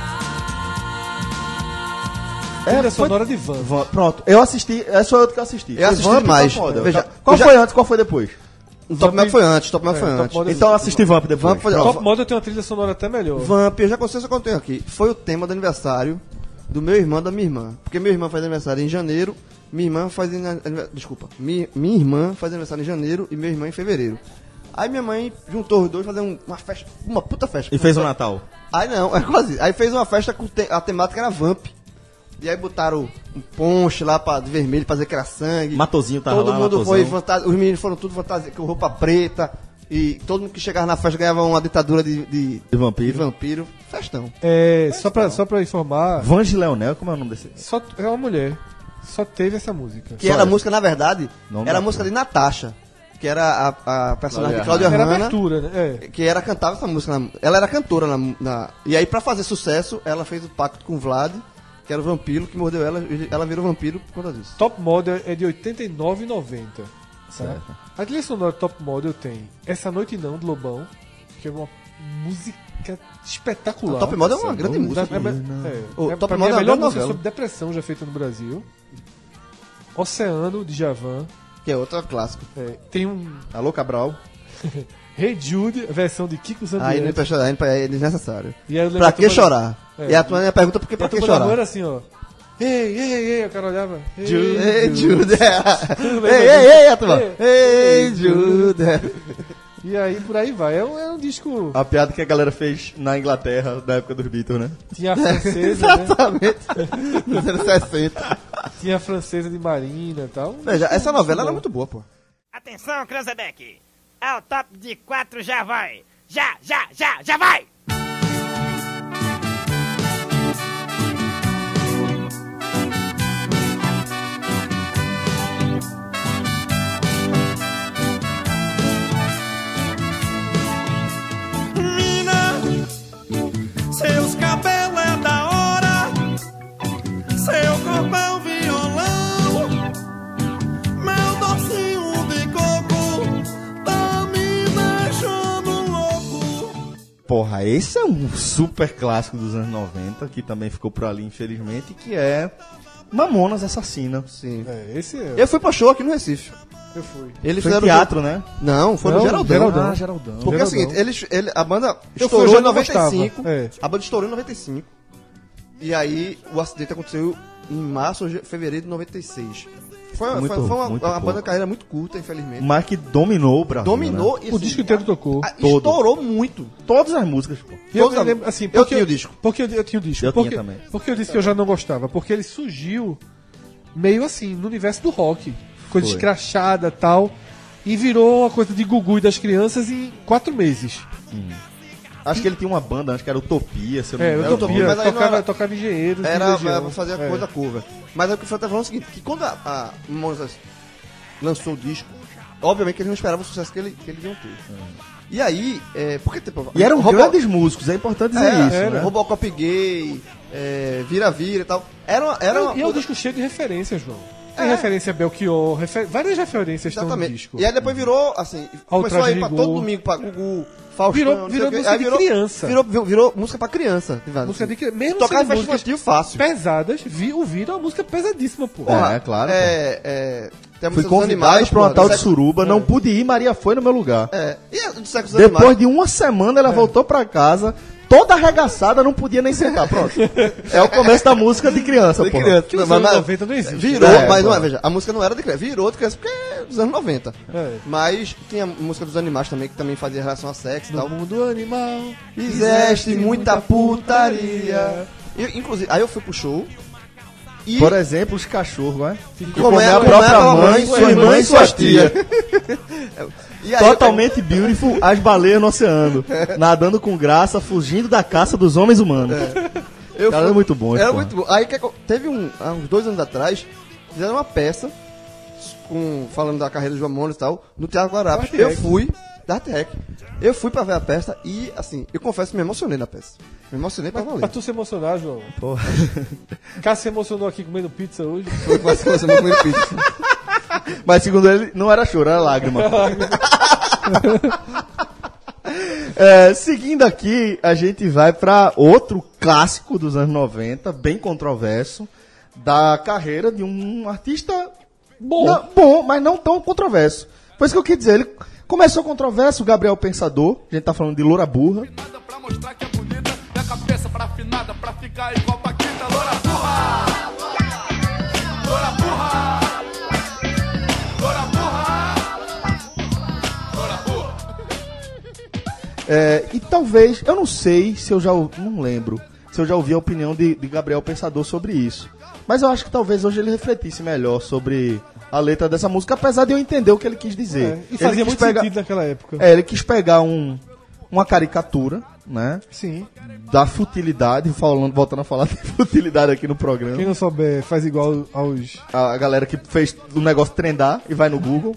Trilha sonora de Van. Pronto, eu assisti, essa foi outra que eu assisti. Eu assisti Vamp e demais. Top Model. Veja, qual eu já- foi antes, qual foi depois? O Top Model foi antes, Top Model foi Top antes. Model- Então eu assisti Vamp depois. Vamp foi- Top Model tem uma trilha sonora até melhor. Vamp, eu já contei essa conta aqui. Foi o tema do aniversário do meu irmão e da minha irmã. Porque meu irmão faz aniversário em janeiro, minha irmã faz desculpa, minha irmã faz aniversário em janeiro e meu irmão em fevereiro. Aí minha mãe juntou os dois pra fazer uma festa, uma puta festa. E fez o Natal. Aí não, é quase. Aí fez uma festa com a temática era Vamp. E aí botaram um ponche lá de vermelho pra dizer que era sangue. Matozinho tava Todo lá, mundo Matozão. foi fantasia, os meninos foram tudo fantasia com roupa preta. E todo mundo que chegava na festa ganhava uma ditadura de De vampiro. vampiro. Festão. Só pra informar, Vange Leonel, como é o nome desse? só, é uma mulher. Só teve essa música. Que era a música, na verdade, Não era a dá, música de Natasha. Que era a personagem de Cláudia Era Hanna. abertura, né? É. Que era cantava essa música. Ela era cantora E aí, pra fazer sucesso, ela fez o pacto com o Vlad, que era o vampiro que mordeu ela. E ela virou vampiro por conta disso. Top Model é de 89 e 90. Certo. A trilha sonora Top Model tem Essa Noite Não, do Lobão, que é uma música espetacular. A Top Model é uma grande música. O Top pra mim, Model a é melhor uma música novela. sobre depressão já feita no Brasil. Oceano, de Djavan. Que é outro clássico. Tem um Alô, Cabral. Hey Jude, versão de Kiko Aí Zambianchi. não é pra chorar, é desnecessário. E aí eu lembro Pra que que a turma- chorar? É. E a tua pergunta por que E a pra que turma da rua chorar? era assim, ó. Ei, o cara olhava. Ei, Ei, Jude. lembra Ei, a turma. Ei, Ei, Jude. E aí por aí vai. É um disco. A piada que a galera fez na Inglaterra, da época dos Beatles, né? Tinha a francesa, né? Exatamente. Nos anos 60. Tinha a francesa de Marina e tal. Veja, essa novela era bom. muito boa, pô. Atenção, Cranzebeck. Ao top de 4 já vai. Já vai! Mina, seus cabelos é da hora, seu corpo é um violão, meu docinho de coco tá me deixando louco. Porra, esse é um super clássico dos anos 90, que também ficou por ali, infelizmente, que é Mamonas Assassina. Sim. Esse é. Eu fui pro show aqui no Recife. Eu fui. Eles Foi em fizeram teatro, né? Não, foi no Não, Geraldão. Geraldão. Ah, Geraldão. Porque é o Geraldão. seguinte, a banda Eu estourou fui, eu em não gostava. 95. É. A banda estourou em 95. E aí o acidente aconteceu em março ou fevereiro de 96. Foi uma banda de carreira muito curta, infelizmente. Mas que dominou o Brasil. Dominou né? e O disco inteiro tocou. Estourou muito. Todas as músicas, pô. E eu Todas- lembro, assim, eu porque tinha o disco. Porque eu tinha o disco. Eu porque, tinha também. Porque eu disse que eu já não gostava. Porque ele surgiu meio assim, no universo do rock. Coisa Foi. escrachada e tal. E virou uma coisa de Gugu e das crianças em 4 meses. Acho que ele tinha uma banda, acho que era Utopia, se eu não É, me eu engano. Utopia, topia, mas aí não tocava, era- tocava engenheiros de Era Legião. pra fazer a É. coisa curva. Mas é o que o Fran tá falando é o seguinte, que quando a Mamonas lançou o disco, obviamente que eles não esperavam o sucesso que eles iam ter. E aí, porque tipo... E eram grandes músicos, é importante dizer isso, era. né? Robocop gay, Vira-Vira e tal. Era uma E é um coisa- disco cheio de referências, João. Tem É. referência a Belchior, várias referências estão no Exatamente. disco. E aí depois virou, assim, Ao começou a Traje ir pra Rigor. todo domingo, pra Gugu, Faustão, Virou não sei o quê. música Aí de criança. Virou música pra criança. Música de criança. Mesmo Tocar em sendo festa músicas infantil fácil. pesadas, o Vira é uma música pesadíssima, pô. É, claro, pô. Tem a Fui música dos convidado animais, pra uma pô, tal do de sexo- suruba, não pude ir, Maria foi no meu lugar. E do sexo dos animais. Depois de uma semana ela voltou pra casa, toda arregaçada, não podia nem sentar, pronto. É o começo da música de criança, De pô. criança. Que nos Mas- anos mas 90 não existe. Virou, É, mas pô. não é, veja, a música não era de criança, virou de criança porque é dos anos 90. É. Mas tinha a música dos animais também, que também fazia relação a sexo e No tal. mundo animal Existe muita putaria. Inclusive, aí eu fui pro show. E Por exemplo, os cachorros, né? como é a própria mãe, sua irmã e suas tias. E aí Totalmente beautiful, as baleias no oceano. Nadando com graça, fugindo da caça dos homens humanos. eu Cara, fui- é muito bom, Era pô. muito bom. Aí teve há uns 2 anos atrás, fizeram uma peça falando da carreira dos Mamonas e tal, no Teatro Guarapes. Da Eu Artec. fui, da Artec. Eu fui pra ver a peça e, assim, eu confesso que me emocionei na peça. Me emocionei pra Pra valer. tu se emocionar, João. Porra. Cássio se emocionou aqui comendo pizza hoje. Foi quase que você não comeu pizza. Mas segundo ele, não era choro, era lágrima. Seguindo aqui, a gente vai pra outro clássico dos anos 90, bem controverso, da carreira de um artista bom, mas não tão controverso. Foi isso que eu quis dizer. Ele começou controverso, o Gabriel Pensador, a gente tá falando de Loura Burra. Pra mostrar que é bonita, da cabeça pra afinada, pra ficar igual Paquita. Loura burra! Loura burra! Loura burra! Loura burra! E talvez, eu não sei se eu já não lembro, se eu já ouvi a opinião de Gabriel Pensador sobre isso. Mas eu acho que talvez hoje ele refletisse melhor sobre a letra dessa música, apesar de eu entender o que ele quis dizer. E fazia Ele quis muito pegar- sentido naquela época. ele quis pegar uma caricatura, né? Sim. Da futilidade, voltando a falar de futilidade aqui no programa. Quem não souber, faz igual aos... A galera que fez o negócio trendar e vai no Google.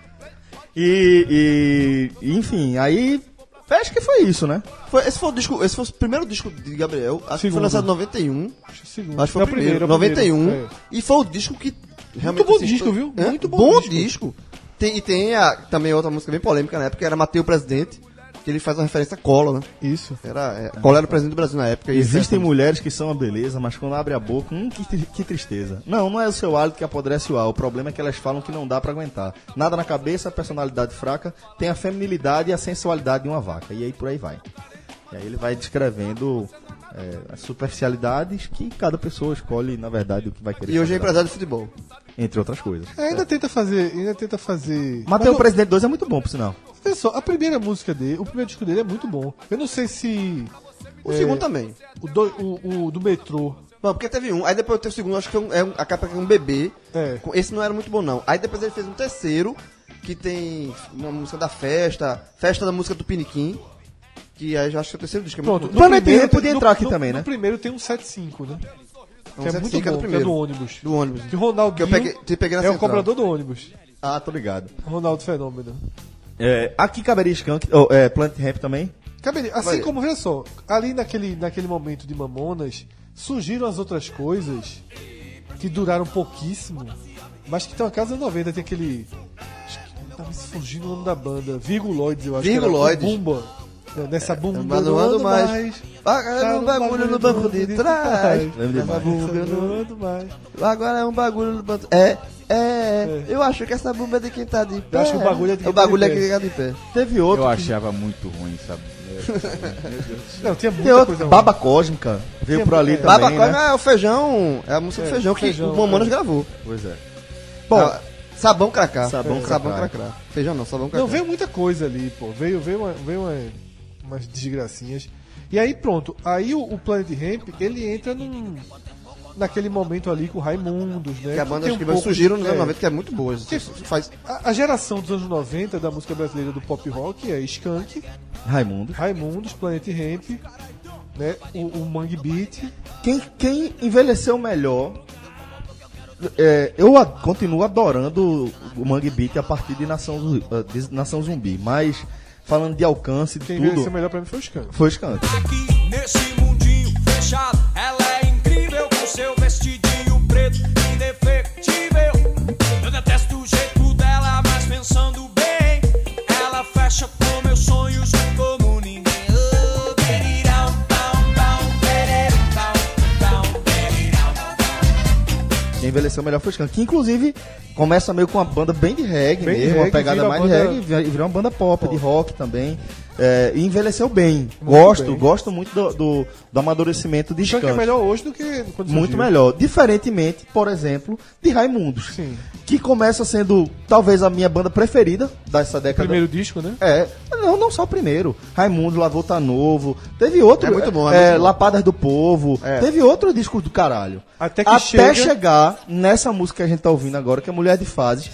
Enfim, aí acho que foi isso, né? Esse foi o primeiro disco de Gabriel, acho que Segundo. foi lançado em 91. Segundo. Acho que foi É o primeiro, é 91. é. E foi o disco que realmente... bom disco, viu? É, Muito bom bom disco. disco. Tem também outra música bem polêmica na época, que era Matei o Presidente, que ele faz uma referência a Collor, né? Isso. Collor era o presidente do Brasil na época. e Existem essa- mulheres que são uma beleza, mas quando abre a boca, que tristeza. Não é o seu hálito que apodrece o ar. O problema é que elas falam que não dá pra aguentar. Nada na cabeça, personalidade fraca, tem a feminilidade e a sensualidade de uma vaca. E aí por aí vai. E aí ele vai descrevendo as superficialidades que cada pessoa escolhe, na verdade, o que vai querer. E hoje é fazer. empresário de futebol. Entre outras coisas. Ainda tenta fazer... Matei o Mas Presidente 2 é muito bom, por sinal. olha só, a primeira música dele, o primeiro disco dele é muito bom. Eu não sei se... O segundo também. O do metrô. Não, porque teve um. Aí depois teve o segundo, acho que a capa é um bebê. É. Esse não era muito bom, não. Aí depois ele fez um terceiro, que tem uma música da festa da música do Piniquim. Que aí já acho que é o terceiro disco. É Pronto. muito no Planet primeiro Ramp podia tem- entrar aqui também, né? No primeiro tem um 7.5, né? bom. Que é muito 75 bom, do que é primeiro. do ônibus. Do ônibus. Que o Ronaldinho Que eu peguei na é o central. cobrador do ônibus. Ah, tô ligado. Ronaldo Fenômeno. Aqui caberia Skank, Planet Ramp também. Caberia, assim Vai. como, veja só, ali naquele momento de Mamonas, surgiram as outras coisas que duraram pouquíssimo, mas que estão a casa 90. Tem aquele... Acho que tava me fugindo o nome da banda. Virguloides, eu acho. Virguloides. Que era o Bumba. Nessa Bumba Mas não ando mais. Um bagulho no banco de trás. Lembro demais. Eu não ando mais. Agora é um bagulho no banco. Eu acho que essa bomba é de quem tá de pé. Eu acho que o bagulho é de quem O bagulho tá é de de pé. quem tá de pé. Teve outro. Eu que- achava muito ruim, sabe? Não, tinha muita Tem outro, coisa. Baba Cósmica, veio por ali também, Baba né? Cósmica é o feijão. É a música do feijão que Feijão, o Mamonas gravou. Pois é. Bom, sabão cracá. Sabão cracá. Feijão não, sabão cracá. Não, veio muita coisa ali, pô. Veio umas desgracinhas. E aí pronto, aí o Planet Hemp, ele entra naquele momento ali com o Raimundos, né? Que a banda tem que pouco surgiram nos de- anos 90, que é muito boa. Faz... A geração dos anos 90 da música brasileira do pop rock é Skank, Raimundos, Planet Hemp, né? O Mangue Beat. Quem envelheceu melhor, eu continuo adorando o Mangue Beat a partir de Nação Zumbi, mas falando de alcance, de Quem tudo, envelheceu melhor pra mim foi o Skank. foi o Skank. Aqui nesse mundinho fechado, ela é incrível com seu vestidinho preto indefectível. Eu detesto o jeito dela, mas pensando bem, ela fecha com meus sonhos como ninguém. Oh, berirão, pão, pão, berirão, pão, berirão, pão. Quem envelheceu melhor foi o Skank, que inclusive começa meio com uma banda bem de reggae Bem de mesmo, uma reggae, pegada vira mais de banda- reggae, e virou uma banda pop, de rock também. E envelheceu bem. Muito bem. Gosto muito do amadurecimento de Skank Skank. é melhor hoje do que quando Muito surgiu. melhor. Diferentemente, por exemplo, de Raimundos. Sim. Que começa sendo talvez a minha banda preferida dessa década. Primeiro disco, né? Não só o primeiro. Raimundo, Lavô Tá Novo. Teve outro. É muito bom, é muito bom. Lapadas do Povo. É. Teve outro disco do caralho. Até que chega- chegar nessa música que a gente tá ouvindo agora, que é Mulher de Fases.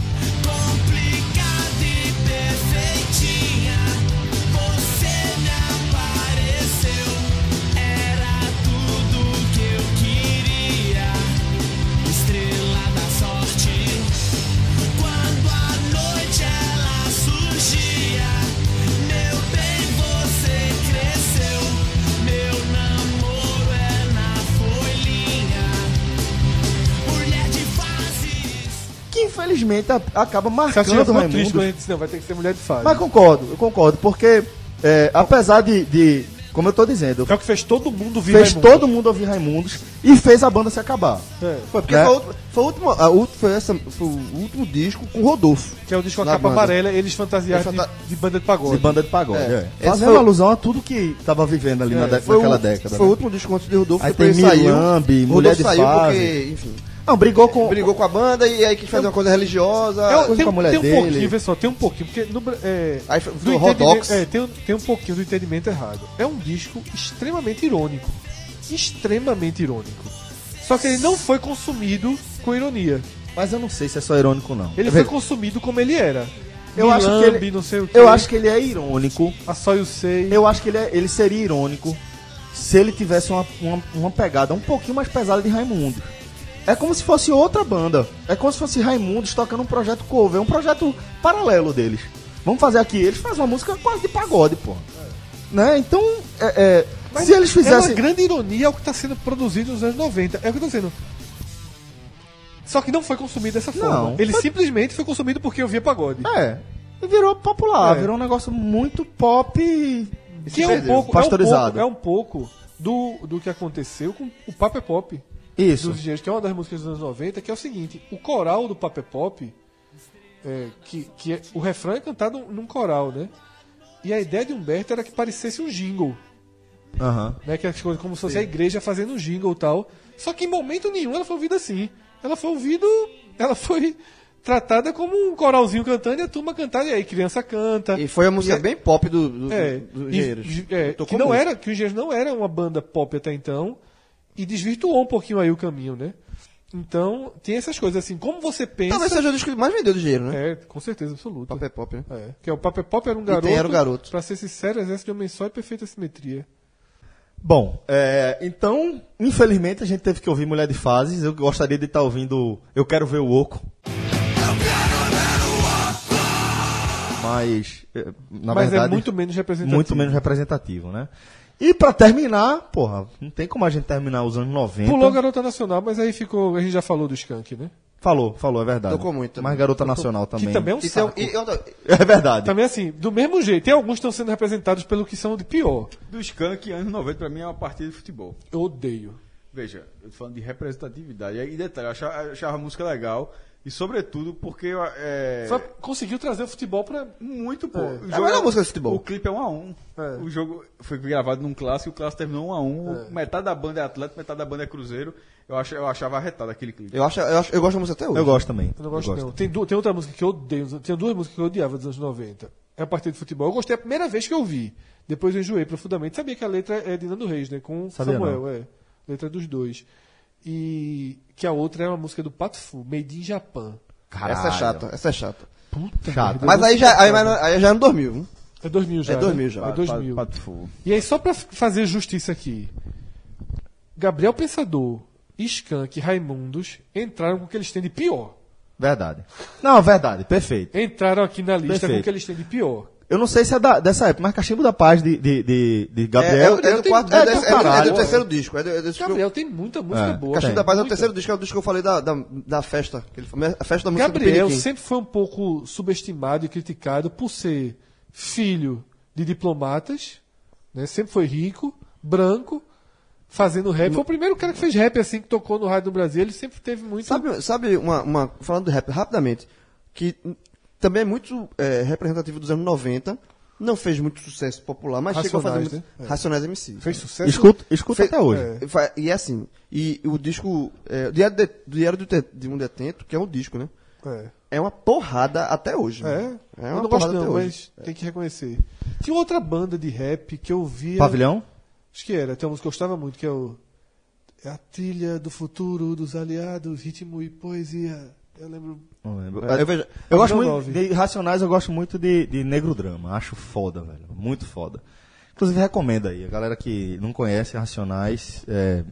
Complicada e perfeitinha, você me apareceu. Era tudo que eu queria, estrela da sorte. Quando a noite ela surgia, meu bem, você cresceu. Meu namoro é na folhinha, mulher de fases. Que infelizmente acaba Você marcando ficou o triste Raimundos. quando a gente disse, não, vai ter que ser mulher de fase. Mas eu concordo, porque apesar de como eu tô dizendo, É o que fez todo mundo vir fez Raimundos. todo mundo ouvir Raimundos e fez a banda se acabar. É. Foi porque Né? foi o último disco com o Rodolfo. Que é o disco com a Na capa banda. amarela, eles fantasiaram de banda de pagode. De banda de pagode. É. Esse Fazendo foi o- alusão a tudo que tava vivendo ali naquela década. Foi o né? último disco antes de Rodolfo. Aí Depois tem ele saiu. Milambi, Rodolfo Mulher de saiu Fase. porque, enfim, Não, brigou com a banda e aí quis fazer uma coisa religiosa. com a mulher tem um dele. pouquinho, vê só, tem um pouquinho, porque Aí do foi o Rodox. entendimento, tem um pouquinho do entendimento errado. É um disco extremamente irônico. Extremamente irônico. Só que ele não foi consumido com ironia. Mas eu não sei se é só irônico não. Ele foi consumido como ele era. Eu acho que Milambi, ele- não sei o quê. Eu acho que ele é irônico. A Só Eu Sei. Eu acho que ele seria irônico se ele tivesse uma pegada um pouquinho mais pesada de Raimundo. É como se fosse outra banda. É como se fosse Raimundos tocando um projeto cover, um projeto paralelo deles. Vamos fazer aqui. Eles fazem uma música quase de pagode, pô. Né? Então, Mas se eles é fizessem... uma grande ironia ao que está sendo produzido nos anos 90. É o que eu tô dizendo. Só que não foi consumido dessa forma. Não. Ele simplesmente foi consumido porque eu via pagode. E virou popular, É. virou um negócio muito pop. Que é um pouco, pasteurizado. É um pouco do que aconteceu com o Paper Pop. Isso. Dos Engenheiros, que é uma das músicas dos anos 90, que é o seguinte, o coral do Paper Pop, o refrão é cantado num coral, né? E a ideia de Humberto era que parecesse um jingle, Aham. né? Que é como se fosse a igreja fazendo um jingle e tal. Só que em momento nenhum ela foi ouvida assim. Ela foi tratada como um coralzinho cantando e a turma cantando, e aí criança canta. E foi a música E é- bem pop dos É, Engenheiros. que Tocou não muito. era, que o Engenheiros não era uma banda pop até então e desvirtuou um pouquinho aí o caminho, né? Então, tem essas coisas assim, como você pensa... Talvez seja o disco que mais vendeu do Engenheiro, né? É, com certeza absoluta. Pop é pop, né? É, que é o Paper Pop era um E garoto, tem Era o Garoto. pra ser sincero, exército de homem só e perfeita simetria. Bom, então, infelizmente a gente teve que ouvir Mulher de Fases. Eu gostaria de estar ouvindo Eu Quero Ver o Oco. Mas, na Mas verdade, é muito menos representativo. muito menos representativo, né? E pra terminar, porra, não tem como a gente terminar os anos 90. Pulou Garota Nacional, mas aí ficou, a gente já falou do Skank, né? Falou, é verdade. Tocou muito também. Mas Garota Nacional também. Que também é um Isso é, saco. É verdade. Também assim, do mesmo jeito, tem alguns que estão sendo representados pelo que são de pior. Do Skank, anos 90, pra mim é uma partida de futebol. Eu odeio. Veja, eu tô falando de representatividade. E aí, detalhe, eu achava a música legal. E sobretudo porque Conseguiu trazer o futebol pra... muito pô. É. O É a melhor música de futebol. O clipe é 1-1. É. O jogo foi gravado num clássico e o clássico terminou 1-1. Metade da banda é Atlético, metade da banda é Cruzeiro. Eu achava arretado aquele clipe. Eu gosto da música até hoje. Eu gosto também. Eu não gosto, não. Tem outra música que eu odeio. Tinha duas músicas que eu odiava dos anos 90. É a partida de futebol. Eu gostei a primeira vez que eu vi. Depois eu enjoei profundamente. Sabia que a letra é de Nando Reis, né? Com Sabia Samuel, não. Letra dos dois. E que a outra é uma música do Pato Fu, Made in Japan. Essa é chata. Puta Chato. merda, Mas eu aí não já, sei aí, como. aí já é no 2000, viu? É 2000 já. É 2000 né? já. É 2000. Pato Fu. E aí, só pra fazer justiça aqui, Gabriel Pensador, Skank e Raimundos entraram com o que eles têm de pior. Verdade. Não, verdade, perfeito. Entraram aqui na lista Perfeito. com o que eles têm de pior. Eu não sei se é dessa época, mas Cachimbo da Paz de Gabriel. É do quarto, é do caralho, do terceiro disco. Gabriel tem muita música boa. Cachimbo da Paz é o Muita. terceiro disco, é o disco que eu falei da festa. Que ele foi, a festa da música do Gabriel Piniquim. sempre foi um pouco subestimado e criticado por ser filho de diplomatas, né? Sempre foi rico, branco, fazendo rap. Foi o primeiro cara que fez rap assim, que tocou no rádio do Brasil. Ele sempre teve muito... Sabe falando do rap rapidamente, que também é muito representativo dos anos 90, não fez muito sucesso popular, mas chegou a fazer muito... né? É. Racionais MC. Fez sucesso. Escuta até hoje. E é assim, e o disco, Diário de um Detento, que é um disco, né? É uma porrada até hoje. É uma eu não gosto porrada até não, hoje. mas tem que reconhecer. Tinha outra banda de rap que eu via... Pavilhão? Acho que era, tem uma música que eu gostava muito, que é a trilha do futuro dos aliados, ritmo e poesia. Eu lembro... Não lembro. Eu Eu gosto Pavilhão muito 9. de Racionais, eu gosto muito de Negro Drama. Acho foda, velho. Muito foda. Inclusive, recomendo aí. A galera que não conhece Racionais,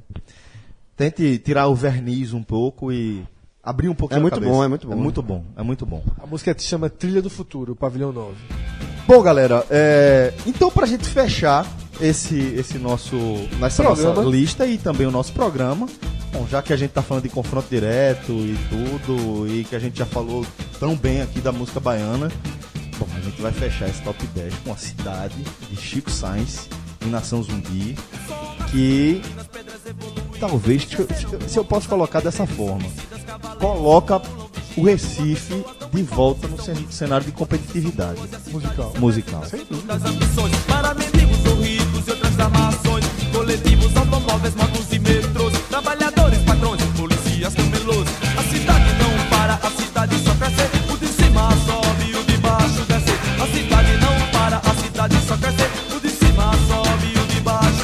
tente tirar o verniz um pouco e abrir um pouquinho É muito a cabeça. bom, é muito bom. É muito bom, é muito bom. A música se chama Trilha do Futuro, Pavilhão 9. Bom, galera, então pra gente fechar essa Programa. nossa lista e também o nosso programa, bom, já que a gente tá falando de confronto direto e tudo, e que a gente já falou tão bem aqui da música baiana, bom, a gente vai fechar esse top 10 com a Cidade de Chico Sainz e Nação Zumbi, que talvez, se eu posso colocar dessa forma, coloca o Recife de volta no cenário de competitividade musical. Sem dúvida. Das ambições para mendigos ou ricos e outras armações, coletivos, automóveis, motos e metrôs, trabalhadores, patrões, polícias, camelôs. A cidade não para, a cidade só cresce, o de cima sobe, o de baixo desce. A cidade não para, a cidade só cresce, o de cima sobe, o de baixo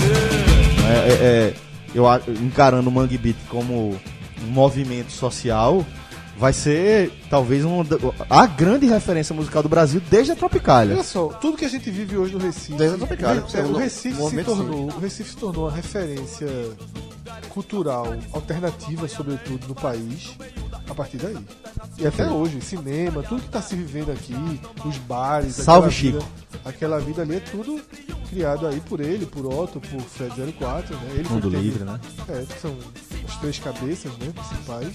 desce. Eu encarando o Mangue Beat como um movimento social, vai ser talvez a grande referência musical do Brasil desde a Tropicália. Olha só, tudo que a gente vive hoje no Recife. Desde a Tropicália, O Recife se tornou uma referência cultural alternativa, sobretudo no país, a partir daí. E até hoje, cinema, tudo que está se vivendo aqui, os bares, Salve, aquela vida- Chico. Aquela vida ali é tudo criado aí por ele, por Otto, por Fred 04, né? Ele foi Mundo que teve- Livre, né? Que são as três cabeças, né, principais.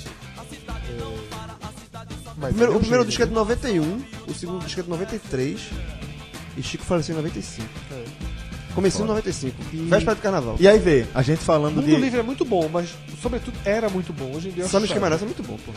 Mas O primeiro gênio, disco é de né? 91, o segundo disco é de 93 e Chico faleceu em 95. Começou em 95, véspera do carnaval. E aí vê, a gente falando Mundo de Livre é muito bom, mas sobretudo era muito bom. Hoje em dia eu Só acho nos chato. Camarões é muito bom, pô.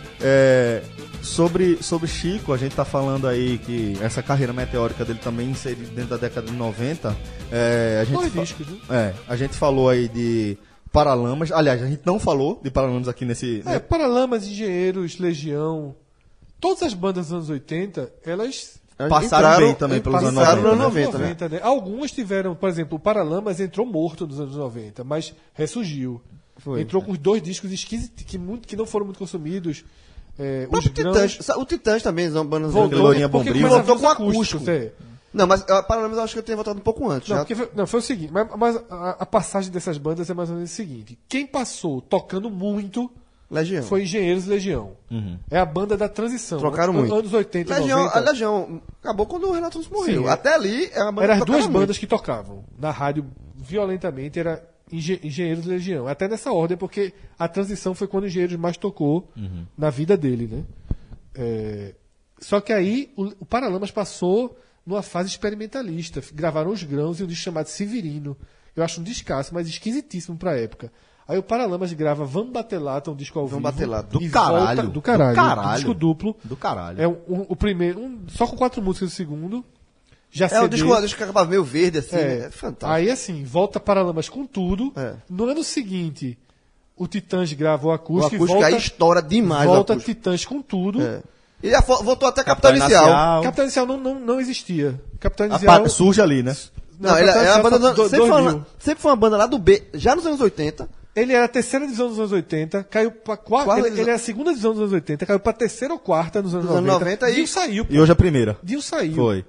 sobre Chico, a gente tá falando aí que essa carreira meteórica dele também inseriu dentro da década de 90. Dois discos, né? A gente falou aí de Paralamas. Aliás, a gente não falou de Paralamas aqui nesse. Paralamas, Engenheiros, Legião. Todas as bandas dos anos 80, elas Passaram bem também pelos anos passaram 90. nos 90, né? Algumas tiveram, por exemplo, o Paralamas entrou morto nos anos 90, mas ressurgiu. Entrou com os dois discos esquisitos que não foram muito consumidos. O próprio Titãs, o Titãs também, são bandas voltou, Lourinha porque Bombril. começou Voltou com com acústico. acústico. Não, mas Paralamas eu acho que eu tenho voltado um pouco antes. Não, já. porque foi o seguinte, mas a passagem dessas bandas é mais ou menos o seguinte. Quem passou tocando muito Legião. foi Engenheiros e Legião. É a banda da transição. Trocaram muito. Anos 80 e Legião, 90. a Legião acabou quando o Renato Russo morreu. Sim, Até ali é uma banda Eram as que duas tocava bandas muito. que tocavam na rádio violentamente, era Engenheiros e Legião. Até nessa ordem, porque a transição foi quando o Engenheiros mais tocou na vida dele, né? Só que aí o Paralamas passou numa fase experimentalista. Gravaram Os Grãos e um disco chamado Severino. Eu acho um descasso, mas esquisitíssimo pra época. Aí o Paralamas grava Vamos Bater Lata, um disco ao vivo. Vamos Bater Lata. Do e caralho. volta- do caralho. Do caralho. Um disco duplo. Do caralho. É o primeiro, só com 4 músicas do segundo. Já É, o CD. disco que acabava meio verde, assim, é fantástico. Aí assim, volta Paralamas com tudo. É. No ano seguinte, o Titãs grava o O acústico, acústico aí estoura demais. volta o acústico. Titãs com tudo. É. E voltou até Capital Inicial. Capital Inicial não existia. Capital A Inicial... surge ali, né? Não, ele Capital é uma Inicial banda. foi Sempre foi uma banda lá do B, já nos anos 80. Ele era a terceira divisão dos anos 80, caiu pra quarta. Quarta Ele era a segunda divisão dos anos 80, caiu pra terceira ou quarta nos anos Nos anos 90. 90 Dio saiu, pô. E hoje a primeira. Dio saiu. Foi.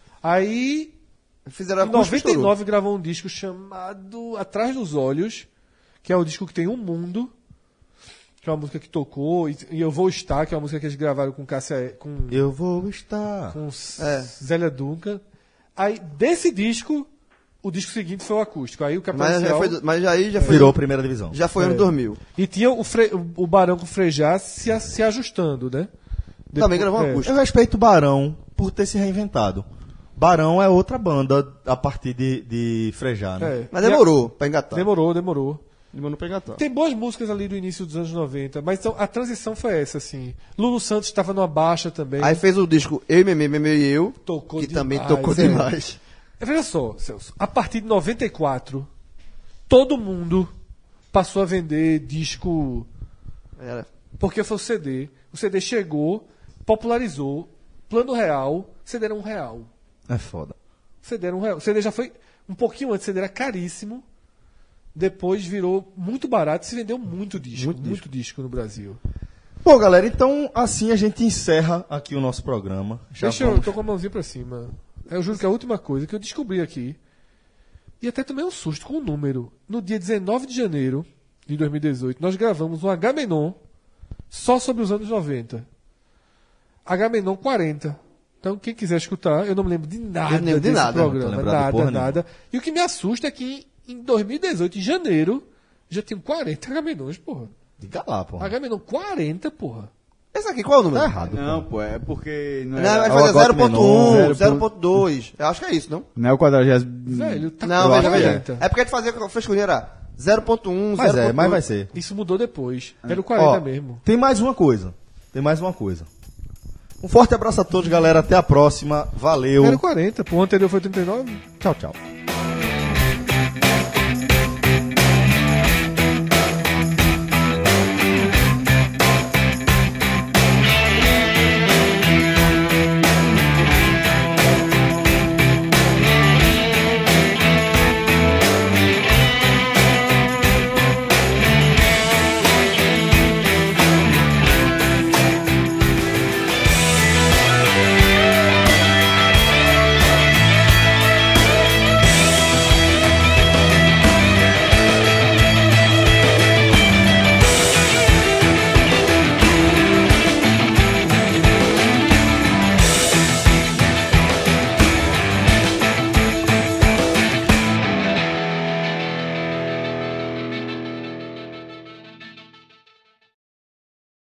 Aí, Fizeram em 99, gravou um disco chamado Atrás dos Olhos, que é o disco que tem Um Mundo, que é uma música que tocou, e Eu Vou Estar, que é uma música que eles gravaram com Cássia, com Eu vou estar. Zélia Duncan. Aí, desse disco, o disco seguinte foi o acústico. Aí o Capital Inicial... Mas aí já foi. Virou a primeira divisão. Já foi ano 2000. E tinha o Barão com o Frejá se ajustando, né? Também gravou um acústico. Eu respeito o Barão por ter se reinventado. Barão é outra banda a partir de Frejá, né? Mas demorou pra engatar. Demorou. Demorou pra engatar. Tem boas músicas ali do início dos anos 90, mas então, a transição foi essa, assim. Lulu Santos estava numa baixa também. Aí fez o disco Eu, Memê e Eu, Tocou que demais, também tocou demais. Veja só, Celso, a partir de 94, todo mundo passou a vender disco. Era. Porque foi o CD. O CD chegou, popularizou, plano real, CD era R$1. É foda. O CD era R$1. O CD já foi um pouquinho antes, o CD era caríssimo. Depois virou muito barato e se vendeu muito disco no Brasil. Bom, galera, então assim a gente encerra aqui o nosso programa. Eu tô com a mãozinha pra cima. Eu juro que a última coisa que eu descobri aqui, e até tomei um susto com o número. No dia 19 de janeiro de 2018, nós gravamos um Agamenon só sobre os anos 90. Agamenon 40. Então, quem quiser escutar, eu não me lembro de nada desse programa. Nada. E o que me assusta é que em 2018, em janeiro, já tinham 40 Agamenons, porra. Diga lá, porra. Agamenon 40, porra. Esse aqui, qual é o número? Tá errado. Não, pô, é porque... Não, vai fazer 0.1, 0.2. Eu acho que é isso, não? Não é o 40. Velho, tá Não, veja. 40. É porque a gente fazia frescurinha, era 0.1, Mas 0.2. mas vai ser. Isso mudou depois. Era o 40 mesmo. Tem mais uma coisa. Um forte abraço a todos, galera. Até a próxima. Valeu. Era o 40, pô. O anterior foi 39. Tchau, tchau.